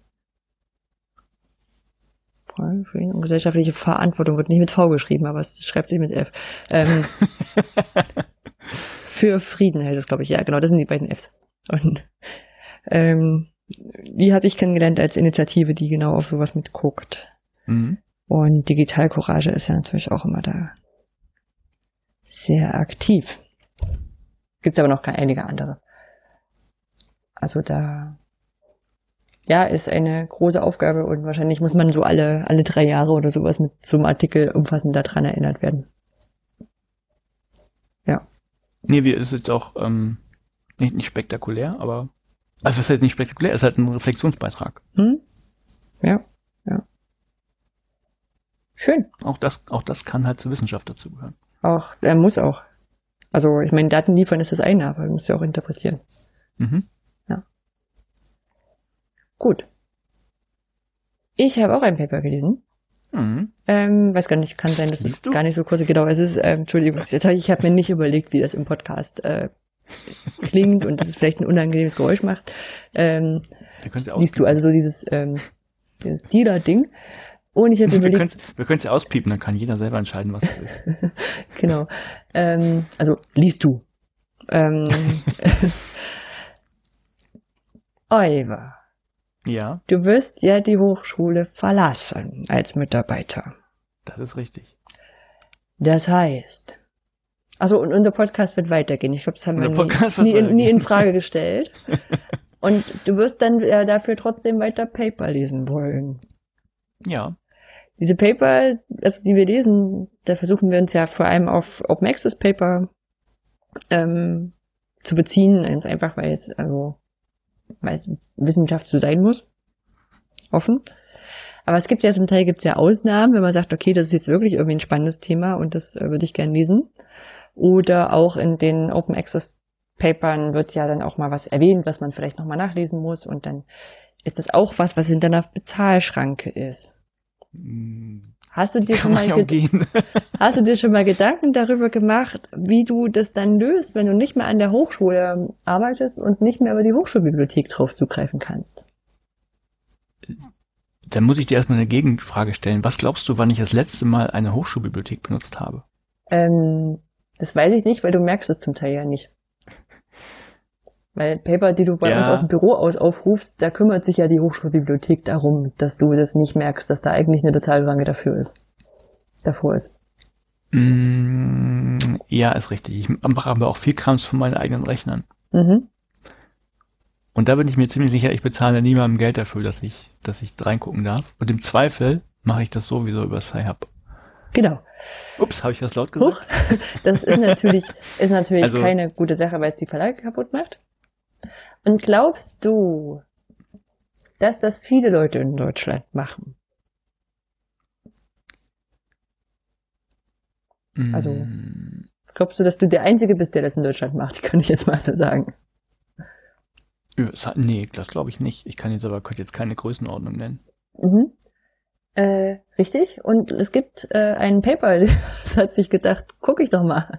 Frieden und gesellschaftliche Verantwortung, wird nicht mit V geschrieben, aber es schreibt sich mit F. Ähm, für Frieden heißt es, glaube ich. Ja, genau, das sind die beiden Fs. Und ähm, die hatte ich kennengelernt als Initiative, die genau auf sowas mitguckt. Mhm. Und Digital Courage ist ja natürlich auch immer da sehr aktiv. Gibt's aber noch einige andere. Also da, ja, ist eine große Aufgabe und wahrscheinlich muss man so alle, alle drei Jahre oder sowas mit so einem Artikel umfassend daran erinnert werden. Ja. Nee, wie ist jetzt auch ähm, nicht, nicht spektakulär, aber also es ist halt nicht spektakulär, es ist halt ein Reflexionsbeitrag. Hm? Ja, ja. Schön. Auch das, auch das kann halt zur Wissenschaft dazugehören. Auch, er muss auch. Also, ich meine, Daten liefern ist das eine, aber er muss ja auch interpretieren. Mhm. Ja. Gut. Ich habe auch ein Paper gelesen. Mhm. Ähm, weiß gar nicht, kann sein, dass es gar nicht so kurz, genau, es ist, ähm, Entschuldigung, jetzt hab ich, ich habe mir nicht überlegt, wie das im Podcast äh, klingt und dass es vielleicht ein unangenehmes Geräusch macht. Ähm, liest du also so dieses, ähm, dieses Dealer-Ding. Und ich habe überlegt... Wir können es ja auspiepen, dann kann jeder selber entscheiden, was es ist. Genau. Ähm, also, liest du. Ähm, Oliver. Ja. Du wirst ja die Hochschule verlassen als Mitarbeiter. Das ist richtig. Das heißt... Also, und, und der Podcast wird weitergehen. Ich glaube, das haben wir nie, nie, in, nie in Frage gestellt. Und du wirst dann äh, dafür trotzdem weiter Paper lesen wollen. Ja. Diese Paper, also die wir lesen, da versuchen wir uns ja vor allem auf Open Access Paper ähm, zu beziehen, ganz einfach, weil es also weil es Wissenschaft so sein muss, offen. Aber es gibt ja zum Teil gibt's ja Ausnahmen, wenn man sagt, okay, das ist jetzt wirklich irgendwie ein spannendes Thema und das äh, würde ich gern lesen. Oder auch in den Open Access Papern wird ja dann auch mal was erwähnt, was man vielleicht nochmal nachlesen muss. Und dann ist das auch was, was in deiner Bezahlschranke ist. Hast du dir schon mal ged- hast du dir schon mal Gedanken darüber gemacht, wie du das dann löst, wenn du nicht mehr an der Hochschule arbeitest und nicht mehr über die Hochschulbibliothek drauf zugreifen kannst? Dann muss ich dir erstmal eine Gegenfrage stellen. Was glaubst du, wann ich das letzte Mal eine Hochschulbibliothek benutzt habe? Ähm, das weiß ich nicht, weil du merkst es zum Teil ja nicht. Weil Paper, die du bei Ja. uns aus dem Büro aus aufrufst, da kümmert sich ja die Hochschulbibliothek darum, dass du das nicht merkst, dass da eigentlich eine Bezahlschranke dafür ist. Davor ist. Mm, ja, ist richtig. Ich mache aber auch viel Krams von meinen eigenen Rechnern. Mhm. Und da bin ich mir ziemlich sicher, ich bezahle niemandem Geld dafür, dass ich, dass ich reingucken darf. Und im Zweifel mache ich das sowieso über Sci-Hub. Genau. Ups, habe ich das laut gesagt? Huch. Das ist natürlich, ist natürlich Also- keine gute Sache, weil es die Verlage kaputt macht. Und glaubst du, dass das viele Leute in Deutschland machen? Also- Mm, Glaubst du, dass du der Einzige bist, der das in Deutschland macht? Kann ich jetzt mal so sagen. es hat- nee, das glaube ich nicht. Ich kann jetzt aber könnte jetzt keine Größenordnung nennen. Mhm. Äh, richtig. Und es gibt äh, ein Paper, das hat sich gedacht, guck ich doch mal.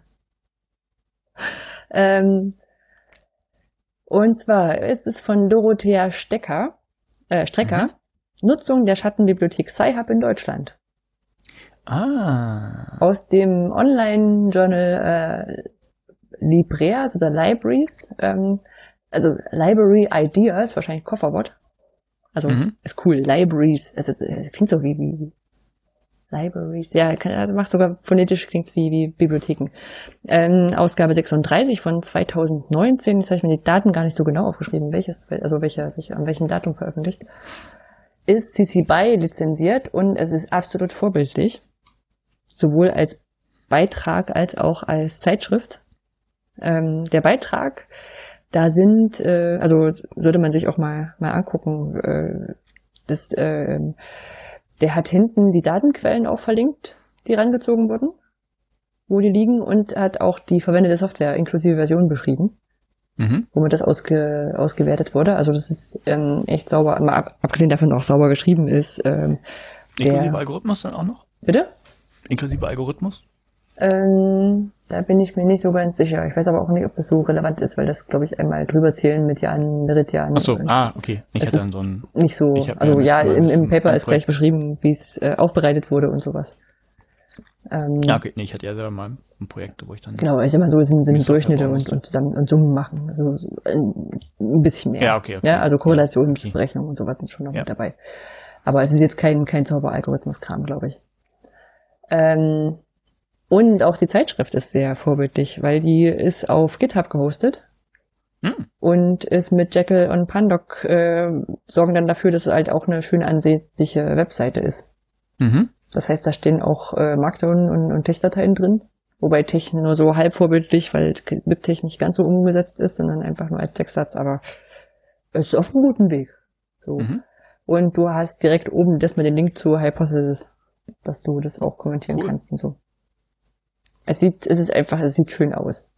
Ähm, und zwar ist es von Dorothea Stecker, äh, Strecker, Nutzung der Schattenbibliothek Sci-Hub in Deutschland. Ah. Aus dem Online-Journal äh, Libreas oder Libraries, ähm, also Library Ideas, wahrscheinlich Kofferwort. Also Mhm. ist cool, Libraries, also äh, klingt so wie, wie Libraries, ja, kann, also macht sogar phonetisch klingt's wie, wie Bibliotheken. Ähm, Ausgabe sechsunddreißig von zweitausendneunzehn, jetzt habe ich mir die Daten gar nicht so genau aufgeschrieben, welches, also welche, welche, an welchem Datum veröffentlicht, ist C C B Y lizenziert und es ist absolut vorbildlich, sowohl als Beitrag als auch als Zeitschrift. Ähm, der Beitrag, da sind, äh, also sollte man sich auch mal mal angucken, äh, das, äh, der hat hinten die Datenquellen auch verlinkt, die rangezogen wurden, wo die liegen, und hat auch die verwendete Software inklusive Version beschrieben, Mhm. womit das ausge, ausgewertet wurde. Also das ist ähm, echt sauber, mal ab, abgesehen davon auch sauber geschrieben ist. Ähm, Inklusive der, Algorithmus dann auch noch? bitte? Inklusive Algorithmus? Ähm, da bin ich mir nicht so ganz sicher. Ich weiß aber auch nicht, ob das so relevant ist, weil das, glaube ich, einmal drüber zählen mit Jahren, Meridian. Ach so, und ah, okay. Ich es hatte dann ist so ein, nicht so, ich hab also ja ja, mal im, ein im bisschen Paper ein ist gleich Projekt- beschrieben, wie es äh, aufbereitet wurde und sowas. Ähm, ja, okay, nee, ich hatte ja selber mal ein Projekt, wo ich dann. Genau, ich sag mal so, es sind, Mir sind Software Durchschnitte bauen und, musste. und zusammen und Summen machen. Also so ein, ein bisschen mehr. Ja, okay, okay. Ja, also Ja, Korrelationsberechnung und sowas sind schon noch Ja. mit dabei. Aber es ist jetzt kein, kein Zauberalgorithmus-Kram, glaube ich. Ähm, und auch die Zeitschrift ist sehr vorbildlich, weil die ist auf GitHub gehostet Hm. und ist mit Jekyll und Pandoc äh, sorgen dann dafür, dass es halt auch eine schön ansehnliche Webseite ist. Mhm. Das heißt, da stehen auch äh, Markdown und, und Tech-Dateien drin. Wobei Tech nur so halb vorbildlich, weil BibTeX nicht ganz so umgesetzt ist, sondern einfach nur als Textsatz, aber es ist auf einem guten Weg. So. Mhm. Und du hast direkt oben das mit dem Link zu Hypothesis, dass du das auch kommentieren Cool. kannst und so. Es sieht, es ist einfach, es sieht schön aus.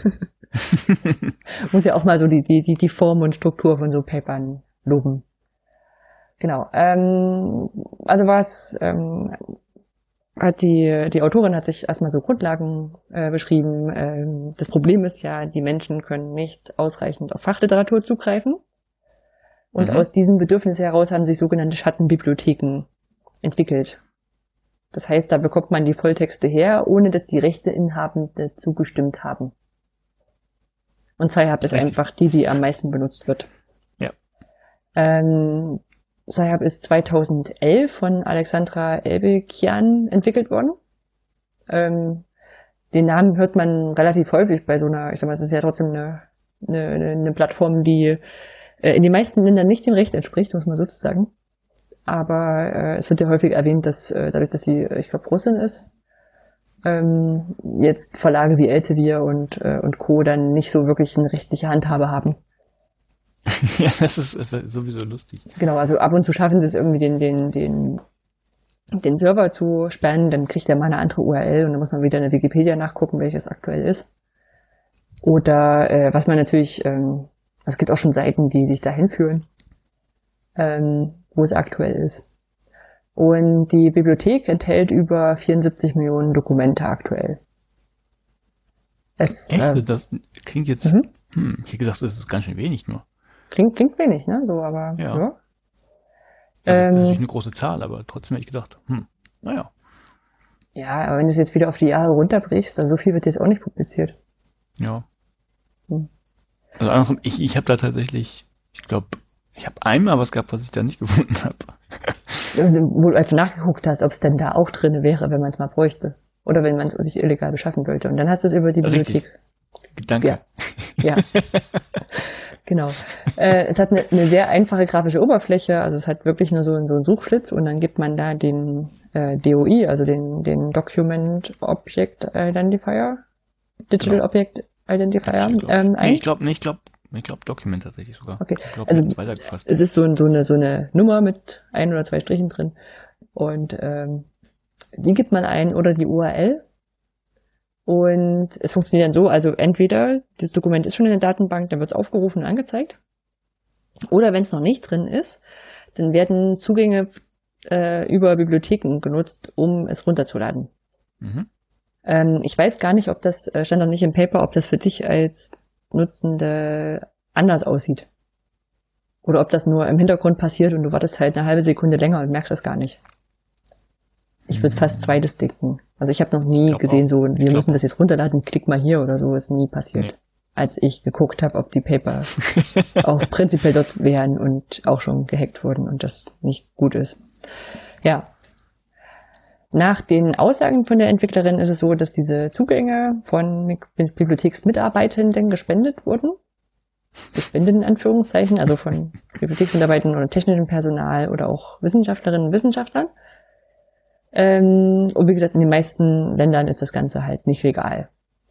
Muss ja auch mal so die, die, die, die Form und Struktur von so Papern loben. Genau. Ähm, also was, ähm, hat die, die Autorin hat sich erstmal so Grundlagen äh, beschrieben. Ähm, das Problem ist ja, die Menschen können nicht ausreichend auf Fachliteratur zugreifen. Und Mhm. aus diesem Bedürfnis heraus haben sich sogenannte Schattenbibliotheken entwickelt. Das heißt, da bekommt man die Volltexte her, ohne dass die Rechteinhabende zugestimmt haben. Und Sci-Hub ist Richtig. einfach die, die am meisten benutzt wird. Ja. Ähm, Sci-Hub ist zweitausendelf von Alexandra Elbekian entwickelt worden. Ähm, den Namen hört man relativ häufig bei so einer, ich sag mal, es ist ja trotzdem eine, eine, eine Plattform, die äh, in den meisten Ländern nicht dem Recht entspricht, muss man sozusagen. Aber äh, es wird ja häufig erwähnt, dass äh, dadurch, dass sie, ich glaube, Russin ist, ähm, jetzt Verlage wie Elsevier und, äh, und Co. dann nicht so wirklich eine rechtliche Handhabe haben. Ja, das ist sowieso lustig. Genau, also ab und zu schaffen sie es irgendwie den, den, den den Server zu sperren, dann kriegt er mal eine andere U R L und dann muss man wieder in der Wikipedia nachgucken, welches aktuell ist. Oder äh, was man natürlich, ähm, es gibt auch schon Seiten, die dich dahin führen, ähm, wo es aktuell ist. Und die Bibliothek enthält über vierundsiebzig Millionen Dokumente aktuell. Es, Echt? äh, Das klingt jetzt, mhm. hm, ich hätte gedacht, das ist ganz schön wenig nur. Klingt, klingt wenig, ne? So, aber Ja. ja. Also das ist Ähm, natürlich eine große Zahl, aber trotzdem hätte ich gedacht, hm, naja. ja, aber wenn du es jetzt wieder auf die Jahre runterbrichst, also so viel wird jetzt auch nicht publiziert. Ja. Hm. Also andersrum, ich, ich habe da tatsächlich, ich glaube, ich habe einmal was gehabt, was ich da nicht gefunden habe. Wo du als du nachgeguckt hast, ob es denn da auch drin wäre, wenn man es mal bräuchte. Oder wenn man es sich illegal beschaffen wollte. Und dann hast du es über die Richtig. Bibliothek. Danke. Ja, ja. Genau. Äh, es hat eine, eine sehr einfache grafische Oberfläche, also es hat wirklich nur so, so einen Suchschlitz und dann gibt man da den äh, D O I, also den, den Document Object Identifier, Digital Genau. Object Identifier Ich glaub, ähm, nee, ein. ich glaube, nee, ich glaube, ich glaube Document tatsächlich sogar. Okay. Ich glaube, Also das ist weitergefasst. es ist so, so, eine, so eine Nummer mit ein oder zwei Strichen drin und ähm, die gibt man ein oder die U R L. Und es funktioniert dann so, also entweder das Dokument ist schon in der Datenbank, dann wird es aufgerufen und angezeigt. Oder wenn es noch nicht drin ist, dann werden Zugänge äh, über Bibliotheken genutzt, um es runterzuladen. Mhm. Ähm, ich weiß gar nicht, ob das, äh, stand noch nicht im Paper, ob das für dich als Nutzende anders aussieht. Oder ob das nur im Hintergrund passiert und du wartest halt eine halbe Sekunde länger und merkst das gar nicht. Ich würde fast zweites denken. Also ich habe noch nie Glaub gesehen, auch. so, wir Ich müssen glaub das jetzt runterladen, klick mal hier oder so, ist nie passiert. Nee. Als ich geguckt habe, ob die Paper auch prinzipiell dort wären und auch schon gehackt wurden und das nicht gut ist. Ja. Nach den Aussagen von der Entwicklerin ist es so, dass diese Zugänge von Bibliotheksmitarbeitenden gespendet wurden. Gespendet in Anführungszeichen, also von Bibliotheksmitarbeitern oder technischem Personal oder auch Wissenschaftlerinnen und Wissenschaftlern. Ähm, und wie gesagt, in den meisten Ländern ist das Ganze halt nicht legal.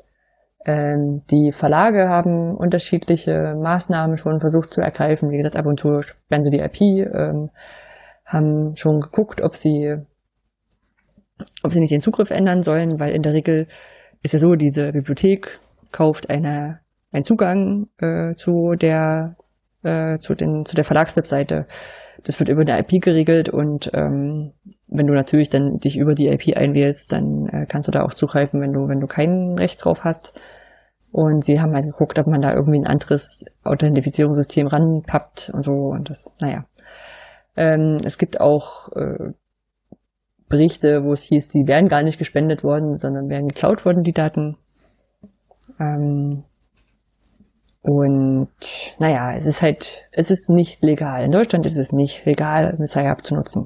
Ähm, die Verlage haben unterschiedliche Maßnahmen schon versucht zu ergreifen. Wie gesagt, ab und zu sperren sie die I P, ähm, haben schon geguckt, ob sie, ob sie nicht den Zugriff ändern sollen, weil in der Regel ist ja so, diese Bibliothek kauft eine, einen Zugang äh, zu der, äh, zu den, zu der Verlagswebseite. Das wird über eine I P geregelt und ähm, wenn du natürlich dann dich über die I P einwählst, dann äh, kannst du da auch zugreifen, wenn du wenn du kein Recht drauf hast. Und sie haben halt geguckt, ob man da irgendwie ein anderes Authentifizierungssystem ranpappt und so und das, naja. Ähm, es gibt auch äh, Berichte, wo es hieß, die wären gar nicht gespendet worden, sondern wären geklaut worden, die Daten. Ähm, Und naja, es ist halt, es ist nicht legal. In Deutschland ist es nicht legal, Messiah abzunutzen.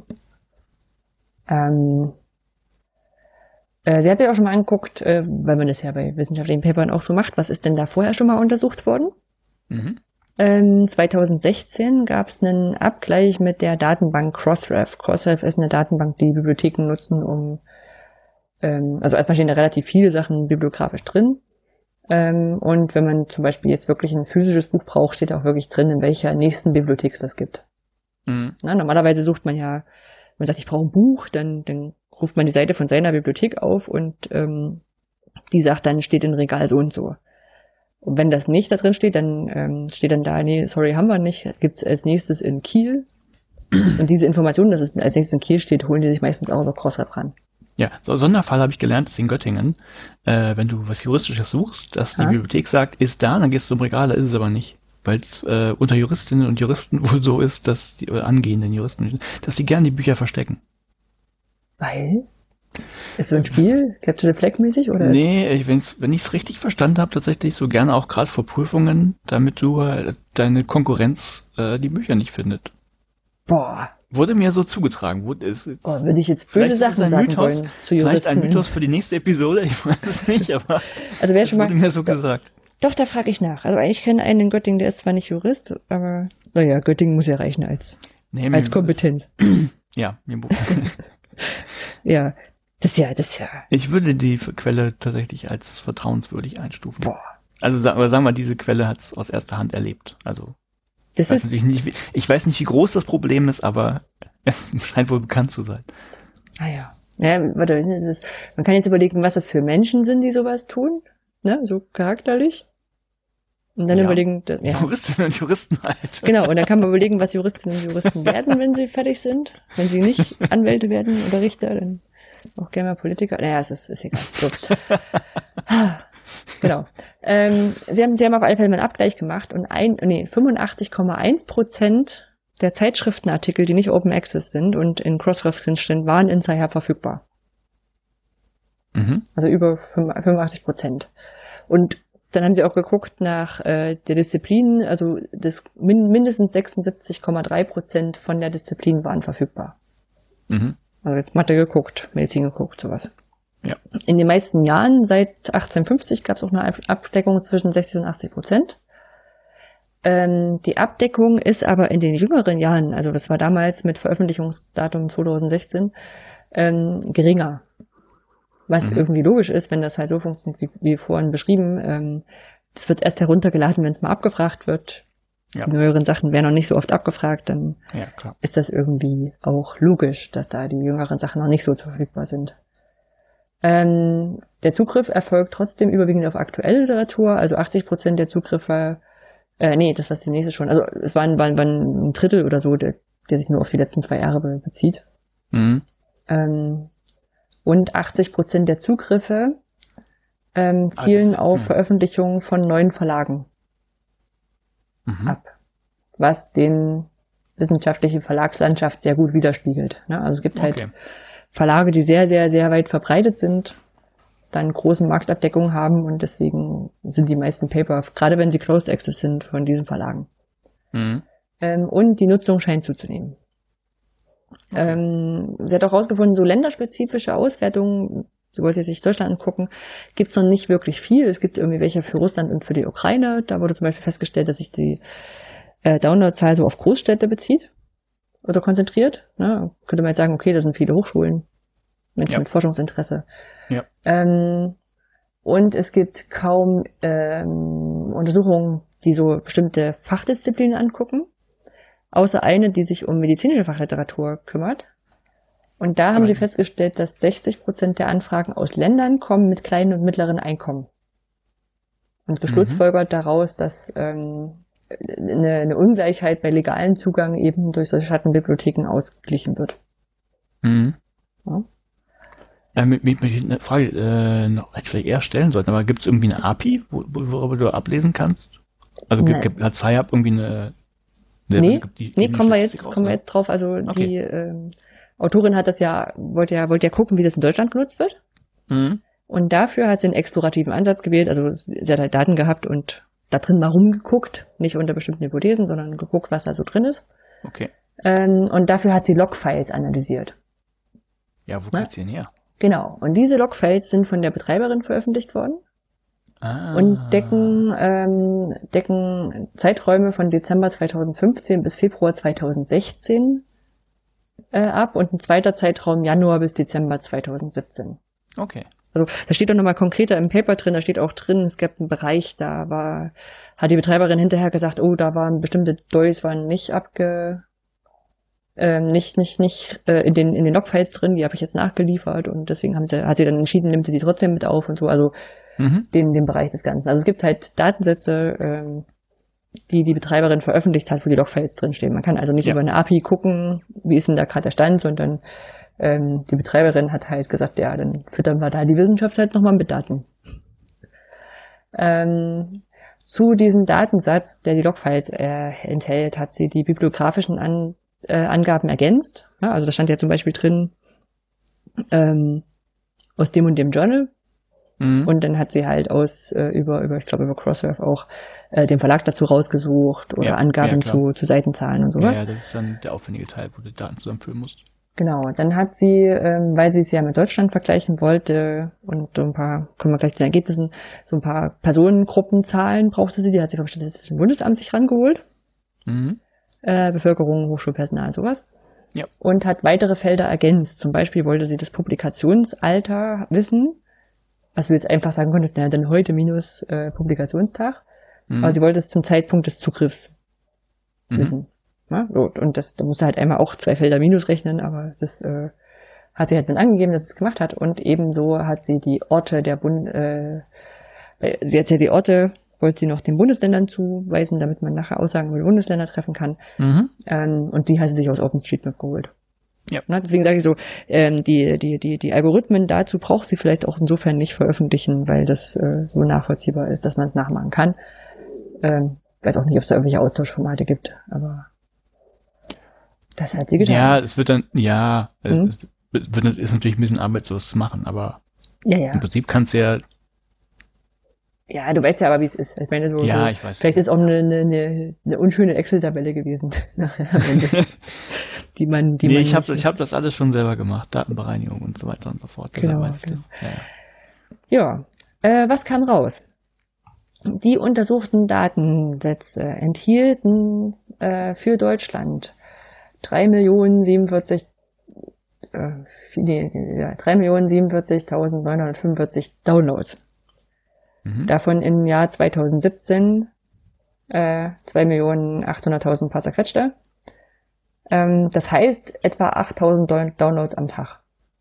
Ähm, äh, sie hat sich auch schon mal angeguckt, äh, weil man das ja bei wissenschaftlichen Papern auch so macht, was ist denn da vorher schon mal untersucht worden? Mhm. Ähm, zwanzig sechzehn gab es einen Abgleich mit der Datenbank Crossref. Crossref ist eine Datenbank, die Bibliotheken nutzen, um, ähm, also erstmal stehen da relativ viele Sachen bibliografisch drin. Ähm, und wenn man zum Beispiel jetzt wirklich ein physisches Buch braucht, steht auch wirklich drin, in welcher nächsten Bibliothek es das gibt. Mhm. Na, normalerweise sucht man ja, wenn man sagt, ich brauche ein Buch, dann, dann ruft man die Seite von seiner Bibliothek auf und ähm, die sagt dann, steht im Regal so und so. Und wenn das nicht da drin steht, dann ähm, steht dann da, nee, sorry, haben wir nicht, gibt's als nächstes in Kiel. Und diese Information, dass es als nächstes in Kiel steht, holen die sich meistens auch über Crossref ran. Ja, so Sonderfall habe ich gelernt, ist in Göttingen. Äh, wenn du was Juristisches suchst, dass die Ja. Bibliothek sagt, ist da, dann gehst du zum Regal, da ist es aber nicht. Weil es äh, unter Juristinnen und Juristen wohl so ist, dass die, oder angehenden Juristen, dass die gern die Bücher verstecken. Weil? Ist so ein Spiel, Capture the Flag mäßig, oder? Nee, ich, wenn's, wenn ich es richtig verstanden habe, tatsächlich so gerne auch gerade vor Prüfungen, damit du äh, deine Konkurrenz äh, die Bücher nicht findet. Boah, Wurde mir so zugetragen. Wurde, ist, ist, boah, würde ich jetzt böse vielleicht ist es Sachen ein sagen Mythos, wollen zu vielleicht Juristen. ein Mythos für die nächste Episode, ich weiß es nicht, aber Also wer es schon mal, wurde mir so doch, gesagt. doch, da frage ich nach. Also ich kenne einen in Göttingen, der ist zwar nicht Jurist, aber naja, Göttingen muss ja reichen als, Nee, als mir- Kompetenz. Ja, mir, Ja, das ist ja, das ist ja, ich würde die Quelle tatsächlich als vertrauenswürdig einstufen. boah, Also sa- aber sagen wir, diese Quelle hat es aus erster Hand erlebt. Also das ich weiß, ist, natürlich nicht, wie, ich weiß nicht, wie groß das Problem ist, aber es scheint wohl bekannt zu sein. Ah ja. Ja, warte, das ist, man kann jetzt überlegen, was das für Menschen sind, die sowas tun, ne, so charakterlich. Und dann Ja. überlegen, dass, ja. Juristinnen und Juristen halt. Genau, und dann kann man überlegen, was Juristinnen und Juristen werden, wenn sie fertig sind. Wenn sie nicht Anwälte werden oder Richter, dann auch gerne mal Politiker. Naja, es ist, ist egal. So. Genau. Ähm, sie haben, sie haben auf alle Fälle mal einen Abgleich gemacht und ein, nee, fünfundachtzig Komma eins Prozent der Zeitschriftenartikel, die nicht Open Access sind und in Cross-Reference stehen, waren in Sci-Hub verfügbar. Mhm. Also über fünfundachtzig Prozent. Und dann haben sie auch geguckt nach äh, der Disziplin, also das min- mindestens sechsundsiebzig Komma drei Prozent von der Disziplin waren verfügbar. Mhm. Also jetzt Mathe geguckt, Medizin geguckt, sowas. Ja. In den meisten Jahren, seit achtzehnhundertfünfzig, gab es auch eine Abdeckung zwischen sechzig und achtzig Prozent. Ähm, die Abdeckung ist aber in den jüngeren Jahren, also das war damals mit Veröffentlichungsdatum zweitausendsechzehn, ähm, geringer. Was Mhm. irgendwie logisch ist, wenn das halt so funktioniert, wie, wie vorhin beschrieben. Ähm, das wird erst heruntergeladen, wenn es mal abgefragt wird. Ja. Die neueren Sachen werden noch nicht so oft abgefragt, dann Ja, klar. ist das irgendwie auch logisch, dass da die jüngeren Sachen noch nicht so verfügbar sind. Ähm, der Zugriff erfolgt trotzdem überwiegend auf aktuelle Literatur, also achtzig Prozent der Zugriffe, äh, nee, das war die nächste schon, also es waren, waren, waren ein Drittel oder so, der, der sich nur auf die letzten zwei Jahre be- bezieht. Mhm. Ähm, und achtzig Prozent der Zugriffe ähm, zielen Ah, das- auf ja. Veröffentlichungen von neuen Verlagen Mhm. ab, was den wissenschaftliche Verlagslandschaft sehr gut widerspiegelt. Ne? Also es gibt halt Okay. Verlage, die sehr, sehr, sehr weit verbreitet sind, dann großen Marktabdeckung haben und deswegen sind die meisten Paper, gerade wenn sie Closed Access sind, von diesen Verlagen. Mhm. Ähm, und die Nutzung scheint zuzunehmen. Okay. Ähm, sie hat auch herausgefunden, so länderspezifische Auswertungen, so wollte sie sich Deutschland angucken, gibt es noch nicht wirklich viel. Es gibt irgendwie welche für Russland und für die Ukraine. Da wurde zum Beispiel festgestellt, dass sich die äh, Downloadzahl so auf Großstädte bezieht oder konzentriert. Ne? Könnte man jetzt sagen, okay, da sind viele Hochschulen, Menschen Ja. mit Forschungsinteresse. Ja. Ähm, und es gibt kaum ähm, Untersuchungen, die so bestimmte Fachdisziplinen angucken, außer eine, die sich um medizinische Fachliteratur kümmert. Und da haben Aber- sie festgestellt, dass sechzig Prozent der Anfragen aus Ländern kommen mit kleinen und mittleren Einkommen. Und geschlussfolgert daraus, dass ähm, eine, eine Ungleichheit bei legalem Zugang eben durch solche Schattenbibliotheken ausgeglichen wird. Mhm. Ja. Äh, mit, mit, mit eine Frage äh, noch hätte ich vielleicht eher stellen sollten, aber gibt es irgendwie eine A P I, wo, wo- worüber du ablesen kannst? Also gibt, Nein. gibt hat Sci-Hub irgendwie eine, eine Nee, gibt die, nee, die kommen wir Statistik jetzt, raus, kommen wir oder? jetzt drauf. Also Okay. die ähm, Autorin hat das ja, wollte ja, wollte ja gucken, wie das in Deutschland genutzt wird. Mhm. Und dafür hat sie einen explorativen Ansatz gewählt. Also sie hat halt Daten gehabt und da drin mal rumgeguckt, nicht unter bestimmten Hypothesen, sondern geguckt, was da so drin ist. Okay. Ähm, und dafür hat sie Logfiles analysiert. Ja, wo Ne? kriegt sie denn her? Genau. Und diese Logfiles sind von der Betreiberin veröffentlicht worden Ah. und decken, ähm, decken Zeiträume von Dezember zweitausendfünfzehn bis Februar zweitausendsechzehn äh, ab und ein zweiter Zeitraum Januar bis Dezember zweitausendsiebzehn. Okay. Also da steht auch nochmal konkreter im Paper drin, da steht auch drin, es gab einen Bereich, da war, hat die Betreiberin hinterher gesagt, oh, da waren bestimmte D O Is waren nicht abge, ähm, nicht, nicht, nicht äh, in den in den Logfiles drin, die habe ich jetzt nachgeliefert und deswegen haben sie, hat sie dann entschieden, nimmt sie die trotzdem mit auf und so, also Mhm. den, den Bereich des Ganzen. Also es gibt halt Datensätze, ähm, die die Betreiberin veröffentlicht hat, wo die Logfiles drinstehen. Man kann also nicht Ja. über eine A P I gucken, wie ist denn da gerade der Stand, sondern ähm, die Betreiberin hat halt gesagt, ja, dann füttern wir da die Wissenschaft halt nochmal mit Daten. Ähm, zu diesem Datensatz, der die Logfiles äh, enthält, hat sie die bibliografischen An, äh, Angaben ergänzt. Ja, also da stand ja zum Beispiel drin, ähm, aus dem und dem Journal. Mhm. Und dann hat sie halt aus, äh, über, über, ich glaube, über Crossref auch äh, den Verlag dazu rausgesucht oder Ja, Angaben ja, klar. zu, zu Seitenzahlen und Ja, sowas. ja, das ist dann der aufwendige Teil, wo du Daten zusammenführen musst. Genau, dann hat sie, ähm, weil sie es ja mit Deutschland vergleichen wollte und so ein paar, kommen wir gleich zu den Ergebnissen, so ein paar Personengruppenzahlen brauchte sie, die hat sie vom Statistischen Bundesamt sich rangeholt. Mhm. Äh, Bevölkerung, Hochschulpersonal, sowas. Ja. Und hat weitere Felder ergänzt. Zum Beispiel wollte sie das Publikationsalter wissen, was du jetzt einfach sagen konntest, naja, dann heute minus äh, Publikationstag. Mhm. Aber sie wollte es zum Zeitpunkt des Zugriffs Mhm. wissen. Ja, so, und das, da musst du halt einmal auch zwei Felder minus rechnen, aber das äh, hat sie halt dann angegeben, dass sie es gemacht hat und ebenso hat sie die Orte der Bund, äh, sie hat ja die Orte, wollte sie noch den Bundesländern zuweisen, damit man nachher Aussagen über die Bundesländer treffen kann. Mhm. Ähm, und die hat sie sich aus OpenStreetMap geholt. Ja. Na, deswegen sage ich so, ähm, die, die, die, die Algorithmen dazu braucht sie vielleicht auch insofern nicht veröffentlichen, weil das äh, so nachvollziehbar ist, dass man es nachmachen kann. Ähm, weiß auch nicht, ob es da irgendwelche Austauschformate gibt, aber das hat sie getan. Ja, es wird dann, ja, Mhm. es wird, ist natürlich ein bisschen Arbeit, sowas zu machen, aber Ja, ja. im Prinzip kannst du ja, Ja, du weißt ja aber, wie es ist. Ich meine, so, ja, so ich weiß. vielleicht ist auch eine, eine, eine unschöne Excel-Tabelle gewesen nachher am Ende, die man, die nee, man ich habe nicht- ich hab das alles schon selber gemacht, Datenbereinigung und so weiter und so fort. Genau, Deshalb weiß ich genau. das. Ja, ja. Ja, äh, was kam raus? Die untersuchten Datensätze enthielten äh, für Deutschland drei Millionen siebenundvierzig, äh, nee, ja, drei Millionen siebenundvierzigtausendneunhundertfünfundvierzig Downloads. Mhm. Davon im Jahr zweitausendsiebzehn äh, zwei Millionen achthunderttausend paar zerquetschte. Ähm, das heißt etwa achttausend Down- Downloads am Tag.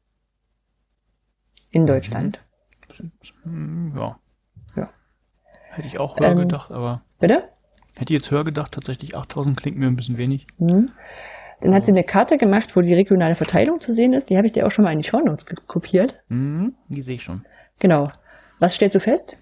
In Mhm. Deutschland. Hm, Ja. Ja. Hätte ich auch höher Ähm, gedacht, aber Bitte? hätte ich jetzt höher gedacht, tatsächlich achttausend klingt mir ein bisschen wenig. Mhm. Dann hat sie eine Karte gemacht, wo die regionale Verteilung zu sehen ist. Die habe ich dir auch schon mal in die Shownotes ge- kopiert. Mhm, die sehe ich schon. Genau. Was stellst du fest?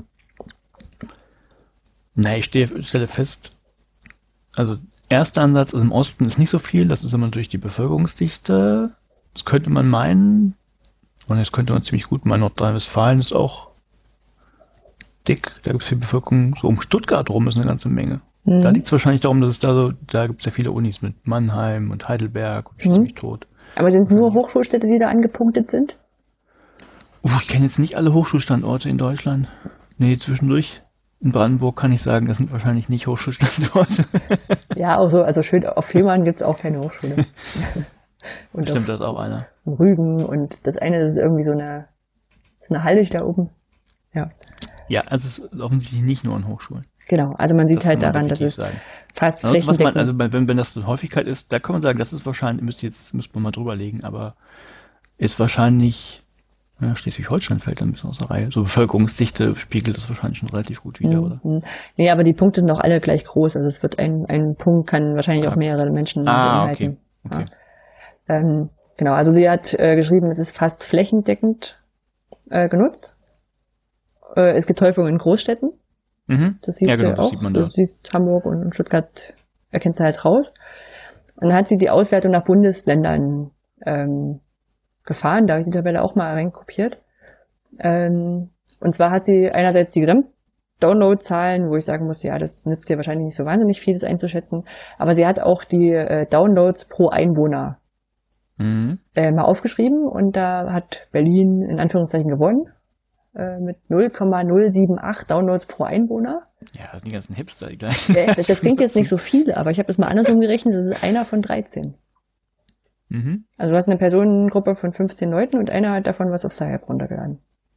Na, ich stehe, stelle fest, also erster Ansatz ist im Osten ist nicht so viel, das ist immer durch die Bevölkerungsdichte. Das könnte man meinen, und das könnte man ziemlich gut meinen, Nordrhein-Westfalen ist auch dick, da gibt es viel Bevölkerung, so um Stuttgart rum ist eine ganze Menge. Mhm. Da liegt es wahrscheinlich darum, dass es da so, da gibt es ja viele Unis mit Mannheim und Heidelberg und schieß Mhm. mich tot. Aber sind es nur Hochschulstädte, die da angepunktet sind? Uh, ich kenne jetzt nicht alle Hochschulstandorte in Deutschland. Nee, zwischendurch. In Brandenburg kann ich sagen, das sind wahrscheinlich nicht Hochschulstandorte. Ja, auch so, also schön, auf Fehmarn gibt's auch keine Hochschule. Und Stimmt, auf das ist auch einer. Rügen und das eine ist irgendwie so eine, so eine Hallig da oben. Ja, Ja, also es ist offensichtlich nicht nur an Hochschulen. genau. Also man sieht Das halt kann man daran, dass es definitiv sagen. fast Ansonsten, was man, flächendeckend. also wenn, wenn das so Häufigkeit ist, da kann man sagen, das ist wahrscheinlich, müsste jetzt, müsste man mal drüberlegen, aber ist wahrscheinlich, ja, Schleswig-Holstein fällt da ein bisschen aus der Reihe. So Bevölkerungsdichte spiegelt das wahrscheinlich schon relativ gut wider, oder? Mhm. Nee, aber die Punkte sind auch alle gleich groß. Also es wird ein, ein Punkt kann wahrscheinlich auch Ah. mehrere Menschen Ah, beinhalten. okay. Okay. Ja. Ähm, genau, also sie hat äh, geschrieben, es ist fast flächendeckend äh, genutzt. Äh, es gibt Häufungen in Großstädten. Mhm. Das siehst Ja, genau, du das auch. sieht man Du da. siehst Hamburg und Stuttgart, erkennst du halt raus. Und dann hat sie die Auswertung nach Bundesländern ähm, gefahren. Da habe ich die Tabelle auch mal reinkopiert. Ähm, und zwar hat sie einerseits die Gesamt-Download-Zahlen, wo ich sagen muss, ja, das nützt dir wahrscheinlich nicht so wahnsinnig viel, das einzuschätzen. Aber sie hat auch die äh, Downloads pro Einwohner Mhm. äh, mal aufgeschrieben. Und da hat Berlin in Anführungszeichen gewonnen äh, mit null Komma null sieben acht Downloads pro Einwohner. Ja, das sind die ganzen Hipster, die gleichen. Ja, das, das klingt jetzt nicht so viel, aber ich habe das mal andersrum gerechnet, das ist einer von dreizehn. Mhm. Also du hast eine Personengruppe von fünfzehn Leuten und einer hat davon was auf Skype runtergeladen.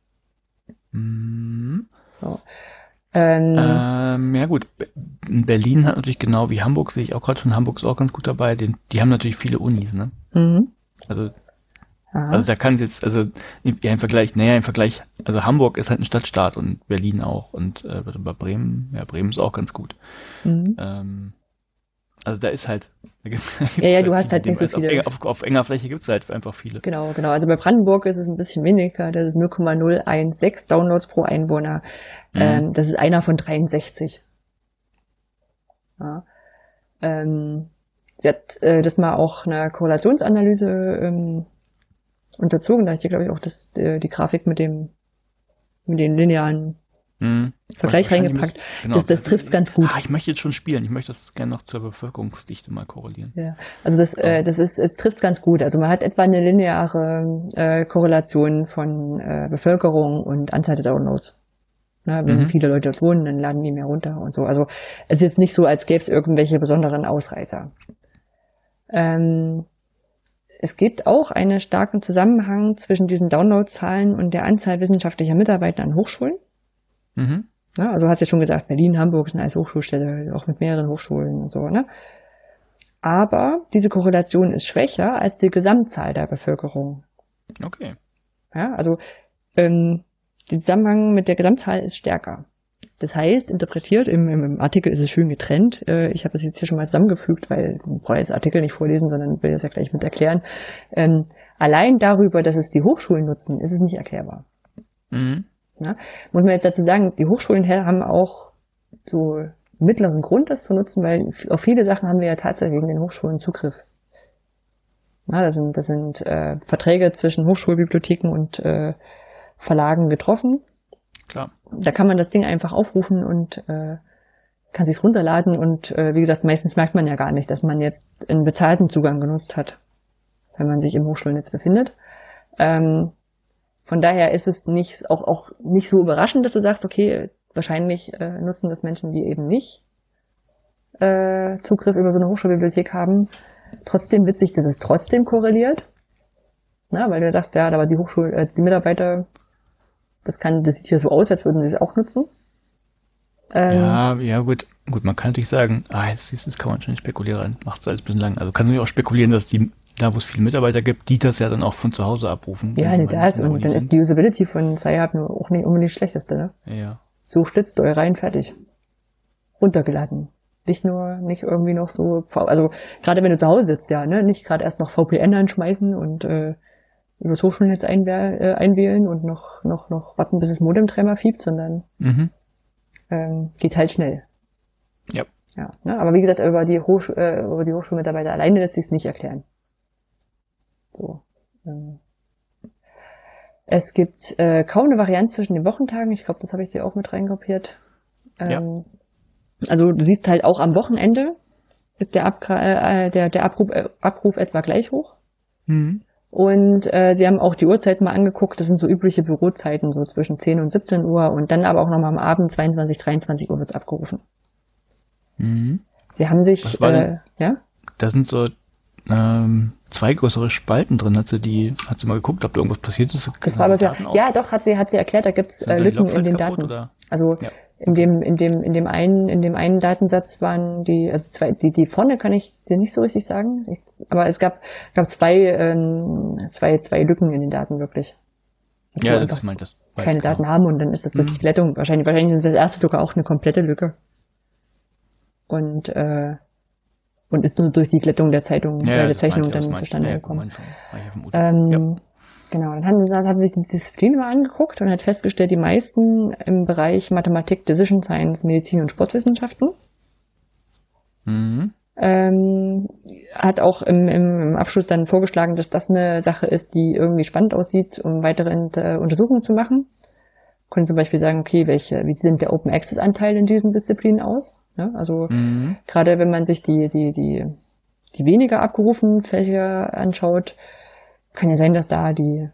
Mhm. So. Ähm, Ähm, ja gut, Be- Berlin hat natürlich genau wie Hamburg, sehe ich auch gerade schon, Hamburg ist auch ganz gut dabei, den, die haben natürlich viele Unis, ne? mhm. Also, Aha. also da kann es jetzt, also ja, im Vergleich, naja, im Vergleich, also Hamburg ist halt ein Stadtstaat und Berlin auch und äh, bei Bremen, ja, Bremen ist auch ganz gut. Mhm. Ähm, also da ist halt, da gibt's, da gibt's Ja, ja, du hast viele halt nicht so Dinge. viele. Auf, enger- auf, auf enger Fläche gibt's halt einfach viele. Genau, genau. Also bei Brandenburg ist es ein bisschen weniger, das ist null Komma null eins sechs Downloads pro Einwohner. Mhm. Ähm, das ist einer von dreiundsechzig. Ja. Ähm, sie hat äh, das mal auch eine Korrelationsanalyse ähm, unterzogen. Da habe ich dir, glaube ich, auch das, äh, die Grafik mit dem mit den linearen Mhm. Vergleich Wahrscheinlich reingepackt. müssen- genau. Das, das trifft's ganz gut. Ah, ich möchte jetzt schon spielen. Ich möchte das gerne noch zur Bevölkerungsdichte mal korrelieren. Ja, also das, äh, das ist, es trifft ganz gut. Also man hat etwa eine lineare äh, Korrelation von äh, Bevölkerung und Anzahl der Downloads. Na, wenn Mhm. viele Leute dort wohnen, dann laden die mehr runter und so. Also es ist jetzt nicht so, als gäbe es irgendwelche besonderen Ausreißer. Ähm, es gibt auch einen starken Zusammenhang zwischen diesen Downloadzahlen und der Anzahl wissenschaftlicher Mitarbeiter an Hochschulen. Mhm. Ja, also hast du ja schon gesagt, Berlin, Hamburg sind als Hochschulstädte, auch mit mehreren Hochschulen und so, ne? Aber diese Korrelation ist schwächer als die Gesamtzahl der Bevölkerung Okay. Ja, also ähm, der Zusammenhang mit der Gesamtzahl ist stärker. Das heißt, interpretiert, im, im Artikel ist es schön getrennt. Äh, ich habe das jetzt hier schon mal zusammengefügt, weil ich brauche jetzt Artikel nicht vorlesen, sondern will das ja gleich mit erklären. Ähm, allein darüber, dass es die Hochschulen nutzen, ist es nicht erklärbar. Mhm. Ja? Muss man jetzt dazu sagen, die Hochschulen haben auch so mittleren Grund, das zu nutzen, weil auf viele Sachen haben wir ja tatsächlich in den Hochschulen Zugriff. Ja, das sind, das sind äh, Verträge zwischen Hochschulbibliotheken und äh, Verlagen getroffen. Klar. Da kann man das Ding einfach aufrufen und äh, kann sich's runterladen und äh, wie gesagt, meistens merkt man ja gar nicht, dass man jetzt einen bezahlten Zugang genutzt hat, wenn man sich im Hochschulnetz befindet. Ähm, von daher ist es nicht auch auch nicht so überraschend, dass du sagst, okay, wahrscheinlich äh, nutzen das Menschen, die eben nicht äh, Zugriff über so eine Hochschulbibliothek haben. Trotzdem witzig, dass es trotzdem korreliert, na, weil du sagst, ja, aber die Hochschul, äh, die Mitarbeiter, das kann, das sieht ja so aus, als würden sie es auch nutzen. Ähm, Ja, ja, gut. Gut, man kann natürlich sagen, ah, jetzt siehst du, das kann man schon nicht spekulieren, macht es alles ein bisschen lang. Also kannst du auch spekulieren, dass die, da wo es viele Mitarbeiter gibt, die das ja dann auch von zu Hause abrufen. ja, wenn sie nicht mal das. in der Und Uni dann sind. ist die Usability von Sci-Hub nur auch nicht unbedingt die schlechteste, ne? Ja. So stützt euch rein, fertig. Runtergeladen. Nicht nur, nicht irgendwie noch so, V- also gerade wenn du zu Hause sitzt, ja, ne, nicht gerade erst noch V P N anschmeißen und äh, übers Hochschulnetz einwäh- äh, einwählen und noch, noch, noch warten, bis das Modem dreimal fiebt, sondern Mhm. ähm, geht halt schnell. Ja. Ja, ne? Aber wie gesagt, über die, Hochsch äh, über die Hochschulmitarbeiter alleine lässt sich es nicht erklären. So. Ähm. Es gibt äh, kaum eine Varianz zwischen den Wochentagen. Ich glaube, das habe ich dir auch mit reingruppiert. Ähm, Ja. Also du siehst halt auch am Wochenende ist der, Abgra äh, der, der Abruf, äh, Abruf etwa gleich hoch. Mhm. Und äh, sie haben auch die Uhrzeiten mal angeguckt. Das sind so übliche Bürozeiten, so zwischen zehn und siebzehn Uhr. Und dann aber auch nochmal am Abend, zweiundzwanzig, dreiundzwanzig Uhr wird's abgerufen. Mhm. Sie haben sich, Was war denn? äh, ja, Da sind so ähm, zwei größere Spalten drin. Hat sie die, hat sie mal geguckt, ob da irgendwas passiert ist? das war aber sehr, ja doch, hat sie, hat sie erklärt, da gibt's Sind äh, da die Lücken in Logfiles den kaputt Daten. oder? Also Ja. in Okay. dem, in dem, in dem einen, in dem einen Datensatz waren die, also zwei, die, die vorne kann ich dir nicht so richtig sagen, ich, aber es gab, gab zwei, ähm, zwei, zwei Lücken in den Daten wirklich. Dass Ja, wir das einfach meint das. Weiß keine ich genau. Daten haben und dann ist das durch Mhm. die Glättung, wahrscheinlich, wahrscheinlich ist das erste sogar auch eine komplette Lücke. Und, äh, und ist nur durch die Glättung der Zeitung, Ja, äh, ja, der das meinte Zeichnung ich, das dann meinte ich. zustande Ja, gekommen. mein schon, war ich auf dem U. Ähm, Ja. Genau, dann haben sie, hat sie sich die Disziplin mal angeguckt und hat festgestellt, die meisten im Bereich Mathematik, Decision Science, Medizin und Sportwissenschaften. Mhm. Ähm, hat auch im, im, im Abschluss dann vorgeschlagen, dass das eine Sache ist, die irgendwie spannend aussieht, um weitere äh, Untersuchungen zu machen. Können zum Beispiel sagen, okay, welche, wie sieht der Open Access Anteil in diesen Disziplinen aus? Ja, also Mhm. gerade wenn man sich die, die, die, die weniger abgerufenen Fächer anschaut, kann ja sein, dass da die,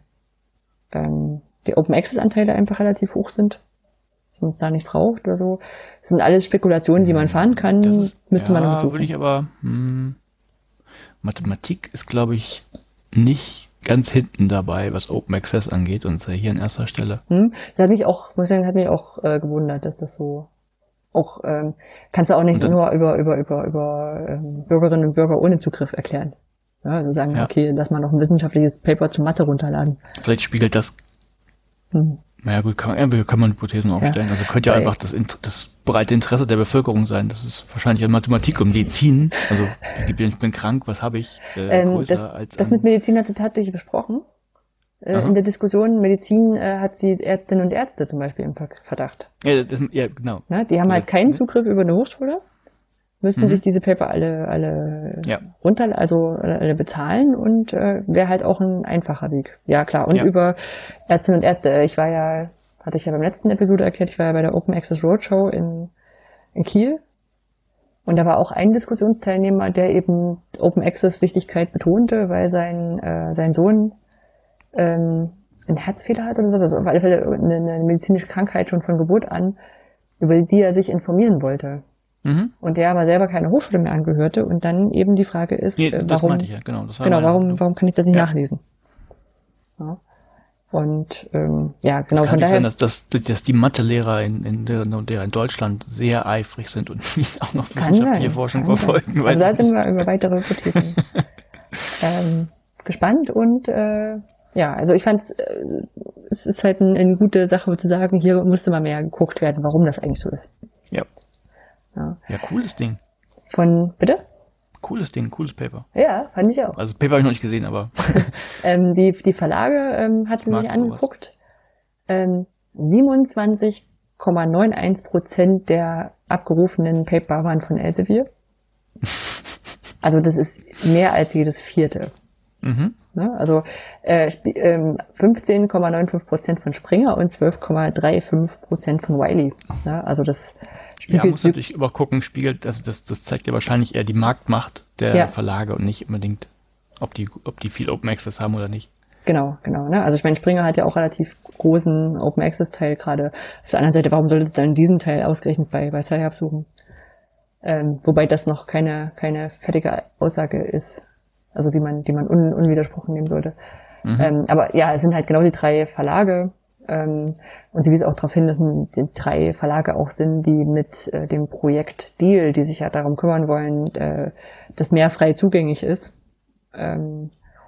ähm, die Open Access Anteile einfach relativ hoch sind, dass man es da nicht braucht oder so. Das sind alles Spekulationen, die man fahren kann, Das ist, müsste man ja, untersuchen. würde ich aber, hm, Mathematik ist, glaube ich, nicht ganz hinten dabei, was Open Access angeht und ist ja hier an erster Stelle. Hm? Das hat mich auch, muss ich sagen, hat mich auch äh, gewundert, dass das so auch, ähm, kannst du auch nicht Und dann, nur über, über, über, über ähm, Bürgerinnen und Bürger ohne Zugriff erklären. Ja, also sagen, ja, okay, lass mal noch ein wissenschaftliches Paper zu Mathe runterladen. vielleicht spiegelt das, Hm. naja gut, kann man, irgendwie kann man Hypothesen aufstellen. Ja, Also könnte ja weil- einfach das, Int- das breite Interesse der Bevölkerung sein. Das ist wahrscheinlich an Mathematik und Medizin. Also ich bin, ich bin krank, was habe ich, äh, Ähm, größer das als das an, mit Medizin hat sie tatsächlich besprochen. Äh, Aha. in der Diskussion Medizin äh, hat sie Ärztinnen und Ärzte zum Beispiel im Ver- Verdacht. Ja, das, ja genau. Ne? Die haben halt keinen Zugriff über eine Hochschule, müssen Mhm. sich diese Paper alle alle Ja. runter, also alle bezahlen und äh, wäre halt auch ein einfacher Weg. Ja klar. Und Ja. über Ärztinnen und Ärzte. Ich war ja, hatte ich ja beim letzten Episode erklärt, ich war ja bei der Open Access Roadshow in, in Kiel. Und da war auch ein Diskussionsteilnehmer, der eben Open Access Wichtigkeit betonte, weil sein äh, sein Sohn ähm, einen Herzfehler hat oder was, also auf alle Fälle eine, eine medizinische Krankheit schon von Geburt an, über die er sich informieren wollte. Mhm. Und der aber selber keine Hochschule mehr angehörte und dann eben die Frage ist, Nee, äh, das warum, meinte ich ja, genau. Das war genau, meine warum, Vermutung. warum kann ich das nicht Ja. nachlesen? Ja. Und ähm, ja, Das genau, kann von nicht daher, sein, dass, dass, dass die Mathelehrer in, in, der, in der in Deutschland sehr eifrig sind und nicht auch noch kann wissenschaftliche sein, Forschung kann verfolgen. sein. Weiß Also da ich sind nicht. wir über weitere Hypothesen ähm, gespannt und äh, ja, also ich fand äh, es ist halt ein, eine gute Sache zu sagen, hier müsste mal mehr geguckt werden, warum das eigentlich so ist. Ja. Ja, Ja, cooles Ding. von, bitte? Cooles Ding, cooles Paper. Ja, fand ich auch. Also das Paper habe ich noch nicht gesehen, aber ähm, die, die Verlage ähm, hat sie Mag sich sowas. angeguckt. Ähm, siebenundzwanzig Komma einundneunzig Prozent der abgerufenen Paper waren von Elsevier. Also das ist mehr als jedes vierte. mhm. Ne? Also äh, sp- ähm, fünfzehn Komma fünfundneunzig Prozent von Springer und zwölf Komma fünfunddreißig Prozent von Wiley. Ne? Also das Ja, spiegelt muss natürlich aber gucken, spiegelt, also das, das zeigt ja wahrscheinlich eher die Marktmacht der Ja. Verlage und nicht unbedingt, ob die, ob die viel Open Access haben oder nicht. Genau, genau. Ne? Also ich meine, Springer hat ja auch relativ großen Open Access Teil gerade. Auf der anderen Seite, warum sollte es dann diesen Teil ausgerechnet bei, bei Sci-Hub suchen? Ähm, wobei das noch keine, keine fertige Aussage ist. Also die man, die man un, unwidersprochen nehmen sollte. Mhm. Ähm, aber ja, es sind halt genau die drei Verlage. Ähm, und sie wies auch darauf hin, dass es die drei Verlage auch sind, die mit äh, dem Projekt Deal, die sich ja darum kümmern wollen, äh, dass mehr frei zugänglich ist, ähm,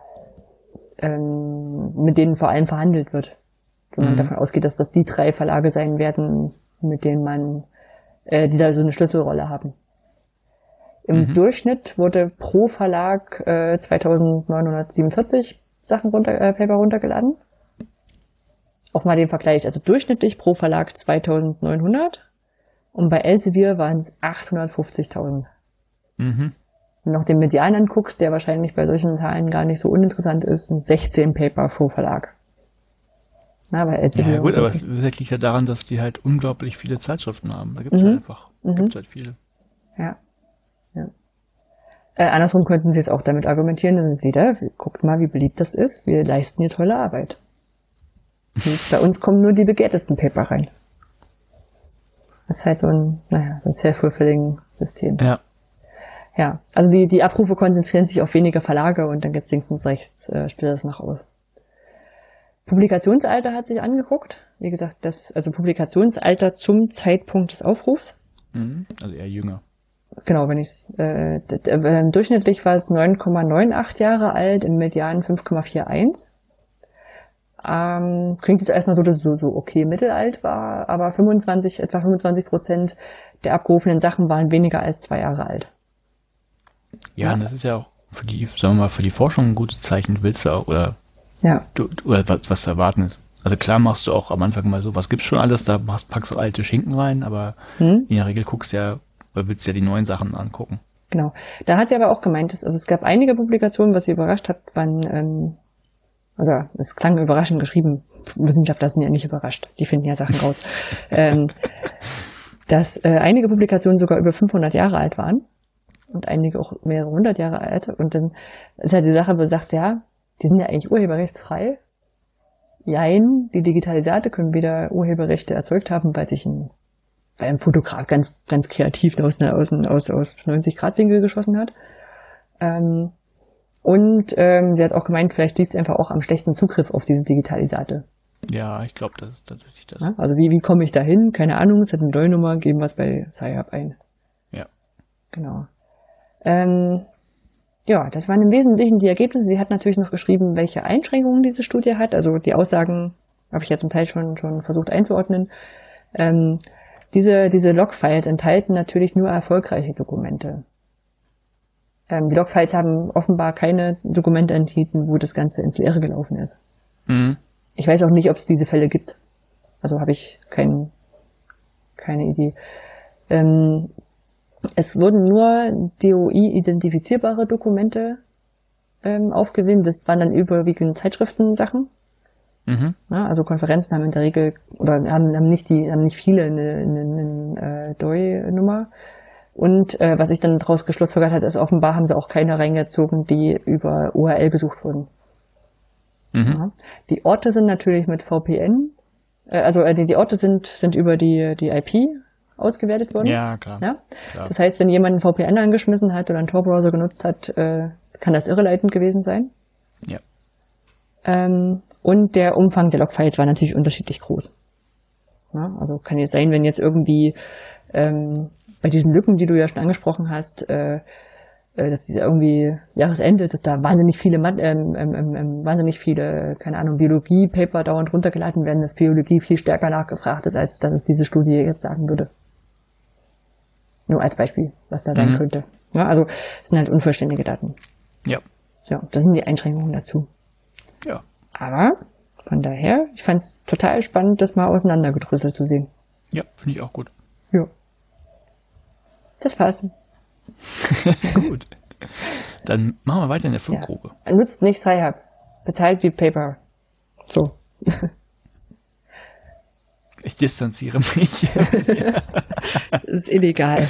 ähm, mit denen vor allem verhandelt wird. Wenn man Mhm. davon ausgeht, dass das die drei Verlage sein werden, mit denen man, äh, die da so eine Schlüsselrolle haben. Im Mhm. Durchschnitt wurde pro Verlag äh, zweitausendneunhundertsiebenundvierzig Sachen runter, äh, Paper runtergeladen. Auch mal den Vergleich. Also durchschnittlich pro Verlag zweitausendneunhundert und bei Elsevier waren es achthundertfünfzigtausend. Mhm. Wenn du noch den Median anguckst, der wahrscheinlich bei solchen Zahlen gar nicht so uninteressant ist, sind sechzehn Paper pro Verlag. Na, bei Elsevier Ja, gut, so aber okay. es liegt ja daran, dass die halt unglaublich viele Zeitschriften haben. Da gibt's Mhm. halt einfach, Mhm. gibt's halt viele. Ja. ja. Äh, andersrum könnten sie jetzt auch damit argumentieren, dass sie da, guckt mal, wie beliebt das ist, wir leisten hier tolle Arbeit. Und bei uns kommen nur die begehrtesten Paper rein. Das ist halt so ein, naja, so ein self-fulfilling System. Ja. Ja, also die, die Abrufe konzentrieren sich auf weniger Verlage und dann geht's links und rechts, äh, spielt das nach aus. Publikationsalter hat sich angeguckt. Wie gesagt, das, also Publikationsalter zum Zeitpunkt des Aufrufs. Mhm. Also eher jünger. Genau, wenn ich äh, d- d- äh, durchschnittlich war es neun Komma neunundachtzig Jahre alt, im Median fünf Komma einundvierzig. Ähm, klingt jetzt erstmal so, dass es so, so okay mittelalt war, aber fünfundzwanzig, etwa fünfundzwanzig Prozent der abgerufenen Sachen waren weniger als zwei Jahre alt. Ja, Ja. und das ist ja auch für die, sagen wir mal, für die Forschung ein gutes Zeichen. Willst du auch, oder, Ja, du, oder was, was zu erwarten ist. Also klar machst du auch am Anfang mal so, was gibt's schon alles, da machst, packst du alte Schinken rein, aber hm? in der Regel guckst du ja, oder willst du ja die neuen Sachen angucken. Genau. Da hat sie aber auch gemeint, dass, also es gab einige Publikationen, was sie überrascht hat, waren, ähm, also es klang überraschend geschrieben. Wissenschaftler sind ja nicht überrascht, die finden ja Sachen raus. ähm, dass äh, einige Publikationen sogar über fünfhundert Jahre alt waren und einige auch mehrere hundert Jahre alt. Und dann ist halt die Sache, wo du sagst, ja, die sind ja eigentlich urheberrechtsfrei. Jein, die Digitalisate können wieder Urheberrechte erzeugt haben, weil sich ein, weil ein Fotograf ganz, ganz kreativ aus, aus, aus, aus neunzig Grad Winkel geschossen hat. Ähm, und ähm, sie hat auch gemeint, vielleicht liegt es einfach auch am schlechten Zugriff auf diese Digitalisate. Ja, ich glaube, das ist tatsächlich das. Ja, also wie, wie komme ich da hin? Keine Ahnung, es hat eine Doll-Nummer, geben wir es bei Sci-Hub ein. Ja. Genau. Ähm, ja, das waren im Wesentlichen die Ergebnisse. Sie hat natürlich noch geschrieben, welche Einschränkungen diese Studie hat. Also die Aussagen habe ich ja zum Teil schon, schon versucht einzuordnen. Ähm, diese, diese Logfiles enthalten natürlich nur erfolgreiche Dokumente. Ähm, die Logfiles haben offenbar keine Dokumente enthalten, wo das Ganze ins Leere gelaufen ist. Mhm. Ich weiß auch nicht, ob es diese Fälle gibt. Also habe ich kein, keine Idee. Ähm, es wurden nur D O I-identifizierbare Dokumente ähm, aufgewiesen. Das waren dann überwiegend Zeitschriftensachen. Mhm. Ja, also Konferenzen haben in der Regel, oder haben, haben nicht die, haben nicht viele eine, eine, eine äh, D O I-Nummer. Und äh, was ich dann daraus geschlussfolgert hat, ist offenbar haben sie auch keine reingezogen, die über U R L gesucht wurden. Mhm. Ja. Die Orte sind natürlich mit V P N, äh, also äh, die, die Orte sind sind über die die I P ausgewertet worden. Ja, klar. Ja? klar. Das heißt, wenn jemand einen V P N angeschmissen hat oder einen Tor-Browser genutzt hat, äh, kann das irreleitend gewesen sein. Ja. Ähm, und der Umfang der Logfiles war natürlich unterschiedlich groß. Ja? Also kann jetzt sein, wenn jetzt irgendwie ähm, bei diesen Lücken, die du ja schon angesprochen hast, äh, äh, dass diese irgendwie Jahresende, dass da wahnsinnig viele, ähm, ähm, ähm, wahnsinnig viele, keine Ahnung, Biologie-Paper dauernd runtergeladen werden, dass Biologie viel stärker nachgefragt ist, als dass es diese Studie jetzt sagen würde. Nur als Beispiel, was da sein Mhm. könnte. Ja, also es sind halt unvollständige Daten. Ja. Ja, das sind die Einschränkungen dazu. Ja. Aber von daher, ich fand es total spannend, das mal auseinandergedröselt zu sehen. Ja, finde ich auch gut. Ja. Das war's. Gut. Dann machen wir weiter in der Fundgrube. Ja. Nutzt nicht Sci-Hub. Bezahlt wie Paper. So. Ich distanziere mich. Das ist illegal.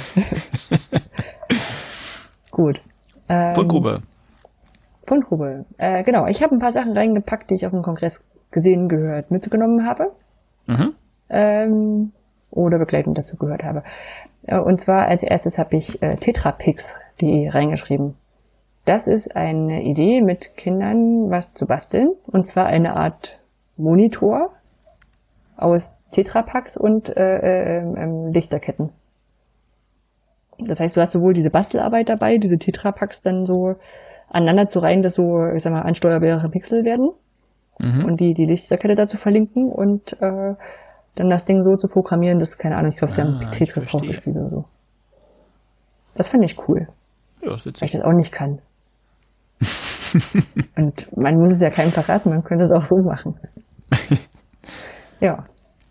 Gut. Ähm, Fundgrube. Fundgrube. Äh, genau, ich habe ein paar Sachen reingepackt, die ich auf dem Kongress gesehen, gehört, mitgenommen habe. Mhm. Ähm, oder begleitend dazu gehört habe. Äh, und zwar als erstes habe ich äh, tetrapix punkt de reingeschrieben. Das ist eine Idee, mit Kindern was zu basteln. Und zwar eine Art Monitor aus Tetrapacks und äh, äh, Lichterketten. Das heißt, du hast sowohl diese Bastelarbeit dabei, diese Tetrapacks dann so aneinander zu reihen, dass so, ich sag mal, ansteuerbare Pixel werden. Mhm. Und die, die Lichterkette dazu verlinken und äh, dann das Ding so zu programmieren, dass, keine Ahnung, ich glaube, sie Ah, haben ich Tetris verstehe. draufgespielt oder so. Das fand ich cool, Ja, das ist weil ich witzig. das auch nicht kann. Und man muss es ja keinem verraten, man könnte es auch so machen. Ja.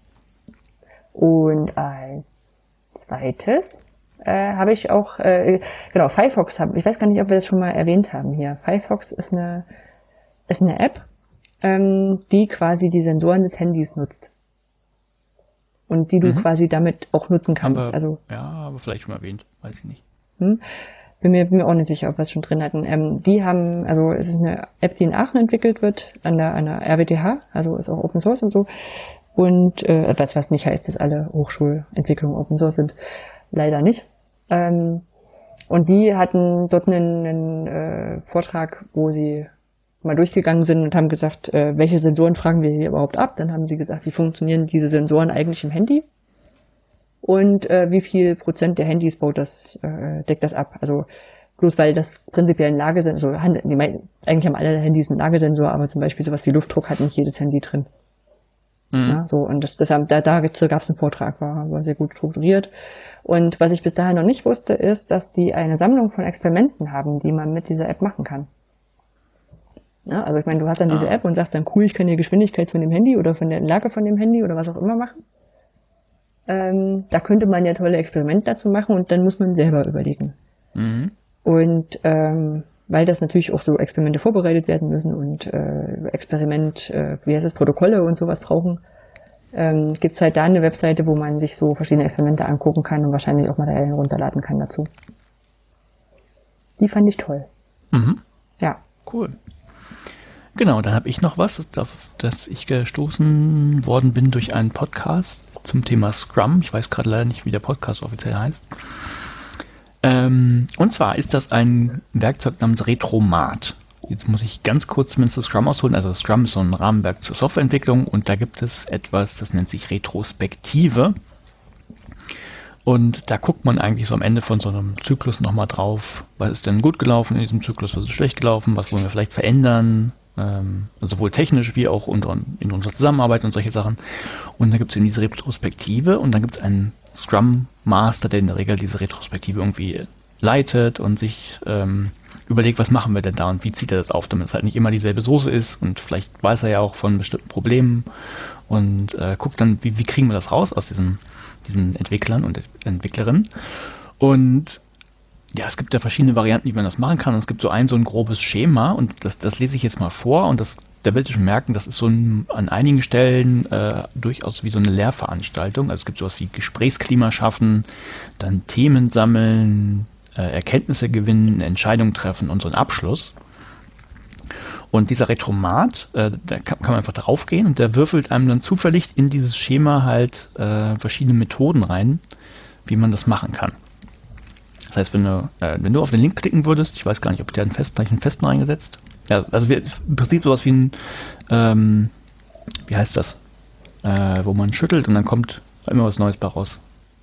Und als zweites äh, habe ich auch, äh, genau, Firefox haben. Ich weiß gar nicht, ob wir das schon mal erwähnt haben hier. Firefox ist eine, ist eine App, ähm, die quasi die Sensoren des Handys nutzt. Und die du Mhm. quasi damit auch nutzen Haben kannst. wir, Also, ja, aber vielleicht schon mal erwähnt. Weiß ich nicht. hm, bin mir, bin mir auch nicht sicher, ob wir es schon drin hatten. Ähm, die haben, also es ist eine App, die in Aachen entwickelt wird, an der, an der R W T H, also ist auch Open Source und so. Und äh, was, was nicht heißt, dass alle Hochschulentwicklungen Open Source sind. Leider nicht. Ähm, und die hatten dort einen, einen äh, Vortrag, wo sie mal durchgegangen sind und haben gesagt, äh, welche Sensoren fragen wir hier überhaupt ab. Dann haben sie gesagt, wie funktionieren diese Sensoren eigentlich im Handy? Und äh, wie viel Prozent der Handys baut das, äh, deckt das ab? Also bloß weil das prinzipiell ein Lagesensor, also die meinen, eigentlich haben alle Handys einen Lagesensor, aber zum Beispiel sowas wie Luftdruck hat nicht jedes Handy drin. Mhm. Ja, so, und das, das haben, da, da gab es einen Vortrag, war, war sehr gut strukturiert. Und was ich bis dahin noch nicht wusste, ist, dass die eine Sammlung von Experimenten haben, die man mit dieser App machen kann. Ja, also ich meine, du hast dann diese Ah. App und sagst dann, cool, ich kann die Geschwindigkeit von dem Handy oder von der Lage von dem Handy oder was auch immer machen. Ähm, da könnte man ja tolle Experimente dazu machen und dann muss man selber überlegen. Mhm. Und ähm, weil das natürlich auch so Experimente vorbereitet werden müssen und äh, Experiment, äh, wie heißt es, Protokolle und sowas brauchen, ähm, gibt's halt da eine Webseite, wo man sich so verschiedene Experimente angucken kann und wahrscheinlich auch Materialien runterladen kann dazu. Die fand ich toll. Mhm. Ja. Cool. Genau, dann habe ich noch was, auf das ich gestoßen worden bin durch einen Podcast zum Thema Scrum. Ich weiß gerade leider nicht, wie der Podcast offiziell heißt. Ähm, und zwar ist das ein Werkzeug namens Retromat. Jetzt muss ich ganz kurz zumindest das Scrum ausholen. Also Scrum ist so ein Rahmenwerk zur Softwareentwicklung und da gibt es etwas, das nennt sich Retrospektive. Und da guckt man eigentlich so am Ende von so einem Zyklus nochmal drauf, was ist denn gut gelaufen in diesem Zyklus, was ist schlecht gelaufen, was wollen wir vielleicht verändern, ähm, sowohl technisch wie auch unter, in unserer Zusammenarbeit und solche Sachen. Und da gibt es eben diese Retrospektive und dann gibt es einen Scrum Master, der in der Regel diese Retrospektive irgendwie leitet und sich ähm, überlegt, was machen wir denn da und wie zieht er das auf, damit es halt nicht immer dieselbe Soße ist und vielleicht weiß er ja auch von bestimmten Problemen und äh, guckt dann, wie, wie kriegen wir das raus aus diesem, diesen Entwicklern und Entwicklerinnen. Und ja, es gibt ja verschiedene Varianten, wie man das machen kann. Und es gibt so ein so ein grobes Schema und das, das lese ich jetzt mal vor und das, da werdet ihr schon merken, das ist so ein, an einigen Stellen äh, durchaus wie so eine Lehrveranstaltung. Also es gibt sowas wie Gesprächsklima schaffen, dann Themen sammeln, äh, Erkenntnisse gewinnen, Entscheidungen treffen und so einen Abschluss. Und dieser Retromat, äh, da kann, kann man einfach drauf gehen und der würfelt einem dann zufällig in dieses Schema halt äh, verschiedene Methoden rein, wie man das machen kann. Das heißt, wenn du, äh, wenn du auf den Link klicken würdest, ich weiß gar nicht, ob der einen festen, einen festen reingesetzt. Ja, also wir, im Prinzip sowas wie ein, ähm, wie heißt das, äh, wo man schüttelt und dann kommt immer was Neues bei raus.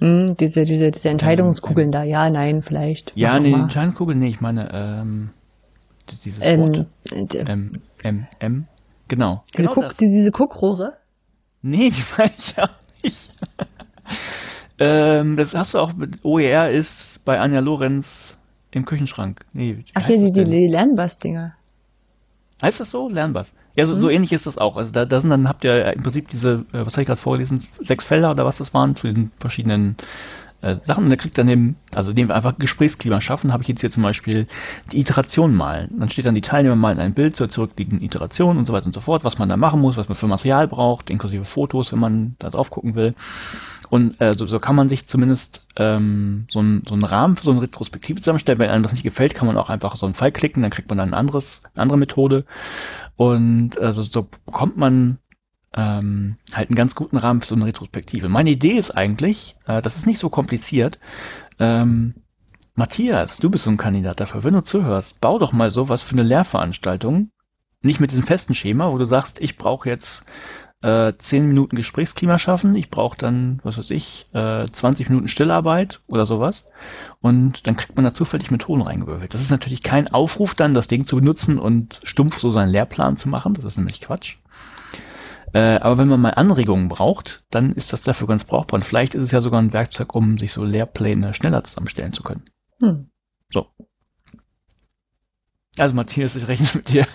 Hm, diese, diese, diese Entscheidungskugeln ähm, da, ja, nein, vielleicht. Ja, nee, Entscheidungskugeln, nee, ich meine, ähm, dieses ähm, Wort. M, M, M, genau. Diese, genau Guck, das. die, diese Guckrohre? Nee, die meine ich auch nicht. ähm, das hast du auch mit O E R ist bei Anja Lorenz im Küchenschrank. Nee, wie Ach heißt hier, das die, denn? die Lernbass-Dinger. Heißt das so? Lernbass. Ja, so, hm? so ähnlich ist das auch. Also da, da sind dann, habt ihr im Prinzip diese, äh, was habe ich gerade vorgelesen, sechs Felder oder was das waren, zu den verschiedenen äh, Sachen. Und da kriegt dann eben, also indem wir einfach Gesprächsklima schaffen, habe ich jetzt hier zum Beispiel die Iteration malen. Dann steht dann, die Teilnehmer malen ein Bild zur zurückliegenden Iteration und so weiter und so fort, was man da machen muss, was man für Material braucht, inklusive Fotos, wenn man da drauf gucken will. Und äh, so, so kann man sich zumindest ähm, so, ein, so einen Rahmen für so eine Retrospektive zusammenstellen. Wenn einem das nicht gefällt, kann man auch einfach so einen Pfeil klicken, dann kriegt man dann ein anderes, eine andere Methode. Und äh, so, so bekommt man ähm, halt einen ganz guten Rahmen für so eine Retrospektive. Meine Idee ist eigentlich, äh, das ist nicht so kompliziert. Ähm, Matthias, du bist so ein Kandidat dafür. Wenn du zuhörst, bau doch mal sowas für eine Lehrveranstaltung. Nicht mit diesem festen Schema, wo du sagst, ich brauche jetzt äh, zehn Minuten Gesprächsklima schaffen, ich brauche dann, was weiß ich, äh, zwanzig Minuten Stillarbeit oder sowas. Und dann kriegt man da zufällig Methoden reingewürfelt. Das ist natürlich kein Aufruf dann, das Ding zu benutzen und stumpf so seinen Lehrplan zu machen. Das ist nämlich Quatsch. Äh, aber wenn man mal Anregungen braucht, dann ist das dafür ganz brauchbar. Und vielleicht ist es ja sogar ein Werkzeug, um sich so Lehrpläne schneller zusammenstellen zu können. Hm. So. Also Matthias, ich rechne mit dir.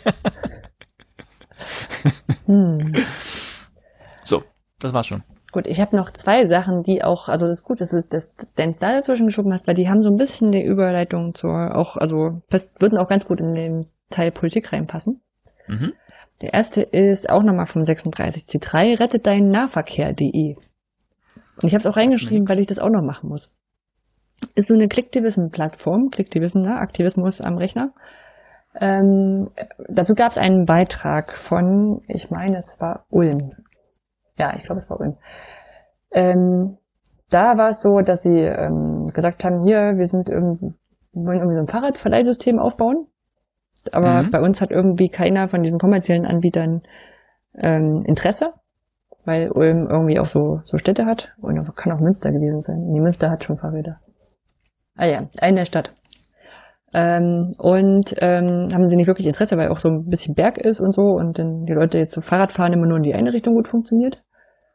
hm. So, das war's schon. Gut, ich habe noch zwei Sachen, die auch, also das ist gut, dass du das dein Style dazwischen geschoben hast, weil die haben so ein bisschen die Überleitung zur, auch, also würden auch ganz gut in den Teil Politik reinpassen. Mhm. Der erste ist auch nochmal vom sechsunddreißig C drei, rettet deinen Nahverkehr punkt de. Und ich habe es auch reingeschrieben, weil ich das auch noch machen muss. Ist so eine Clicktivism-Plattform, Clicktivism, ne? Aktivismus am Rechner. Ähm, dazu gab es einen Beitrag von, ich meine, es war Ulm. Ja, ich glaube, es war Ulm. Ähm, da war es so, dass sie ähm, gesagt haben, hier, wir sind irgendwie, wollen irgendwie so ein Fahrradverleihsystem aufbauen. Aber mhm. bei uns hat irgendwie keiner von diesen kommerziellen Anbietern ähm, Interesse, weil Ulm irgendwie auch so so Städte hat. Und kann auch Münster gewesen sein. Nee, Münster hat schon Fahrräder. Ah ja, eine Stadt. Ähm, und ähm, haben sie nicht wirklich Interesse, weil auch so ein bisschen Berg ist und so und dann die Leute jetzt so Fahrrad fahren immer nur in die eine Richtung gut funktioniert.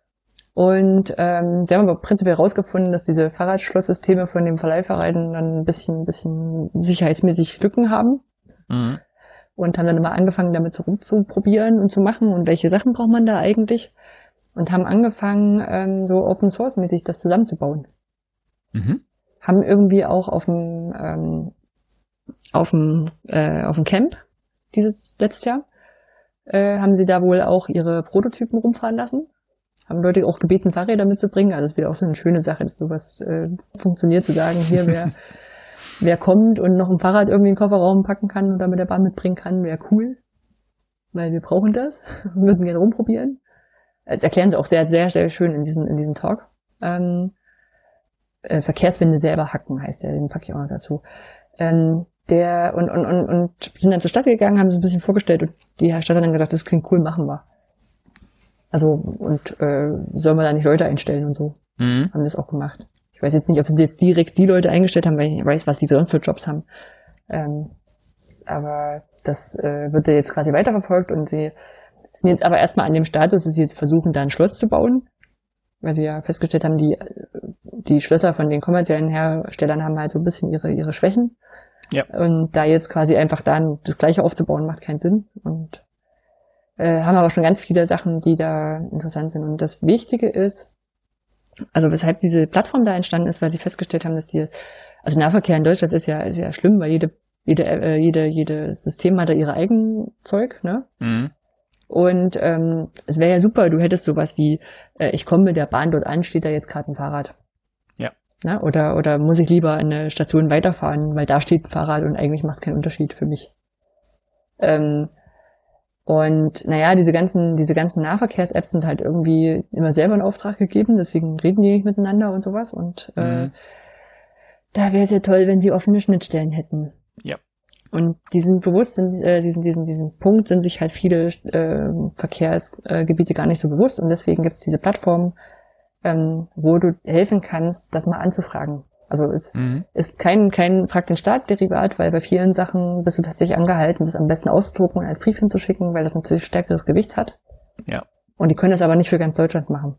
Und ähm, sie haben aber prinzipiell herausgefunden, dass diese Fahrradschlosssysteme von den Verleihvereinen dann ein bisschen, ein bisschen sicherheitsmäßig Lücken haben. Mhm. Und haben dann immer angefangen, damit so rumzuprobieren und zu machen und welche Sachen braucht man da eigentlich. Und haben angefangen, ähm, so Open-Source-mäßig das zusammenzubauen. Mhm. Haben irgendwie auch auf dem ähm, auf dem äh, auf dem Camp dieses letztes Jahr äh, haben sie da wohl auch ihre Prototypen rumfahren lassen. Haben Leute auch gebeten, Fahrräder mitzubringen. Also es ist wieder auch so eine schöne Sache, dass sowas äh, funktioniert, zu sagen, hier, wer wer kommt und noch ein Fahrrad irgendwie in den Kofferraum packen kann oder mit der Bahn mitbringen kann, wäre cool. Weil wir brauchen das. Wir würden gerne rumprobieren. Das erklären sie auch sehr, sehr, sehr schön in diesem, in diesem Talk. Ähm, äh, Verkehrswende selber hacken heißt der, den packe ich auch noch dazu. Ähm, der, und, und, und, und sind dann zur Stadt gegangen, haben es ein bisschen vorgestellt und die Stadt hat dann gesagt, das klingt cool, machen wir. Also, und, äh, sollen wir da nicht Leute einstellen und so. Mhm. Haben das auch gemacht. Ich weiß jetzt nicht, ob sie jetzt direkt die Leute eingestellt haben, weil ich weiß, was die sonst für Jobs haben. Ähm, aber das äh, wird ja jetzt quasi weiterverfolgt und sie sind jetzt aber erstmal an dem Status, dass sie jetzt versuchen, da ein Schloss zu bauen. Weil sie ja festgestellt haben, die die Schlösser von den kommerziellen Herstellern haben halt so ein bisschen ihre ihre Schwächen. Ja. Und da jetzt quasi einfach dann das Gleiche aufzubauen, macht keinen Sinn. Und äh, haben aber schon ganz viele Sachen, die da interessant sind. Und das Wichtige ist, also weshalb diese Plattform da entstanden ist, weil sie festgestellt haben, dass die, also Nahverkehr in Deutschland ist ja ist ja schlimm, weil jede jede äh, jede jede System hat da ihre eigenen Zeug, ne? Mhm. Und ähm, es wäre ja super, du hättest sowas wie, äh, ich komme mit der Bahn dort an, steht da jetzt gerade ein Fahrrad. Ja. Na, oder oder muss ich lieber an eine Station weiterfahren, weil da steht ein Fahrrad und eigentlich macht es keinen Unterschied für mich. Ähm, und naja, diese ganzen diese ganzen Nahverkehrs-Apps sind halt irgendwie immer selber in Auftrag gegeben, deswegen reden die nicht miteinander und sowas. Und äh, mhm. da wäre es ja toll, wenn sie offene Schnittstellen hätten. Ja. Und diesen bewusst sind, äh, diesen, diesen, diesen Punkt sind sich halt viele äh, Verkehrsgebiete äh, gar nicht so bewusst und deswegen gibt es diese Plattform ähm, wo du helfen kannst, das mal anzufragen. Also es Mhm. ist kein, kein Frag den Staat-Derivat, weil bei vielen Sachen bist du tatsächlich angehalten, das am besten auszudrucken und als Brief hinzuschicken, weil das natürlich stärkeres Gewicht hat. Ja. Und die können das aber nicht für ganz Deutschland machen.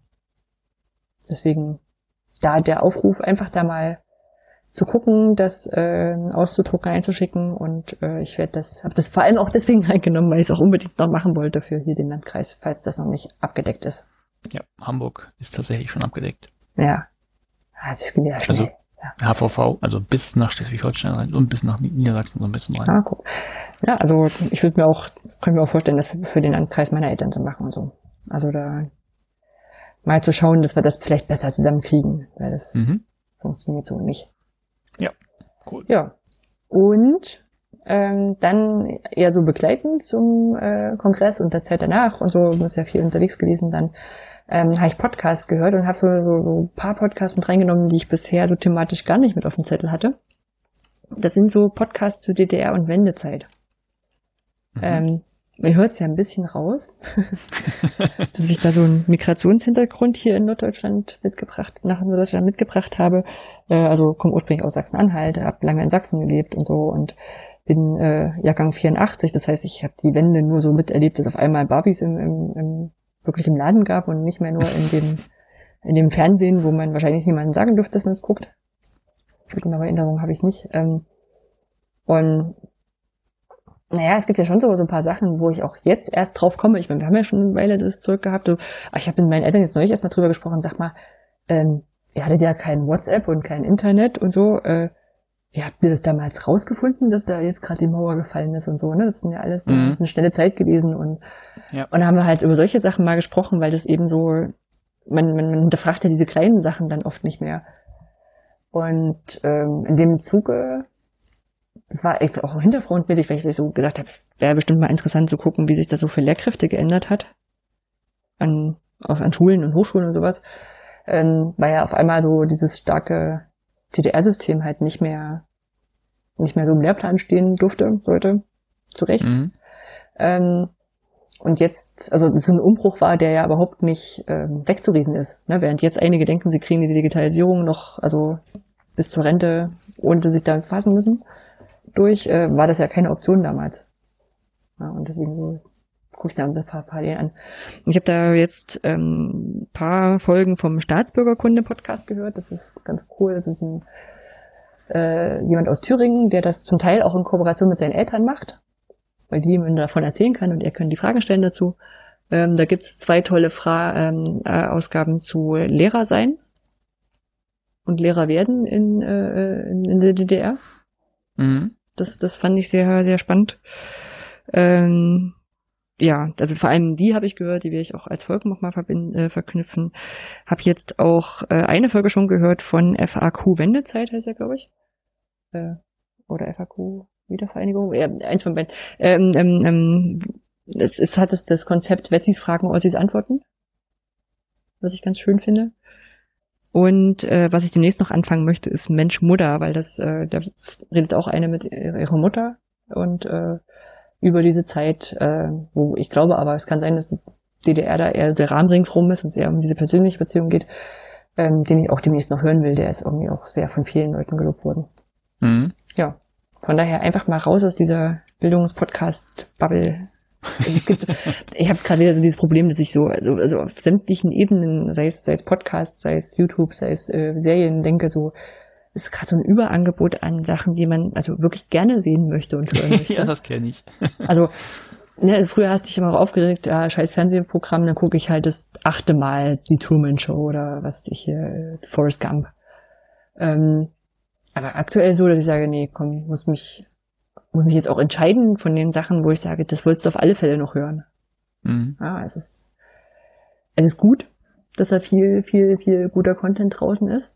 Deswegen da der Aufruf, einfach da mal zu gucken, das äh, auszudrucken, einzuschicken. Und äh, ich werde das, habe das vor allem auch deswegen reingenommen, weil ich es auch unbedingt noch machen wollte für hier den Landkreis, falls das noch nicht abgedeckt ist. Ja, Hamburg ist tatsächlich schon abgedeckt. Ja, ah, das ging ja schnell. Also H V V, also bis nach Schleswig-Holstein rein und bis nach Niedersachsen so ein bisschen rein. Ah, guck. Ja, also ich würde mir auch, könnte mir auch vorstellen, das für, für den Landkreis meiner Eltern zu machen und so. Also da mal zu schauen, dass wir das vielleicht besser zusammenkriegen, weil das Mhm. funktioniert so nicht. Ja, cool. Ja. Und ähm, dann eher so begleitend zum äh, Kongress und der Zeit danach und so, ist ja viel unterwegs gewesen, dann ähm, habe ich Podcasts gehört und habe so, so, so ein paar Podcasts mit reingenommen, die ich bisher so thematisch gar nicht mit auf dem Zettel hatte. Das sind so Podcasts zu D D R und Wendezeit. Mhm. Ähm, man hört es ja ein bisschen raus, dass ich da so einen Migrationshintergrund hier in Norddeutschland mitgebracht, nach Norddeutschland mitgebracht habe. Äh, also komme ursprünglich aus Sachsen-Anhalt, habe lange in Sachsen gelebt und so und bin äh, Jahrgang vierundachtzig. Das heißt, ich habe die Wende nur so miterlebt, dass auf einmal Barbies im, im, im wirklich im Laden gab und nicht mehr nur in dem in dem Fernsehen, wo man wahrscheinlich niemandem sagen dürfte, dass man es guckt. So genaue Erinnerung habe ich nicht. Ähm, und naja, es gibt ja schon so, so ein paar Sachen, wo ich auch jetzt erst drauf komme. Ich meine, wir haben ja schon eine Weile das zurück gehabt. So, ich habe mit meinen Eltern jetzt neulich erstmal drüber gesprochen. Sag mal, ähm, ihr hattet ja kein WhatsApp und kein Internet und so. Äh, wie habt ihr das damals rausgefunden, dass da jetzt gerade die Mauer gefallen ist und so? Ne, das sind ja alles Mhm. eine schnelle Zeit gewesen. Und Ja. und da haben wir halt über solche Sachen mal gesprochen, weil das eben so, man, man, man hinterfragt ja diese kleinen Sachen dann oft nicht mehr. Und ähm, in dem Zuge, das war echt auch hintergrundmäßig, weil ich so gesagt habe, es wäre bestimmt mal interessant zu gucken, wie sich das so für Lehrkräfte geändert hat. An, auch an Schulen und Hochschulen und sowas. Ähm, weil ja auf einmal so dieses starke D D R-System halt nicht mehr nicht mehr so im Lehrplan stehen durfte, sollte. Zu Recht. Mhm. Ähm, und jetzt, also das so ein Umbruch war, der ja überhaupt nicht ähm, wegzureden ist. Ne? Während jetzt einige denken, sie kriegen die Digitalisierung noch, also bis zur Rente, ohne dass sie sich da befassen müssen, durch, äh, war das ja keine Option damals. Ja, und deswegen so gucke ich da ein paar Parallelen an. Ich habe da jetzt ähm, ein paar Folgen vom Staatsbürgerkunde-Podcast gehört. Das ist ganz cool. Das ist ein äh, jemand aus Thüringen, der das zum Teil auch in Kooperation mit seinen Eltern macht, weil die ihm davon erzählen kann und er kann die Fragen stellen dazu. Ähm, da gibt's zwei tolle Fra- ähm, äh, Ausgaben zu Lehrer sein und Lehrer werden in, äh, in, in der D D R. Mhm. Das, das fand ich sehr, sehr spannend. Ähm, ja, also vor allem die habe ich gehört, die werde ich auch als Folge nochmal äh, verknüpfen. Habe jetzt auch äh, eine Folge schon gehört von F A Q Wendezeit, heißt er, glaube ich. Äh, oder F A Q Wiedervereinigung, ja, eins von beiden. Ähm, ähm, ähm, es, es hat es das Konzept Wessis Fragen, Ossis Antworten, was ich ganz schön finde. Und äh, was ich demnächst noch anfangen möchte, ist Mensch Mutter, weil das, äh, da redet auch eine mit ihrer Mutter und äh, über diese Zeit, äh, wo ich glaube, aber es kann sein, dass die D D R da eher der Rahmen ringsrum ist und es eher um diese persönliche Beziehung geht, ähm, den ich auch demnächst noch hören will. Der ist irgendwie auch sehr von vielen Leuten gelobt worden. Mhm. Ja, von daher einfach mal raus aus dieser Bildungspodcast-Bubble. Also es gibt, ich habe gerade wieder so dieses Problem, dass ich so, also, also auf sämtlichen Ebenen, sei es, sei es Podcast, sei es YouTube, sei es äh, Serien, denke so, es ist gerade so ein Überangebot an Sachen, die man also wirklich gerne sehen möchte und hören möchte. Ja, das kenne ich. Also, ne, früher hast du dich immer auch aufgeregt, ja, scheiß Fernsehprogramm, dann gucke ich halt das achte Mal die Truman Show oder was weiß ich hier, Forrest Gump. Ähm, aber aktuell so, dass ich sage, nee, komm, muss mich, muss mich jetzt auch entscheiden von den Sachen, wo ich sage, das wolltest du auf alle Fälle noch hören. Mhm. Ja, es ist, es ist gut, dass da viel, viel, viel guter Content draußen ist.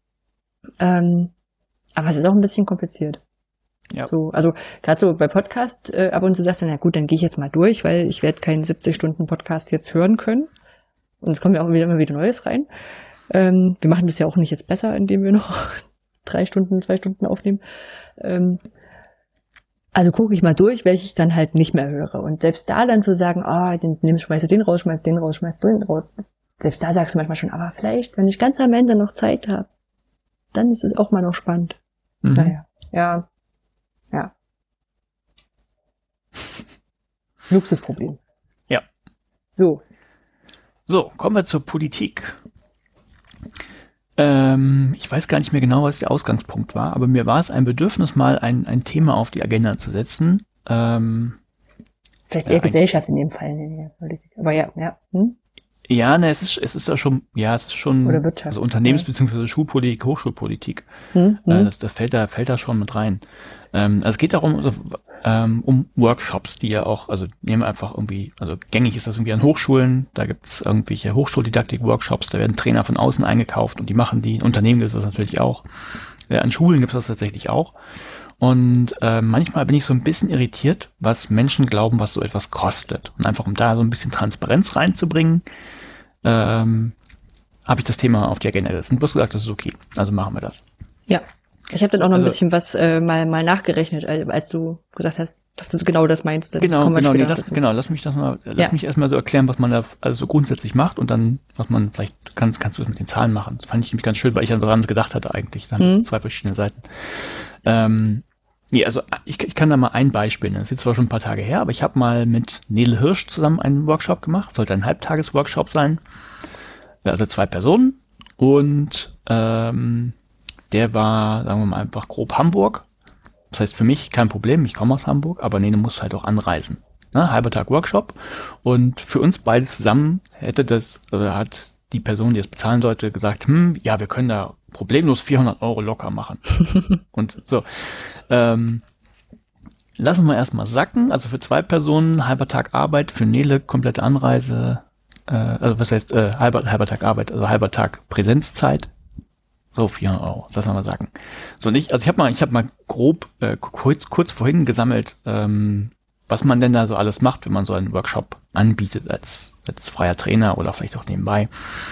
Ähm, aber es ist auch ein bisschen kompliziert. Ja. So, also gerade so bei Podcast äh, ab und zu sagst du, na gut, dann gehe ich jetzt mal durch, weil ich werde keinen siebzig Stunden Podcast jetzt hören können. Und es kommt ja auch wieder immer wieder Neues rein. Ähm, wir machen das ja auch nicht jetzt besser, indem wir noch drei Stunden, zwei Stunden aufnehmen. Ähm, also gucke ich mal durch, welche ich dann halt nicht mehr höre. Und selbst da dann zu sagen, ah, oh, den, schmeiße den raus, schmeiße den raus, schmeiße den raus, selbst da sagst du manchmal schon, aber vielleicht, wenn ich ganz am Ende noch Zeit habe, dann ist es auch mal noch spannend. Mhm. Naja, ja, ja. Luxusproblem. Ja. So. So, kommen wir zur Politik. Ähm, ich weiß gar nicht mehr genau, was der Ausgangspunkt war, aber mir war es ein Bedürfnis, mal ein, ein Thema auf die Agenda zu setzen. Ähm, Vielleicht eher ja, Gesellschaft in dem Fall, in der Politik. Aber ja, ja. Hm? Ja, ne, es ist, es ist ja schon, ja, es ist schon, Oder Wirtschaft, also Unternehmens- ja. bzw. Schulpolitik, Hochschulpolitik. Hm, hm. Äh, das, das fällt da, fällt da schon mit rein. Ähm, also es geht darum, also, ähm, um Workshops, die ja auch, also nehmen wir einfach irgendwie, also gängig ist das irgendwie an Hochschulen, da gibt's irgendwelche Hochschuldidaktik-Workshops, da werden Trainer von außen eingekauft und die machen die, in Unternehmen gibt es das natürlich auch. Ja, an Schulen gibt es das tatsächlich auch. Und äh, manchmal bin ich so ein bisschen irritiert, was Menschen glauben, was so etwas kostet. Und einfach um da so ein bisschen Transparenz reinzubringen, ähm, habe ich das Thema auf die Agenda gesetzt. Und du hast gesagt, das ist okay. Also machen wir das. Ja, ich habe dann auch noch also, ein bisschen was äh, mal mal nachgerechnet, als du gesagt hast, dass du genau das meinst. Dann genau, genau, nee, lass, dazu. genau. Lass mich das mal, lass ja. mich erstmal so erklären, was man da also so grundsätzlich macht und dann, was man vielleicht kannst, kannst du mit den Zahlen machen. Das fand ich nämlich ganz schön, weil ich an was anderes gedacht hatte eigentlich. Da haben wir zwei verschiedene Seiten. Ähm, Nee, also ich, ich kann da mal ein Beispiel nennen. Das ist jetzt zwar schon ein paar Tage her, aber ich habe mal mit Nele Hirsch zusammen einen Workshop gemacht. Sollte ein Halbtages-Workshop sein. Also zwei Personen. Und ähm, der war, sagen wir mal, einfach grob Hamburg. Das heißt für mich kein Problem, ich komme aus Hamburg, aber Nele muss halt auch anreisen. Ne? Halber Tag Workshop. Und für uns beide zusammen hätte das, oder hat die Person, die es bezahlen sollte, gesagt, hm, ja, wir können da problemlos vierhundert Euro locker machen. Und so. Ähm, lassen wir erstmal sacken. Also für zwei Personen, halber Tag Arbeit, für Nele komplette Anreise, äh, also was heißt äh, halber, halber Tag Arbeit, also halber Tag Präsenzzeit. So, vierhundert Euro, das lassen wir mal sagen. So nicht, also ich habe mal, ich habe mal grob äh, kurz, kurz vorhin gesammelt, ähm, was man denn da so alles macht, wenn man so einen Workshop anbietet als, als freier Trainer oder vielleicht auch nebenbei.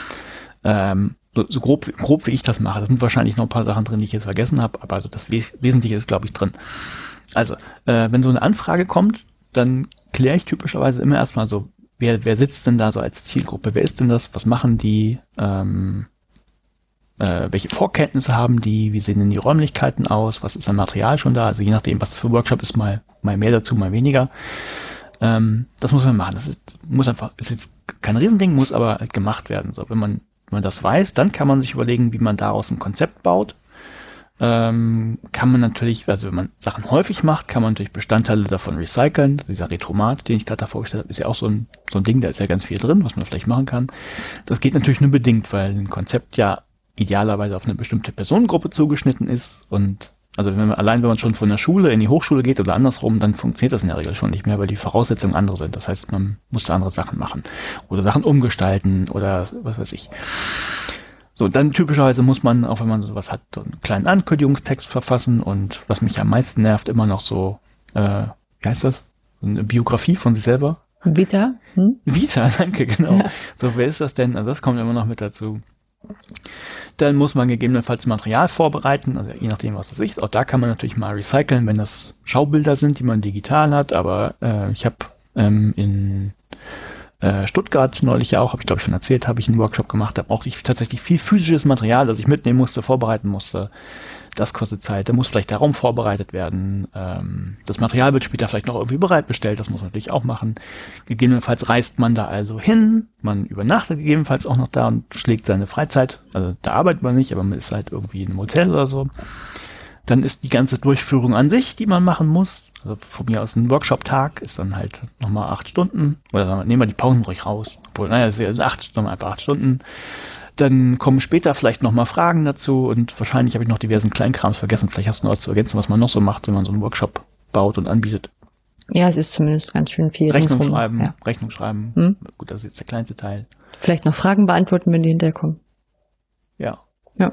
Ähm, so, so grob, grob wie ich das mache. Da sind wahrscheinlich noch ein paar Sachen drin, die ich jetzt vergessen habe, aber also das Wes- Wesentliche ist, glaube ich, drin. Also, äh, wenn so eine Anfrage kommt, dann kläre ich typischerweise immer erstmal so, wer, wer sitzt denn da so als Zielgruppe? Wer ist denn das? Was machen die? Ähm, äh, welche Vorkenntnisse haben die? Wie sehen denn die Räumlichkeiten aus? Was ist an Material schon da? Also je nachdem, was das für ein Workshop ist, mal, mal mehr dazu, mal weniger. Ähm, das muss man machen. Das ist, muss einfach, ist jetzt kein Riesending, muss aber halt gemacht werden. So, wenn man, wenn man das weiß, dann kann man sich überlegen, wie man daraus ein Konzept baut. Ähm, kann man natürlich, also wenn man Sachen häufig macht, kann man natürlich Bestandteile davon recyceln. Dieser Retromat, den ich gerade da vorgestellt habe, ist ja auch so ein, so ein Ding, da ist ja ganz viel drin, was man vielleicht machen kann. Das geht natürlich nur bedingt, weil ein Konzept ja idealerweise auf eine bestimmte Personengruppe zugeschnitten ist und also wenn man, allein wenn man schon von der Schule in die Hochschule geht oder andersrum, dann funktioniert das in der Regel schon nicht mehr, weil die Voraussetzungen andere sind. Das heißt, man muss da andere Sachen machen oder Sachen umgestalten oder was weiß ich. So, dann typischerweise muss man, auch wenn man sowas hat, so einen kleinen Ankündigungstext verfassen und was mich am meisten nervt, immer noch so, äh, wie heißt das? Eine Biografie von sich selber. Vita? Hm? Vita, danke, genau. Ja. So, wer ist das denn? Also das kommt immer noch mit dazu. Dann muss man gegebenenfalls Material vorbereiten, also je nachdem, was das ist. Auch da kann man natürlich mal recyceln, wenn das Schaubilder sind, die man digital hat. Aber äh, ich habe ähm, in äh, Stuttgart neulich ja auch, habe ich glaube ich schon erzählt, habe ich einen Workshop gemacht. Da brauchte ich tatsächlich viel physisches Material, das ich mitnehmen musste, vorbereiten musste. Das kostet Zeit. Da muss vielleicht der Raum vorbereitet werden. Ähm, das Material wird später vielleicht noch irgendwie bereitbestellt. Das muss man natürlich auch machen. Gegebenenfalls reist man da also hin. Man übernachtet gegebenenfalls auch noch da und schlägt seine Freizeit. Also da arbeitet man nicht, aber man ist halt irgendwie in einem Hotel oder so. Dann ist die ganze Durchführung an sich, die man machen muss. Also von mir aus ein Workshop-Tag ist dann halt nochmal acht Stunden. Oder sagen wir, nehmen wir die Pausen ruhig raus. Obwohl, naja, es ist acht Stunden, einfach acht Stunden. Dann kommen später vielleicht nochmal Fragen dazu und wahrscheinlich habe ich noch diversen Kleinkrams vergessen. Vielleicht hast du noch was zu ergänzen, was man noch so macht, wenn man so einen Workshop baut und anbietet. Ja, es ist zumindest ganz schön viel. Rechnung ringsrum. schreiben, ja. Rechnung schreiben. Hm? Gut, das ist jetzt der kleinste Teil. Vielleicht noch Fragen beantworten, wenn die hinterherkommen. Ja. Ja.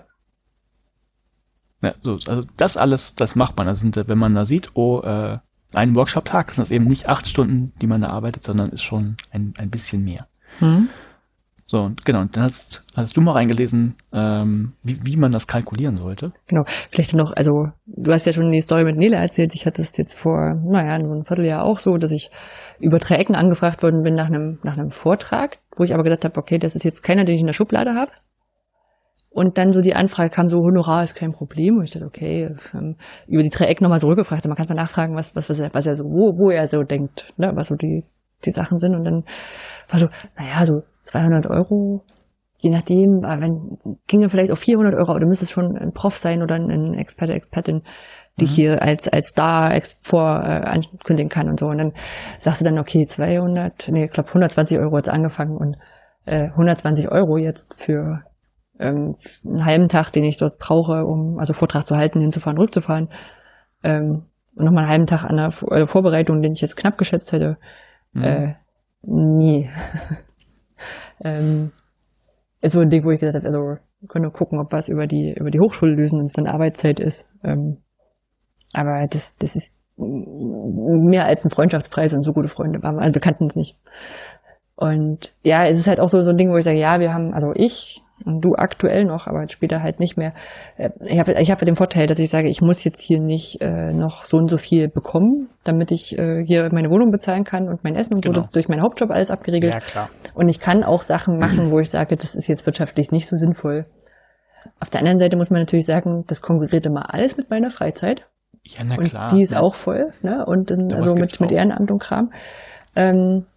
Ja, so, also das alles, das macht man. Also wenn man da sieht, oh, äh, ein Workshop-Tag sind das eben nicht acht Stunden, die man da arbeitet, sondern ist schon ein, ein bisschen mehr. Hm? So, und genau, und dann hast, hast du mal reingelesen, ähm, wie, wie man das kalkulieren sollte. Genau, vielleicht noch, also du hast ja schon die Story mit Nele erzählt, ich hatte es jetzt vor, naja, so ein Vierteljahr auch so, dass ich über drei Ecken angefragt worden bin nach einem nach einem Vortrag, wo ich aber gedacht habe, okay, das ist jetzt keiner, den ich in der Schublade habe. Und dann so die Anfrage kam so, Honorar ist kein Problem. Und ich dachte, okay, ähm, über die drei Ecken nochmal zurückgefragt. Man kann mal nachfragen, was, was, was er, was er so, wo, wo er so denkt, ne, was so die, die Sachen sind. Und dann war so, naja, so zweihundert Euro, je nachdem, aber wenn, ging dann vielleicht auf vierhundert Euro, oder müsste es schon ein Prof sein oder ein Experte, Expertin, die ich Mhm. hier als, als Star ex, vor, äh, ankündigen kann und so. Und dann sagst du dann, okay, zweihundert, nee, ich glaube hundertzwanzig Euro hat's angefangen und, äh, hundertzwanzig Euro jetzt für, ähm, einen halben Tag, den ich dort brauche, um also Vortrag zu halten, hinzufahren, rückzufahren, ähm, und nochmal einen halben Tag an der Vor- äh, Vorbereitung, den ich jetzt knapp geschätzt hätte, Mhm. äh, nie. ähm, ist so ein Ding, wo ich gesagt habe, also wir können nur gucken, ob wir es über die über die Hochschule lösen, wenn es dann Arbeitszeit ist. Ähm, aber das das ist mehr als ein Freundschaftspreis und so gute Freunde waren wir, also wir kannten uns nicht. Und ja, es ist halt auch so, so ein Ding, wo ich sage, ja, wir haben, also ich und du aktuell noch, aber später halt nicht mehr. Äh, Ich habe ich hab ja den Vorteil, dass ich sage, ich muss jetzt hier nicht äh, noch so und so viel bekommen, damit ich äh, hier meine Wohnung bezahlen kann und mein Essen und so. Genau. Das ist durch meinen Hauptjob alles abgeregelt. Ja, klar. Und ich kann auch Sachen machen, wo ich sage, das ist jetzt wirtschaftlich nicht so sinnvoll. Auf der anderen Seite muss man natürlich sagen, das konkurriert immer alles mit meiner Freizeit. Ja, na Und klar. die ist ne? auch voll, ne? Und dann, Sowas also gibt's mit, mit auch. Ehrenamt und Kram. Ähm,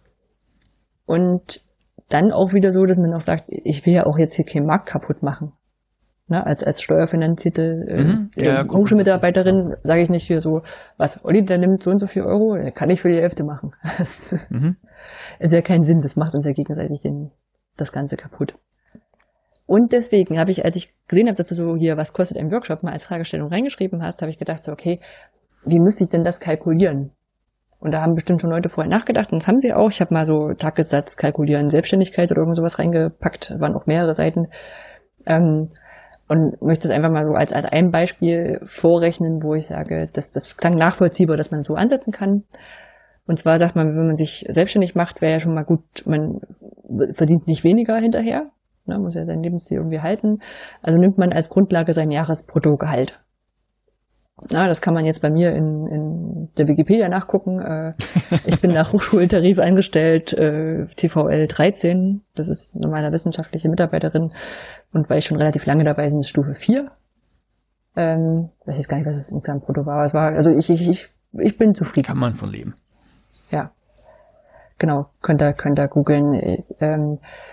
und dann auch wieder so, dass man auch sagt, ich will ja auch jetzt hier keinen Markt kaputt machen. Ne? Als, als steuerfinanzierte äh, Mhm. Ja, ja, äh, kommt Hochschulmitarbeiterin sage ich nicht hier so, was, Olli, der nimmt so und so viel Euro, der kann ich für die Hälfte machen. Das Mhm. ist ja keinen Sinn, das macht uns ja gegenseitig den, das Ganze kaputt. Und deswegen habe ich, als ich gesehen habe, dass du so hier, was kostet ein Workshop, mal als Fragestellung reingeschrieben hast, habe ich gedacht so, okay, wie müsste ich denn das kalkulieren? Und da haben bestimmt schon Leute vorher nachgedacht und das haben sie auch. Ich habe mal so Tagessatz kalkulieren, Selbstständigkeit oder irgend sowas reingepackt, waren auch mehrere Seiten. Ähm, und möchte es einfach mal so als, als ein Beispiel vorrechnen, wo ich sage, dass das klang nachvollziehbar, dass man so ansetzen kann. Und zwar sagt man, wenn man sich selbstständig macht, wäre ja schon mal gut, man verdient nicht weniger hinterher, ne, muss ja sein Lebensstil irgendwie halten. Also nimmt man als Grundlage sein Jahresbruttogehalt. Na, das kann man jetzt bei mir in, in der Wikipedia nachgucken. Äh, ich bin nach Hochschultarif eingestellt, äh, T V L dreizehn. Das ist normale wissenschaftliche Mitarbeiterin. Und weil ich schon relativ lange dabei bin, ist Stufe vier. Ähm, weiß jetzt gar nicht, was es insgesamt brutto war. Aber es war, also ich, ich, ich, ich bin zufrieden. Kann man von leben. Ja. Genau. Könnt ihr, könnt ihr googeln. Ähm,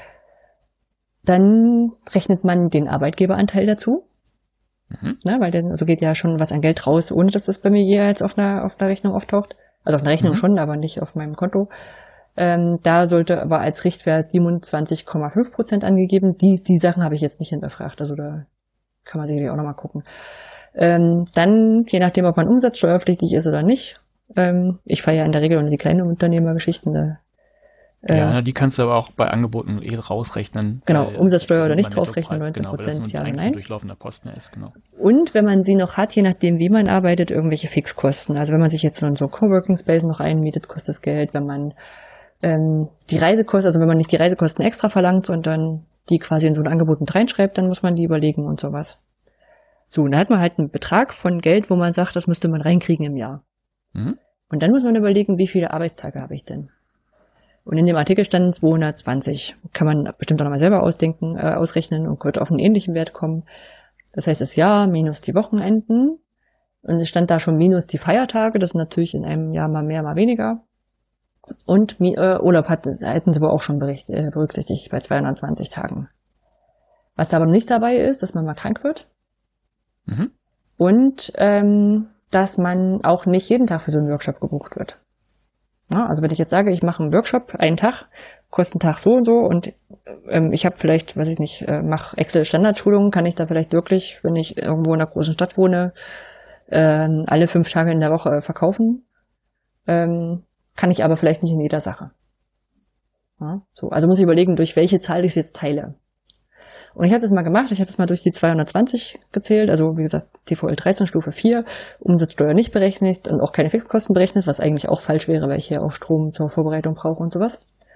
dann rechnet man den Arbeitgeberanteil dazu. Mhm. Ne, weil dann so geht ja schon was an Geld raus, ohne dass das bei mir jeweils auf einer, auf einer Rechnung auftaucht. Also auf einer Rechnung Mhm. schon, aber nicht auf meinem Konto. Ähm, da sollte aber als Richtwert siebenundzwanzig Komma fünf Prozent angegeben. Die, die Sachen habe ich jetzt nicht hinterfragt. Also da kann man sicherlich auch nochmal gucken. Ähm, dann, je nachdem, ob man umsatzsteuerpflichtig ist oder nicht. Ähm, ich fahre ja in der Regel unter die kleinen Unternehmergeschichten. Da, äh, Ja, die kannst du aber auch bei Angeboten eh rausrechnen. Genau, weil Umsatzsteuer das oder sind nicht immer draufrechnen, Nettopreis- neunzehn Genau, weil das Prozent nur ja oder eigentlich ein nein. durchlaufender Posten ist, genau. Und wenn man sie noch hat, je nachdem, wie man arbeitet, irgendwelche Fixkosten. Also wenn man sich jetzt so einen Coworking Space noch einmietet, kostet das Geld. Wenn man ähm, die Reisekosten, also wenn man nicht die Reisekosten extra verlangt, sondern die quasi in so ein Angebot mit reinschreibt, dann muss man die überlegen und sowas. So, und da hat man halt einen Betrag von Geld, wo man sagt, das müsste man reinkriegen im Jahr. Mhm. Und dann muss man überlegen, wie viele Arbeitstage habe ich denn? Und in dem Artikel standen zweihundertzwanzig. Kann man bestimmt auch nochmal selber ausdenken, äh, ausrechnen und könnte auf einen ähnlichen Wert kommen. Das heißt, das Jahr minus die Wochenenden. Und es stand da schon minus die Feiertage. Das ist natürlich in einem Jahr mal mehr, mal weniger. Und äh, Urlaub hatten, hätten sie aber auch schon bericht, äh, berücksichtigt bei zweihundertzwanzig Tagen. Was da aber noch nicht dabei ist, dass man mal krank wird. Mhm. Und ähm, dass man auch nicht jeden Tag für so einen Workshop gebucht wird. Ja, also wenn ich jetzt sage, ich mache einen Workshop, einen Tag, kostet ein Tag so und so und ähm, ich habe vielleicht, weiß ich nicht, äh, mache Excel-Standardschulungen, kann ich da vielleicht wirklich, wenn ich irgendwo in einer großen Stadt wohne, ähm, alle fünf Tage in der Woche verkaufen. Ähm, kann ich aber vielleicht nicht in jeder Sache. Ja, so, also muss ich überlegen, durch welche Zahl ich es jetzt teile. Und ich habe das mal gemacht, ich habe das mal durch die zweihundertzwanzig gezählt, also wie gesagt, T V L dreizehn Stufe vier, Umsatzsteuer nicht berechnet und auch keine Fixkosten berechnet, was eigentlich auch falsch wäre, weil ich hier auch Strom zur Vorbereitung brauche und sowas.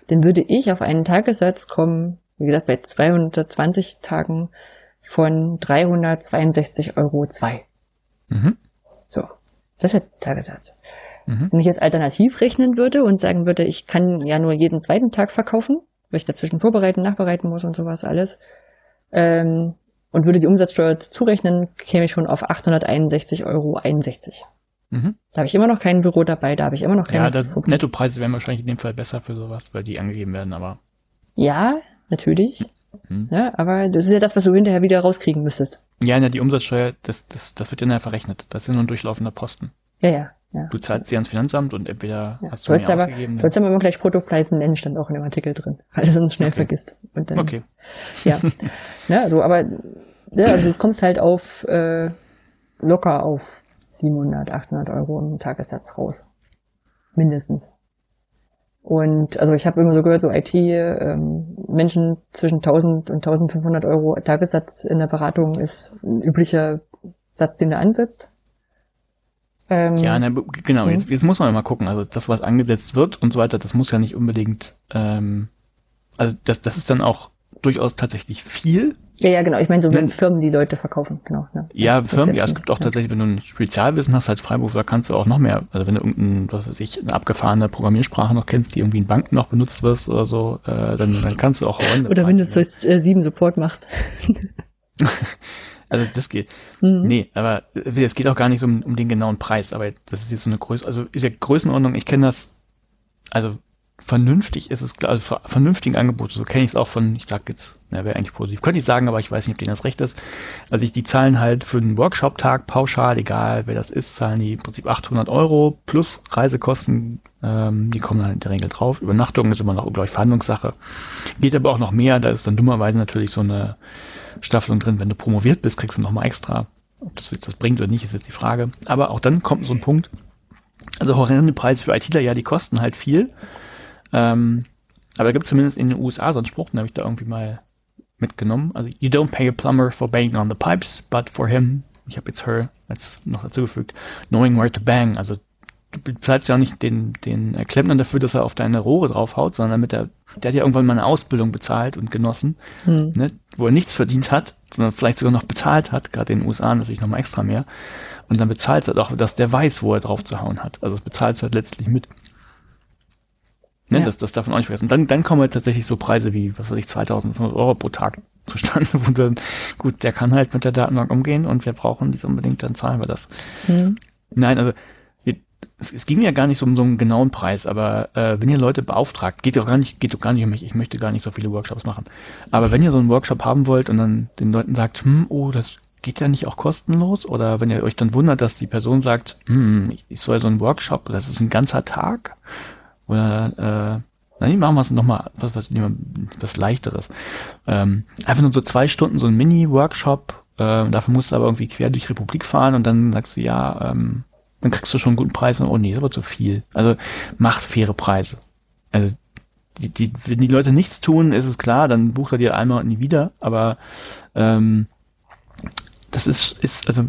dann würde ich auf einen Tagessatz kommen, wie gesagt, bei zweihundertzwanzig Tagen von dreihundertzweiundsechzig Euro zwei. Mhm. So, das ist der Tagessatz. Mhm. Wenn ich jetzt alternativ rechnen würde und sagen würde, ich kann ja nur jeden zweiten Tag verkaufen, weil ich dazwischen vorbereiten, nachbereiten muss und sowas alles, ähm, und würde die Umsatzsteuer zurechnen, käme ich schon auf achthunderteinundsechzig Euro einundsechzig. Mhm. Da habe ich immer noch kein Büro dabei, da habe ich immer noch keine Ja, da, Fotos. Nettopreise wären wahrscheinlich in dem Fall besser für sowas, weil die angegeben werden, aber. Ja, natürlich. Hm. Ja, aber das ist ja das, was du hinterher wieder rauskriegen müsstest. Ja, ja, die Umsatzsteuer, das, das, das wird ja nachher verrechnet. Das ist ja nur ein durchlaufender Posten. Ja, ja, ja. Du zahlst sie ans Finanzamt und entweder Ja. hast du Sollst mehr aber, ausgegeben. sollst aber immer gleich Produktpreise nennen, stand auch in dem Artikel drin, weil du sonst schnell Okay. vergisst. Und dann, Okay. ja. Ja, so, aber ja, also du kommst halt auf äh, locker auf siebenhundert, achthundert Euro im Tagessatz raus. Mindestens. Und also ich habe immer so gehört, so I T, ähm, Menschen zwischen tausend und eintausendfünfhundert Euro Tagessatz in der Beratung ist ein üblicher Satz, den du ansetzt. Ähm, Ja, ne, genau, hm. jetzt, jetzt muss man mal gucken. Also das, was angesetzt wird und so weiter, das muss ja nicht unbedingt, ähm, also das, das ist dann auch durchaus tatsächlich viel. Ja, ja, genau. Ich meine, so wenn Ne? Firmen die Leute verkaufen, genau. Ne? Ja, Das Firmen, ist ja, es jetzt gibt auch ja. tatsächlich, wenn du ein Spezialwissen hast als Freiberufler, kannst du auch noch mehr, also wenn du irgendein, was weiß ich, eine abgefahrene Programmiersprache noch kennst, die irgendwie in Banken noch benutzt wird oder so, äh, dann, dann kannst du auch horrende Oder wenn du Preise so äh, sieben Support machst. Also das geht. Mhm. Nee, aber äh, es geht auch gar nicht so um, um den genauen Preis, aber das ist jetzt so eine Größe, also ist ja Größenordnung, ich kenne das, also vernünftig ist es, klar, also ver- vernünftigen Angebote, so kenne ich es auch von, ich sag jetzt, na, wäre eigentlich positiv, könnte ich sagen, aber ich weiß nicht, ob denen das recht ist. Also ich, die zahlen halt für einen Workshop-Tag pauschal, egal wer das ist, zahlen die im Prinzip achthundert Euro plus Reisekosten, ähm, die kommen dann in der Regel drauf. Übernachtung ist immer noch, glaube ich, Verhandlungssache. Geht aber auch noch mehr, da ist dann dummerweise natürlich so eine Staffelung drin, wenn du promoviert bist, kriegst du nochmal extra. Ob das das bringt oder nicht, ist jetzt die Frage. Aber auch dann kommt so ein Punkt, also horrende Preise für ITler, ja, die kosten halt viel. Ähm, aber da gibt es zumindest in den U S A so einen Spruch, den habe ich da irgendwie mal mitgenommen. Also, you don't pay a plumber for banging on the pipes, but for him, ich habe jetzt her als noch dazugefügt, knowing where to bang. Also du bezahlst ja auch nicht den, den Klempner dafür, dass er auf deine Rohre draufhaut, sondern mit der, der hat ja irgendwann mal eine Ausbildung bezahlt und genossen, Hm. ne, wo er nichts verdient hat, sondern vielleicht sogar noch bezahlt hat, gerade in den U S A natürlich nochmal extra mehr. Und dann bezahlt er auch, dass der weiß, wo er drauf zu hauen hat. Also es bezahlt halt letztlich mit. Ne, Ja. das, das darf man auch nicht vergessen. Dann, dann kommen halt tatsächlich so Preise wie, was weiß ich, zweitausendfünfhundert Euro pro Tag zustande, wo dann, gut, der kann halt mit der Datenbank umgehen und wir brauchen dies unbedingt, dann zahlen wir das. Hm. Nein, also wir, es, es ging ja gar nicht so um so einen genauen Preis, aber äh, wenn ihr Leute beauftragt, geht doch gar nicht, geht doch gar nicht um mich, ich möchte gar nicht so viele Workshops machen. Aber wenn ihr so einen Workshop haben wollt und dann den Leuten sagt, hm, oh, das geht ja nicht auch kostenlos, oder wenn ihr euch dann wundert, dass die Person sagt, hm, ich soll so einen Workshop, das ist ein ganzer Tag, oder äh, nein, machen wir es nochmal, was, was, was Leichteres. Ähm, einfach nur so zwei Stunden so ein Mini-Workshop, äh, dafür musst du aber irgendwie quer durch die Republik fahren und dann sagst du, ja, ähm, dann kriegst du schon einen guten Preis und oh nee, ist aber zu viel. Also macht faire Preise. Also die, die, wenn die Leute nichts tun, ist es klar, dann bucht er dir einmal und nie wieder, aber ähm, das ist, ist, also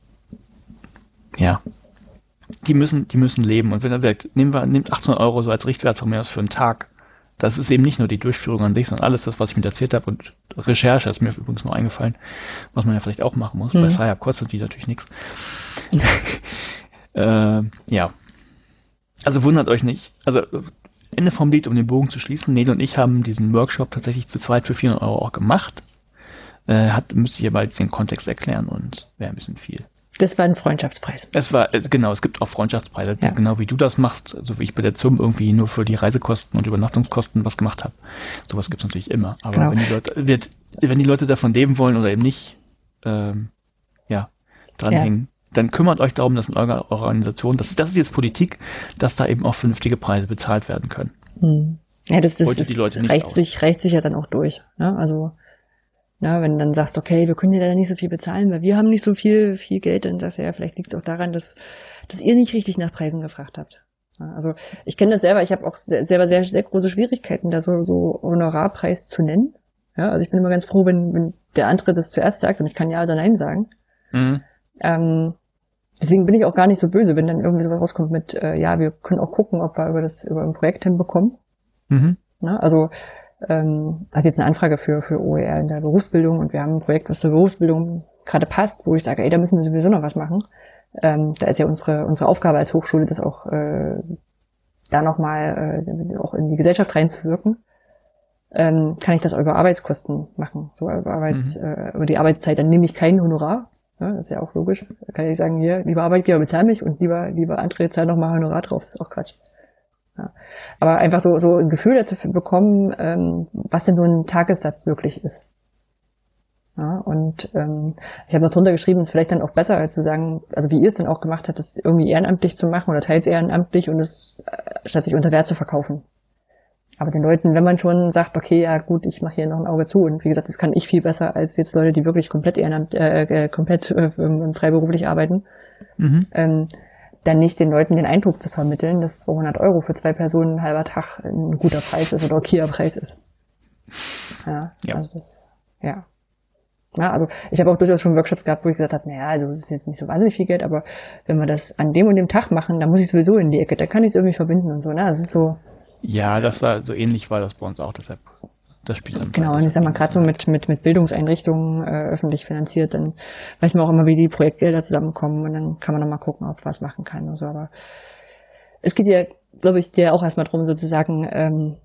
ja, die müssen, die müssen leben. Und wenn er sagt, nehmen wir, nimmt achthundert Euro so als Richtwert von mir aus für einen Tag. Das ist eben nicht nur die Durchführung an sich, sondern alles das, was ich mir erzählt habe. Und Recherche ist mir übrigens noch eingefallen, was man ja vielleicht auch machen muss. Mhm. Bei Sciap kostet die natürlich nichts. äh, ja. Also wundert euch nicht. Also Ende vom Lied, um den Bogen zu schließen. Nele und ich haben diesen Workshop tatsächlich zu zweit für vierhundert Euro auch gemacht. Äh, hat, müsste ich aber jetzt den Kontext erklären und wäre ein bisschen viel. Das war ein Freundschaftspreis. Es war, genau, es gibt auch Freundschaftspreise, ja. Genau wie du das machst, so also wie ich bei der Z U M irgendwie nur für die Reisekosten und Übernachtungskosten was gemacht habe. Sowas gibt es natürlich immer. Aber genau. wenn die Leute, wird, wenn die Leute davon leben wollen oder eben nicht, ähm, ja, dranhängen, ja. dann kümmert euch darum, dass in eurer Organisation, das, das ist jetzt Politik, dass da eben auch vernünftige Preise bezahlt werden können. Hm. Ja, das, das, das die Leute nicht reicht sich, reicht sich ja dann auch durch. Ne? Also, ja, wenn du dann sagst, okay, wir können dir da nicht so viel bezahlen, weil wir haben nicht so viel, viel Geld, dann sagst du ja, vielleicht liegt es auch daran, dass, dass ihr nicht richtig nach Preisen gefragt habt. Ja, also ich kenne das selber, ich habe auch sehr, selber sehr, sehr große Schwierigkeiten, da so, so Honorarpreis zu nennen. Ja, also ich bin immer ganz froh, wenn, wenn der andere das zuerst sagt und ich kann ja oder nein sagen. Mhm. Ähm, deswegen bin ich auch gar nicht so böse, wenn dann irgendwie sowas rauskommt mit, äh, ja, wir können auch gucken, ob wir über das über ein Projekt hinbekommen. Mhm. Ne? Also ähm, hat jetzt eine Anfrage für für O E R in der Berufsbildung und wir haben ein Projekt, was zur Berufsbildung gerade passt, wo ich sage, ey, da müssen wir sowieso noch was machen. Ähm, da ist ja unsere unsere Aufgabe als Hochschule, das auch äh, da nochmal äh, auch in die Gesellschaft reinzuwirken. Ähm, kann ich das auch über Arbeitskosten machen, so über Arbeits Mhm. äh, über die Arbeitszeit, dann nehme ich kein Honorar. Ja, das ist ja auch logisch. Da kann ich sagen, hier, lieber Arbeitgeber, bezahl mich und lieber lieber andere zahlen noch mal Honorar drauf. Das ist auch Quatsch. Ja. Aber einfach so so ein Gefühl dazu bekommen, ähm, was denn so ein Tagessatz wirklich ist. Ja, und ähm, ich habe noch drunter geschrieben, es ist vielleicht dann auch besser, als zu sagen, also wie ihr es dann auch gemacht habt, das irgendwie ehrenamtlich zu machen oder teils ehrenamtlich und es äh, statt sich unter Wert zu verkaufen. Aber den Leuten, wenn man schon sagt, okay, ja gut, ich mache hier noch ein Auge zu und wie gesagt, das kann ich viel besser als jetzt Leute, die wirklich komplett ehrenamt, äh, komplett äh, freiberuflich arbeiten, Mhm. ähm, dann nicht den Leuten den Eindruck zu vermitteln, dass zweihundert Euro für zwei Personen ein halber Tag ein guter Preis ist oder okayer Preis ist. Ja, Ja. also das, ja. Ja, also ich habe auch durchaus schon Workshops gehabt, wo ich gesagt habe, naja, also das ist jetzt nicht so wahnsinnig viel Geld, aber wenn wir das an dem und dem Tag machen, dann muss ich sowieso in die Ecke, dann kann ich es irgendwie verbinden und so. Ne? Das ist so, Ja, das war so ähnlich war das bei uns auch, deshalb das spielt dann genau, und ich deshalb sag mal, ging das gerade so dann mit, mit, mit Bildungseinrichtungen äh, öffentlich finanziert, dann weiß man auch immer, wie die Projektgelder zusammenkommen und dann kann man nochmal gucken, ob was machen kann und so. Aber es geht ja, glaube ich, dir auch erstmal drum, sozusagen, ähm,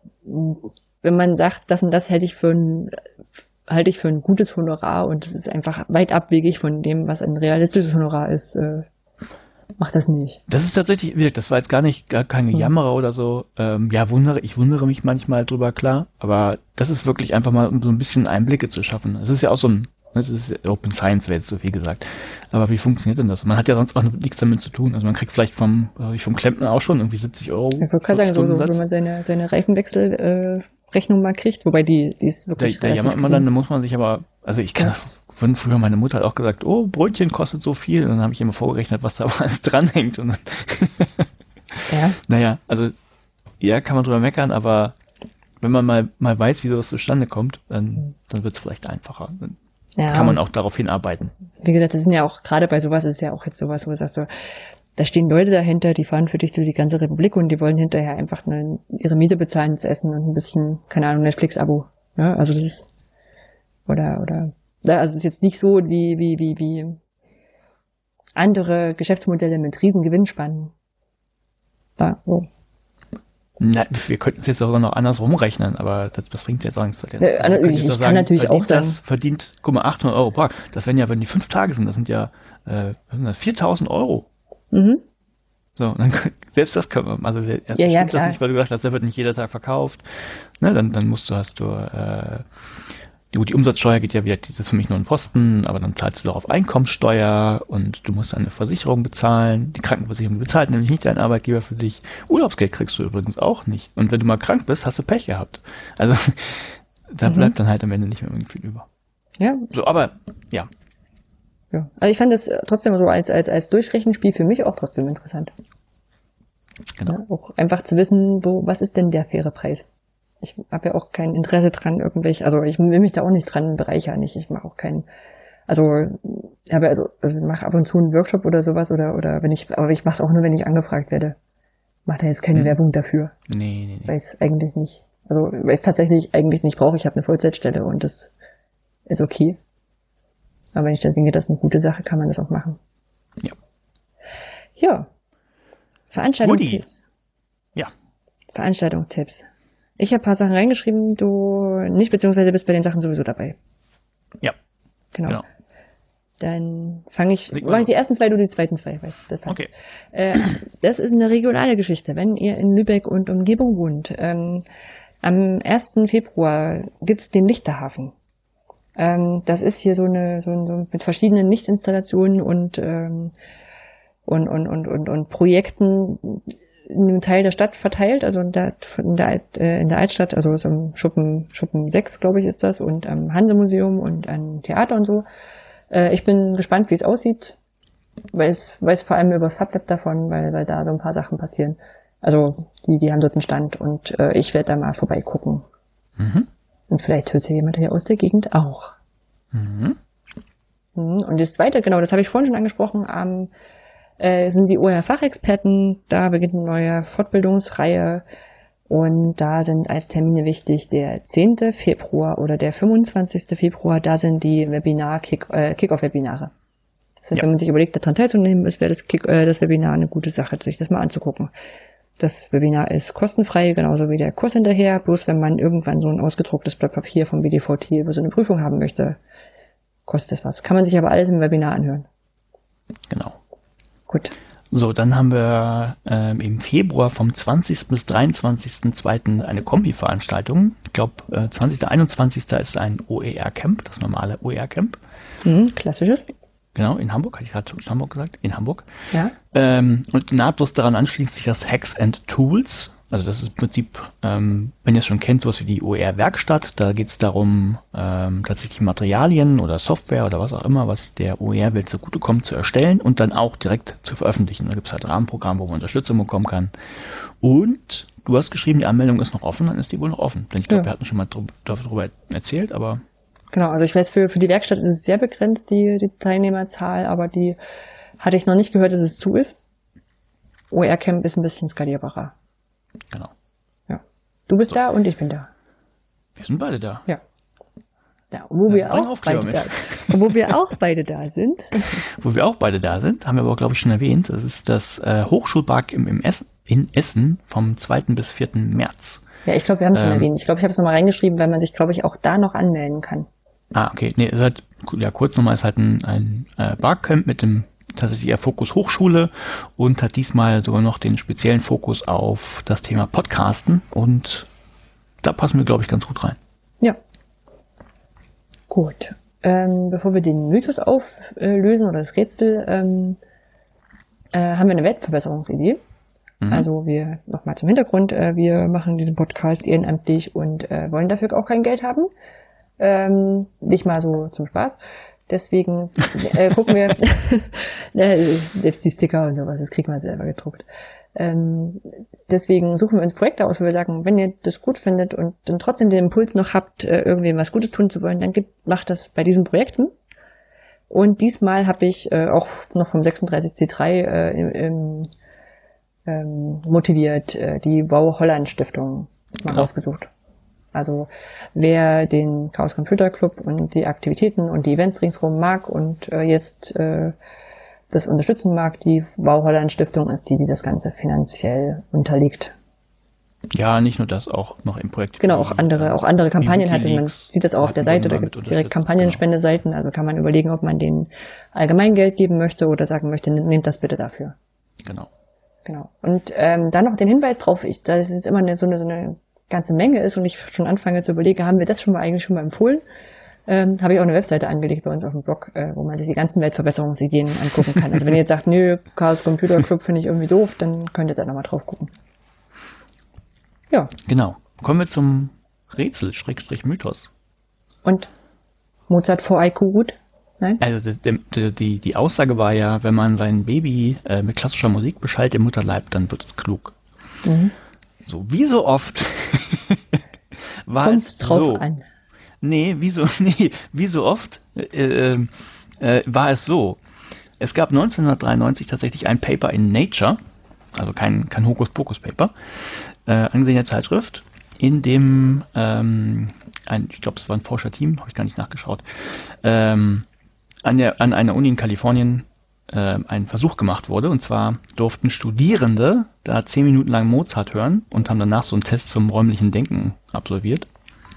wenn man sagt, das und das hätte ich für ein halte ich für ein gutes Honorar und es ist einfach weit abwegig von dem, was ein realistisches Honorar ist, äh, macht das nicht. Das ist tatsächlich, wie gesagt, das war jetzt gar nicht, gar kein Hm. Jammerer oder so. Ähm, ja, wundere, ich wundere mich manchmal drüber, klar. Aber das ist wirklich einfach mal, um so ein bisschen Einblicke zu schaffen. Es ist ja auch so ein, das ist Open Science, wäre jetzt so viel gesagt. Aber wie funktioniert denn das? Man hat ja sonst auch nichts damit zu tun. Also man kriegt vielleicht vom, vom Klempner auch schon irgendwie siebzig Euro. Ich würde gerade sagen, so, so, wenn man seine, seine Reifenwechsel, äh, Rechnung mal kriegt, wobei die, die ist wirklich Da, da jammert man dann, da muss man sich aber, also ich kann, ja. Von früher meine Mutter hat auch gesagt, oh, Brötchen kostet so viel. Und dann habe ich immer vorgerechnet, was da alles dranhängt. Und dann ja. Naja, also ja, kann man drüber meckern, aber wenn man mal, mal weiß, wie sowas zustande kommt, dann, dann wird es vielleicht einfacher. Dann ja. kann man auch darauf hinarbeiten. Wie gesagt, das sind ja auch, gerade bei sowas ist ja auch jetzt sowas, wo du sagst, so, da stehen Leute dahinter, die fahren für dich durch die ganze Republik und die wollen hinterher einfach eine, ihre Miete bezahlen, das Essen und ein bisschen, keine Ahnung, Netflix-Abo. Ja, also das ist, oder, oder, ja, also es ist jetzt nicht so wie, wie, wie, wie andere Geschäftsmodelle mit riesen Gewinnspannen. Ja, so. Na, wir könnten es jetzt sogar noch andersrum rechnen, aber das, das bringt jetzt auch nichts. Ja, also ich, ich kann sagen, natürlich auch sagen, das verdient, guck mal, achthundert Euro, boah, das wären ja, wenn die fünf Tage sind, das sind ja äh, viertausend Euro. Mhm. So, dann, selbst das können wir, also erst ja, ja, das nicht, weil du gesagt hast, der wird nicht jeder Tag verkauft. Ne, dann, dann musst du, hast du, äh, die, die Umsatzsteuer geht ja wieder, das ist für mich nur ein Posten, aber dann zahlst du doch auf Einkommenssteuer und du musst eine Versicherung bezahlen. Die Krankenversicherung bezahlt nämlich nicht dein Arbeitgeber für dich. Urlaubsgeld kriegst du übrigens auch nicht. Und wenn du mal krank bist, hast du Pech gehabt. Also da mhm. bleibt dann halt am Ende nicht mehr irgendwie viel über. Ja. So, aber ja. Ja. Also ich fand das trotzdem so als, als, als Durchrechenspiel für mich auch trotzdem interessant. Genau. Ja, auch einfach zu wissen, wo, was ist denn der faire Preis? Ich habe ja auch kein Interesse dran, irgendwelche, also ich will mich da auch nicht dran bereichern. Ich, ich mache auch keinen, also ich habe also, also ich mache ab und zu einen Workshop oder sowas oder oder wenn ich, aber ich mache es auch nur, wenn ich angefragt werde. Mache da jetzt keine hm. Werbung dafür. Nee, nee, nee. Weil ich es eigentlich nicht, also weil ich es tatsächlich eigentlich nicht brauche. Ich habe eine Vollzeitstelle und das ist okay. Aber wenn ich da denke, das ist eine gute Sache, kann man das auch machen. Ja. Ja. Veranstaltungstipps. Woody. Ja. Veranstaltungstipps. Ich habe ein paar Sachen reingeschrieben, du nicht, beziehungsweise bist bei den Sachen sowieso dabei. Ja. Genau. genau. Dann fange ich, mache ich die ersten zwei, du die zweiten zwei. Das passt. Okay. Äh, das ist eine regionale Geschichte. Wenn ihr in Lübeck und Umgebung wohnt, ähm, am ersten Februar gibt's den Lichterhafen. Ähm, das ist hier so eine, so, ein, so mit verschiedenen Lichtinstallationen und, ähm, und, und, und, und, und Projekten in einem Teil der Stadt verteilt, also in der, in der, äh, in der Altstadt, also so im Schuppen, Schuppen sechs, glaube ich, ist das, und am Hanse-Museum und am Theater und so. Äh, ich bin gespannt, wie es aussieht, weiß, weiß vor allem über das Sublab davon, weil, weil da so ein paar Sachen passieren. Also, die, die haben dort einen Stand und äh, ich werde da mal vorbeigucken. Mhm. Und vielleicht hört ja jemand hier aus der Gegend auch. Mhm. Und das Zweite, genau, das habe ich vorhin schon angesprochen, am äh, sind die O E R-Fachexperten, da beginnt eine neue Fortbildungsreihe Und da sind als Termine wichtig der zehnte Februar oder der fünfundzwanzigste Februar. Da sind die Webinar-Kick, äh, Kick-Off-Webinare. Das heißt, ja. Wenn man sich überlegt, daran teilzunehmen, ist, wäre das, Kick, äh, das Webinar eine gute Sache, sich das mal anzugucken. Das Webinar ist kostenfrei, genauso wie der Kurs hinterher. Bloß wenn man irgendwann so ein ausgedrucktes Blatt Papier vom B D V T über so eine Prüfung haben möchte, kostet es was. Kann man sich aber alles im Webinar anhören. Genau. Gut. So, dann haben wir ähm, im Februar vom zwanzigsten bis dreiundzwanzigsten zweiten eine Kombi-Veranstaltung. Ich glaube, äh, zwanzigsten einundzwanzigsten ist ein O E R-Camp, das normale O E R-Camp. Mhm, klassisches. Genau, in Hamburg, hatte ich gerade in Hamburg gesagt, in Hamburg. Ja. Ähm, und nahtlos daran anschließt sich das Hacks and Tools. Also das ist im Prinzip, ähm, wenn ihr es schon kennt, sowas wie die O E R-Werkstatt. Da geht es darum, ähm, tatsächlich Materialien oder Software oder was auch immer, was der O E R-Welt zugutekommt, zu erstellen und dann auch direkt zu veröffentlichen. Da gibt es halt Rahmenprogramme, wo man Unterstützung bekommen kann. Und du hast geschrieben, die Anmeldung ist noch offen, dann ist die wohl noch offen. Denn ich glaube, ja. wir hatten schon mal drüber, darüber erzählt, aber... Genau, also ich weiß, für, für die Werkstatt ist es sehr begrenzt, die, die Teilnehmerzahl, aber die hatte ich noch nicht gehört, dass es zu ist. O E R-Camp ist ein bisschen skalierbarer. Genau. Ja. Du bist so. da und ich bin da. Wir sind beide da. Ja. Ja, wo wir ja, auch beide da, wo wir auch beide da sind. Wo wir auch beide da sind, haben wir aber, glaube ich, schon erwähnt. Das ist das äh, Hochschulpark im, im Essen, in Essen vom zweiten bis vierten März. Ja, ich glaube, wir haben es ähm, schon erwähnt. Ich glaube, ich habe es nochmal reingeschrieben, weil man sich, glaube ich, auch da noch anmelden kann. Ah, okay. Nee, ist halt, ja, kurz nochmal, ist halt ein, ein äh, Barcamp mit dem tatsächlich eher Fokus Hochschule und hat diesmal sogar noch den speziellen Fokus auf das Thema Podcasten und da passen wir, glaube ich, ganz gut rein. Ja. Gut. Ähm, bevor wir den Mythos auflösen oder das Rätsel, ähm, äh, haben wir eine Weltverbesserungsidee. Mhm. Also wir, nochmal zum Hintergrund, äh, wir machen diesen Podcast ehrenamtlich und äh, wollen dafür auch kein Geld haben. Ähm, nicht mal so zum Spaß. Deswegen äh, gucken wir, äh, selbst die Sticker und sowas, das kriegen wir selber gedruckt. Ähm, deswegen suchen wir uns Projekte aus, wo wir sagen, wenn ihr das gut findet und dann trotzdem den Impuls noch habt, äh, irgendwem was Gutes tun zu wollen, dann gibt, macht das bei diesen Projekten. Und diesmal habe ich äh, auch noch vom sechsunddreißig C drei äh, im, im, ähm, motiviert äh, die Wow Holland Stiftung mal ja. rausgesucht. Also wer den Chaos Computer Club und die Aktivitäten und die Events ringsherum mag und äh, jetzt äh, das unterstützen mag, die Wow Holland Stiftung ist die, die das Ganze finanziell unterliegt. Ja, nicht nur das, auch noch im Projekt. Genau, auch andere, auch andere Kampagnen hat. Man sieht das auch auf der Seite, da gibt es direkt Kampagnenspendeseiten, also kann man überlegen, ob man denen allgemein Geld geben möchte oder sagen möchte, nehmt das bitte dafür. Genau. Genau. Und ähm, dann noch den Hinweis drauf, ich, da ist jetzt immer eine, so eine, so eine ganze Menge ist und ich schon anfange zu überlegen, haben wir das schon mal eigentlich schon mal empfohlen? Ähm, habe ich auch eine Webseite angelegt bei uns auf dem Blog, äh, wo man sich die ganzen Weltverbesserungsideen angucken kann. Also wenn ihr jetzt sagt, nö, Chaos Computer Club finde ich irgendwie doof, dann könnt ihr da nochmal drauf gucken. Ja. Genau. Kommen wir zum Rätsel, Schrägstrich Mythos. Und Mozart vor I Q gut? Nein? Also die, die, die, die Aussage war ja, wenn man sein Baby äh, mit klassischer Musik beschallt im Mutterleib, dann wird es klug. Mhm. So, wie so oft war Kommt es drauf so. An. Nee, wie so, nee, wie so oft äh, äh, war es so. Es gab neunzehnhundertdreiundneunzig tatsächlich ein Paper in Nature, also kein, kein Hokuspokus-Paper, äh, angesehene Zeitschrift, in dem ähm, ein, ich glaube, es war ein Forscherteam, habe ich gar nicht nachgeschaut, ähm, an, der, an einer Uni in Kalifornien äh, ein Versuch gemacht wurde. Und zwar durften Studierende da zehn Minuten lang Mozart hören und haben danach so einen Test zum räumlichen Denken absolviert.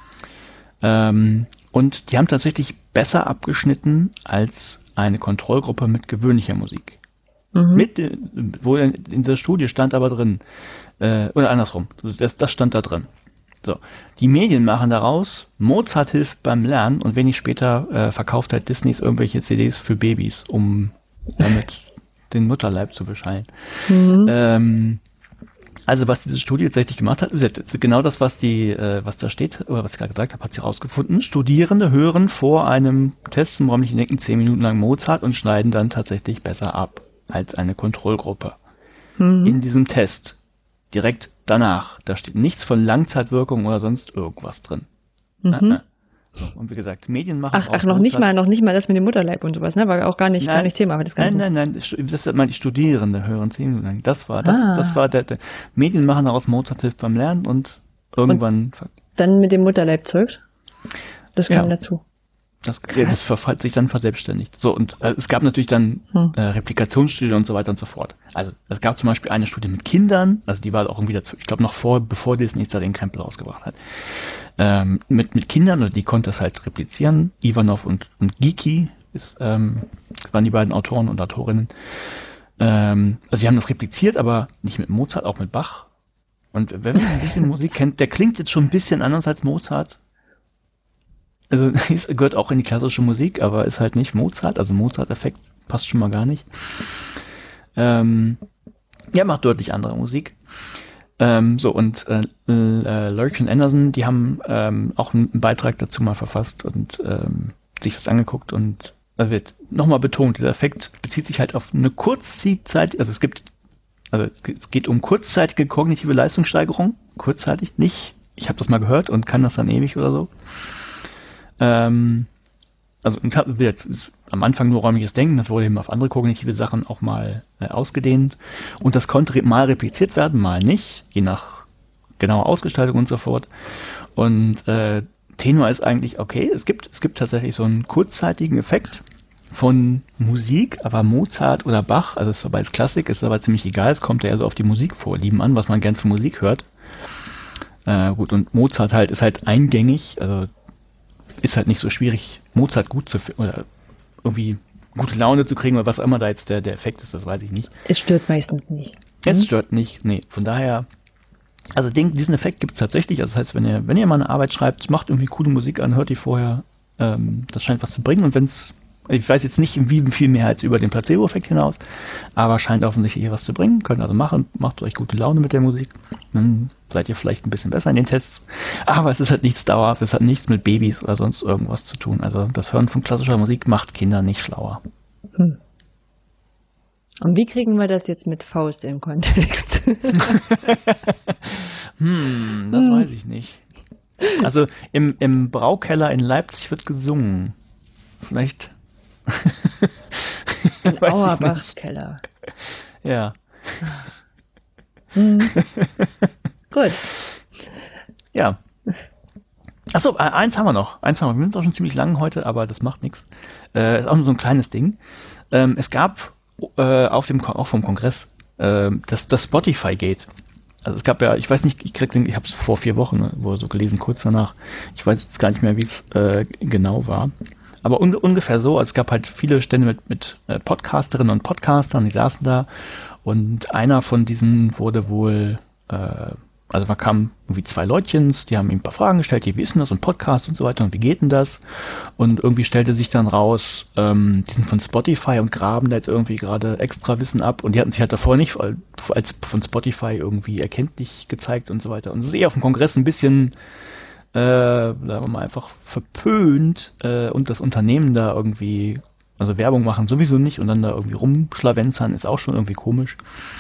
Ähm, und die haben tatsächlich besser abgeschnitten als eine Kontrollgruppe mit gewöhnlicher Musik. Mhm. Mit, wo in der Studie stand aber drin, äh, oder andersrum, das, das stand da drin. So, die Medien machen daraus, Mozart hilft beim Lernen und wenig später äh, verkauft halt Disneys irgendwelche C Ds für Babys, um damit den Mutterleib zu beschallen. Mhm. Ähm, also was diese Studie tatsächlich gemacht hat, ist genau das, was die, äh, was da steht, oder was ich gerade gesagt habe, hat sie rausgefunden. Studierende hören vor einem Test zum räumlichen Denken zehn Minuten lang Mozart und schneiden dann tatsächlich besser ab als eine Kontrollgruppe. Mhm. In diesem Test, direkt danach, da steht nichts von Langzeitwirkung oder sonst irgendwas drin. Mhm. So, und wie gesagt, Medien machen Ach, aus ach, noch nicht Mozart- mal, noch nicht mal das mit dem Mutterleib und sowas, ne? War auch gar nicht, gar Nein. nicht Thema, aber das Nein, Ganze. nein, nein, stu- das sind mal die Studierende hören zehn Minuten lang. Das war, das, Ah. das war der, der Medien machen daraus Mozart hilft beim Lernen und irgendwann, Dann mit dem Mutterleib-Zeugs. Das kam Ja. dazu. das, ja, das ver- hat sich dann verselbstständigt. So, und äh, es gab natürlich dann Hm. äh, Replikationsstudien und so weiter und so fort. Also, es gab zum Beispiel eine Studie mit Kindern, also die war auch irgendwie dazu, ich glaube noch vor, bevor Disney da den Krempel rausgebracht hat. Ähm, mit, mit Kindern, oder die konnte das halt replizieren. Ivanov und, und Giki ist, ähm, waren die beiden Autoren und Autorinnen. Ähm, also, die haben das repliziert, aber nicht mit Mozart, auch mit Bach. Und wenn man ein bisschen Musik kennt, der klingt jetzt schon ein bisschen anders als Mozart. Also es gehört auch in die klassische Musik, aber ist halt nicht Mozart. Also Mozart-Effekt passt schon mal gar nicht. Ähm, ja, macht deutlich andere Musik. Ähm, so, und äh, äh, Lurch und Anderson, die haben ähm, auch einen Beitrag dazu mal verfasst und ähm, sich das angeguckt, und da wird nochmal betont, dieser Effekt bezieht sich halt auf eine Kurzzeit, also es gibt, also es geht um kurzzeitige kognitive Leistungssteigerung, kurzzeitig, nicht, ich habe das mal gehört und kann das dann ewig oder so. Ähm, also jetzt ist am Anfang nur räumliches Denken, das wurde eben auf andere kognitive Sachen auch mal äh, ausgedehnt, und das konnte mal repliziert werden, mal nicht, je nach genauer Ausgestaltung und so fort. Und äh, Tenor ist eigentlich okay, es gibt, es gibt tatsächlich so einen kurzzeitigen Effekt von Musik, aber Mozart oder Bach, also es war beides Klassik, ist aber ziemlich egal, es kommt ja eher so auf die Musikvorlieben an, was man gern für Musik hört. Äh, gut, und Mozart halt ist halt eingängig, also ist halt nicht so schwierig, Mozart gut zu oder irgendwie gute Laune zu kriegen, oder was auch immer da jetzt der, der Effekt ist, das weiß ich nicht. Es stört meistens nicht. Es Hm? stört nicht, nee, von daher, also den, diesen Effekt gibt es tatsächlich, also das heißt, wenn ihr, wenn ihr mal eine Arbeit schreibt, macht irgendwie coole Musik an, hört die vorher, ähm, das scheint was zu bringen, und wenn es, ich weiß jetzt nicht, wie viel mehr als über den Placebo-Effekt hinaus, aber scheint offensichtlich was zu bringen, könnt also machen, macht euch gute Laune mit der Musik, dann seid ihr vielleicht ein bisschen besser in den Tests, aber es ist halt nichts dauerhaft, es hat nichts mit Babys oder sonst irgendwas zu tun, also das Hören von klassischer Musik macht Kinder nicht schlauer. Hm. Und wie kriegen wir das jetzt mit Faust im Kontext? hm, das Hm. weiß ich nicht. Also im, im Braukeller in Leipzig wird gesungen. Vielleicht. In Weiß ich Auerbachs nicht. Keller. Ja. Hm. Gut. Ja. Achso, äh, eins haben wir noch. Eins haben wir. Wir sind auch schon ziemlich lang heute, aber das macht nichts. Äh, ist auch nur so ein kleines Ding. Ähm, es gab äh, auf dem Ko- auch vom Kongress äh, das, das Spotify-Gate. Also es gab ja, ich weiß nicht, ich krieg den, ich habe es vor vier Wochen ne, wo so gelesen, kurz danach. Ich weiß jetzt gar nicht mehr, wie es äh, genau war. Aber un ungefähr so, also es gab halt viele Stände mit, mit äh, Podcasterinnen und Podcastern, die saßen da, und einer von diesen wurde wohl, äh, also da kamen irgendwie zwei Leutchens, die haben ihm ein paar Fragen gestellt, die wissen das und Podcast und so weiter, und wie geht denn das? Und irgendwie stellte sich dann raus, ähm, die sind von Spotify und graben da jetzt irgendwie gerade extra Wissen ab, und die hatten sich halt davor nicht als von Spotify irgendwie erkenntlich gezeigt und so weiter. Und es ist eher auf dem Kongress ein bisschen, äh, sagen wir mal, einfach verpönt, äh, und das Unternehmen da irgendwie, also Werbung machen sowieso nicht, und dann da irgendwie rumschlawenzern ist auch schon irgendwie komisch.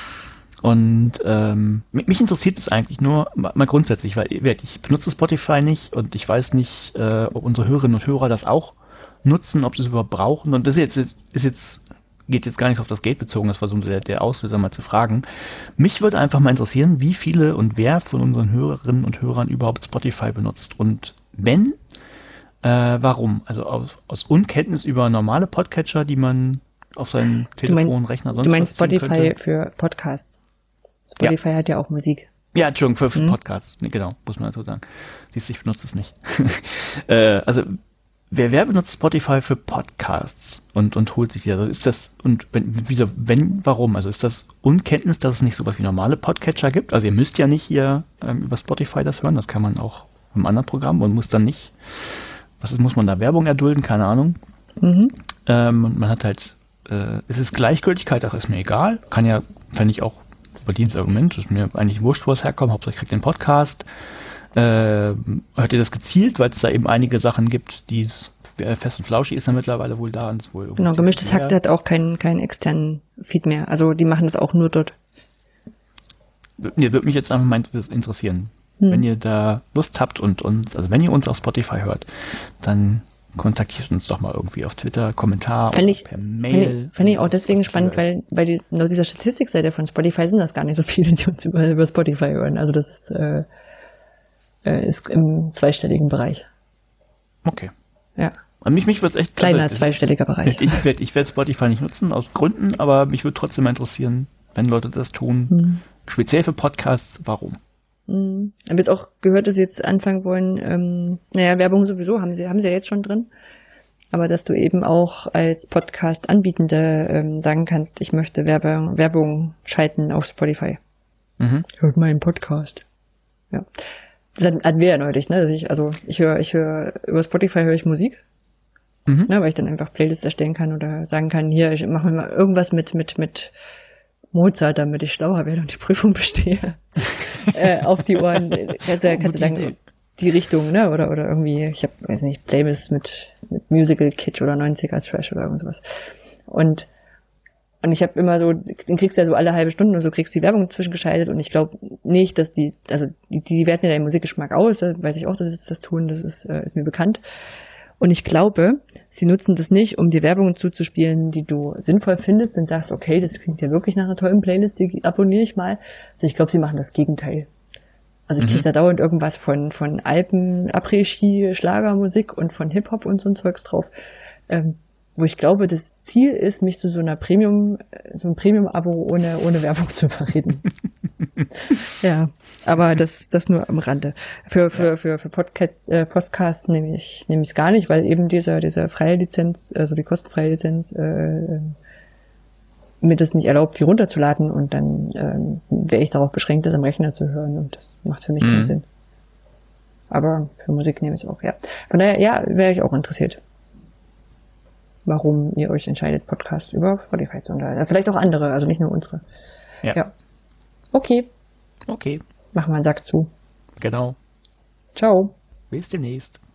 Und ähm, mich mich interessiert es eigentlich nur mal mal grundsätzlich, weil ich benutze Spotify nicht, und ich weiß nicht, äh, ob unsere Hörerinnen und Hörer das auch nutzen, ob sie es überhaupt brauchen. Und das ist jetzt, ist jetzt geht jetzt gar nicht auf das Gate bezogen, das war so der, der Auslöser, mal zu fragen. Mich würde einfach mal interessieren, wie viele und wer von unseren Hörerinnen und Hörern überhaupt Spotify benutzt. Und wenn, äh, warum? Also aus, aus Unkenntnis über normale Podcatcher, die man auf seinem Telefon, Rechner, sonst Du meinst was ziehen Spotify könnte. für Podcasts. Spotify hat ja auch Musik. Ja, Entschuldigung, für, für Hm. Podcasts. Nee, genau, muss man dazu sagen. Siehst du, ich benutze es nicht. äh, also, wer, wer benutzt Spotify für Podcasts und, und holt sich die? Also ist das, und wenn, wieso, wenn, warum? Also ist das Unkenntnis, dass es nicht sowas wie normale Podcatcher gibt? Also ihr müsst ja nicht hier ähm, über Spotify das hören, das kann man auch im anderen Programm, und muss dann nicht, was ist, muss man da Werbung erdulden? Keine Ahnung. Mhm. Ähm, und man hat halt, äh, es ist Gleichgültigkeit, ach, ist mir egal. Kann ja, fände ich auch überdienes Argument, ist mir eigentlich wurscht, wo es herkommt, Hauptsache ich krieg den Podcast. Äh, hört ihr das gezielt, weil es da eben einige Sachen gibt, die es, äh, Fest und Flauschig ist ja mittlerweile wohl da, und ist wohl Genau, gemischtes Hack hat auch keinen, keinen externen Feed mehr. Also die machen das auch nur dort. Mir würde mich jetzt einfach mal interessieren. Hm. Wenn ihr da Lust habt und, und, also wenn ihr uns auf Spotify hört, dann kontaktiert uns doch mal irgendwie auf Twitter, Kommentar fand oder ich, per Mail. Fand ich, fand ich auch deswegen spannend, weil bei dies, laut dieser Statistikseite von Spotify sind das gar nicht so viele, die uns über, über Spotify hören. Also das ist, äh, ist im zweistelligen Bereich. Okay. Ja. Und mich, mich würde es echt... Kleiner also, zweistelliger ist, Bereich. Ich werde ich werd Spotify nicht nutzen, aus Gründen, aber mich würde trotzdem mal interessieren, wenn Leute das tun. Hm. Speziell für Podcasts, warum? Hm. Ich habe jetzt auch gehört, dass sie jetzt anfangen wollen, ähm, naja, Werbung sowieso haben sie, haben sie ja jetzt schon drin. Aber dass du eben auch als Podcast-Anbietende ähm, sagen kannst, ich möchte Werbung, Werbung schalten auf Spotify. Mhm. Hört meinen Podcast. Ja. Das hatten wir ja neulich, ne? Dass ich, also ich höre, ich höre, über Spotify höre ich Musik. Mhm. Ne, weil ich dann einfach Playlists erstellen kann oder sagen kann, hier, ich mache mir mal irgendwas mit, mit, mit Mozart, damit ich schlauer werde und die Prüfung bestehe. äh, auf die Ohren. Kannst du, oh, kannst du sagen, Idee. Die Richtung, ne? Oder, oder irgendwie, ich habe, weiß nicht, Playlists mit, mit Musical Kitsch oder neunziger Trash oder irgendwas. Und, und ich habe immer so, den kriegst du ja so alle halbe Stunde und so kriegst die Werbung zwischengeschaltet und ich glaube nicht, dass die, also die, die werten ja deinen Musikgeschmack aus, da weiß ich auch, dass sie das tun, das ist, äh, ist mir bekannt. Und ich glaube, sie nutzen das nicht, um dir Werbung zuzuspielen, die du sinnvoll findest und sagst, okay, das klingt ja wirklich nach einer tollen Playlist, die abonniere ich mal. Also ich glaube, sie machen das Gegenteil. Also ich kriege mhm. da dauernd irgendwas von von Alpen, Après-Ski, Schlagermusik und von Hip-Hop und so ein Zeugs drauf, ähm, wo ich glaube, das Ziel ist, mich zu so einer Premium, so ein Premium-Abo ohne ohne Werbung zu verreden. Ja, aber das das nur am Rande. Für für ja. für für Podcast, äh, Podcasts nehme ich nehme ich es gar nicht, weil eben dieser dieser freie Lizenz, also die kostenfreie Lizenz, äh, mir das nicht erlaubt, die runterzuladen und dann ähm, wäre ich darauf beschränkt, das am Rechner zu hören und das macht für mich mhm. keinen Sinn. Aber für Musik nehme ich es auch, ja. Von daher, ja, wäre ich auch interessiert, warum ihr euch entscheidet, Podcasts über Spotify zu unterhalten. Vielleicht auch andere, also nicht nur unsere. Ja. ja. Okay. Okay. Machen wir einen Sack zu. Genau. Ciao. Bis demnächst.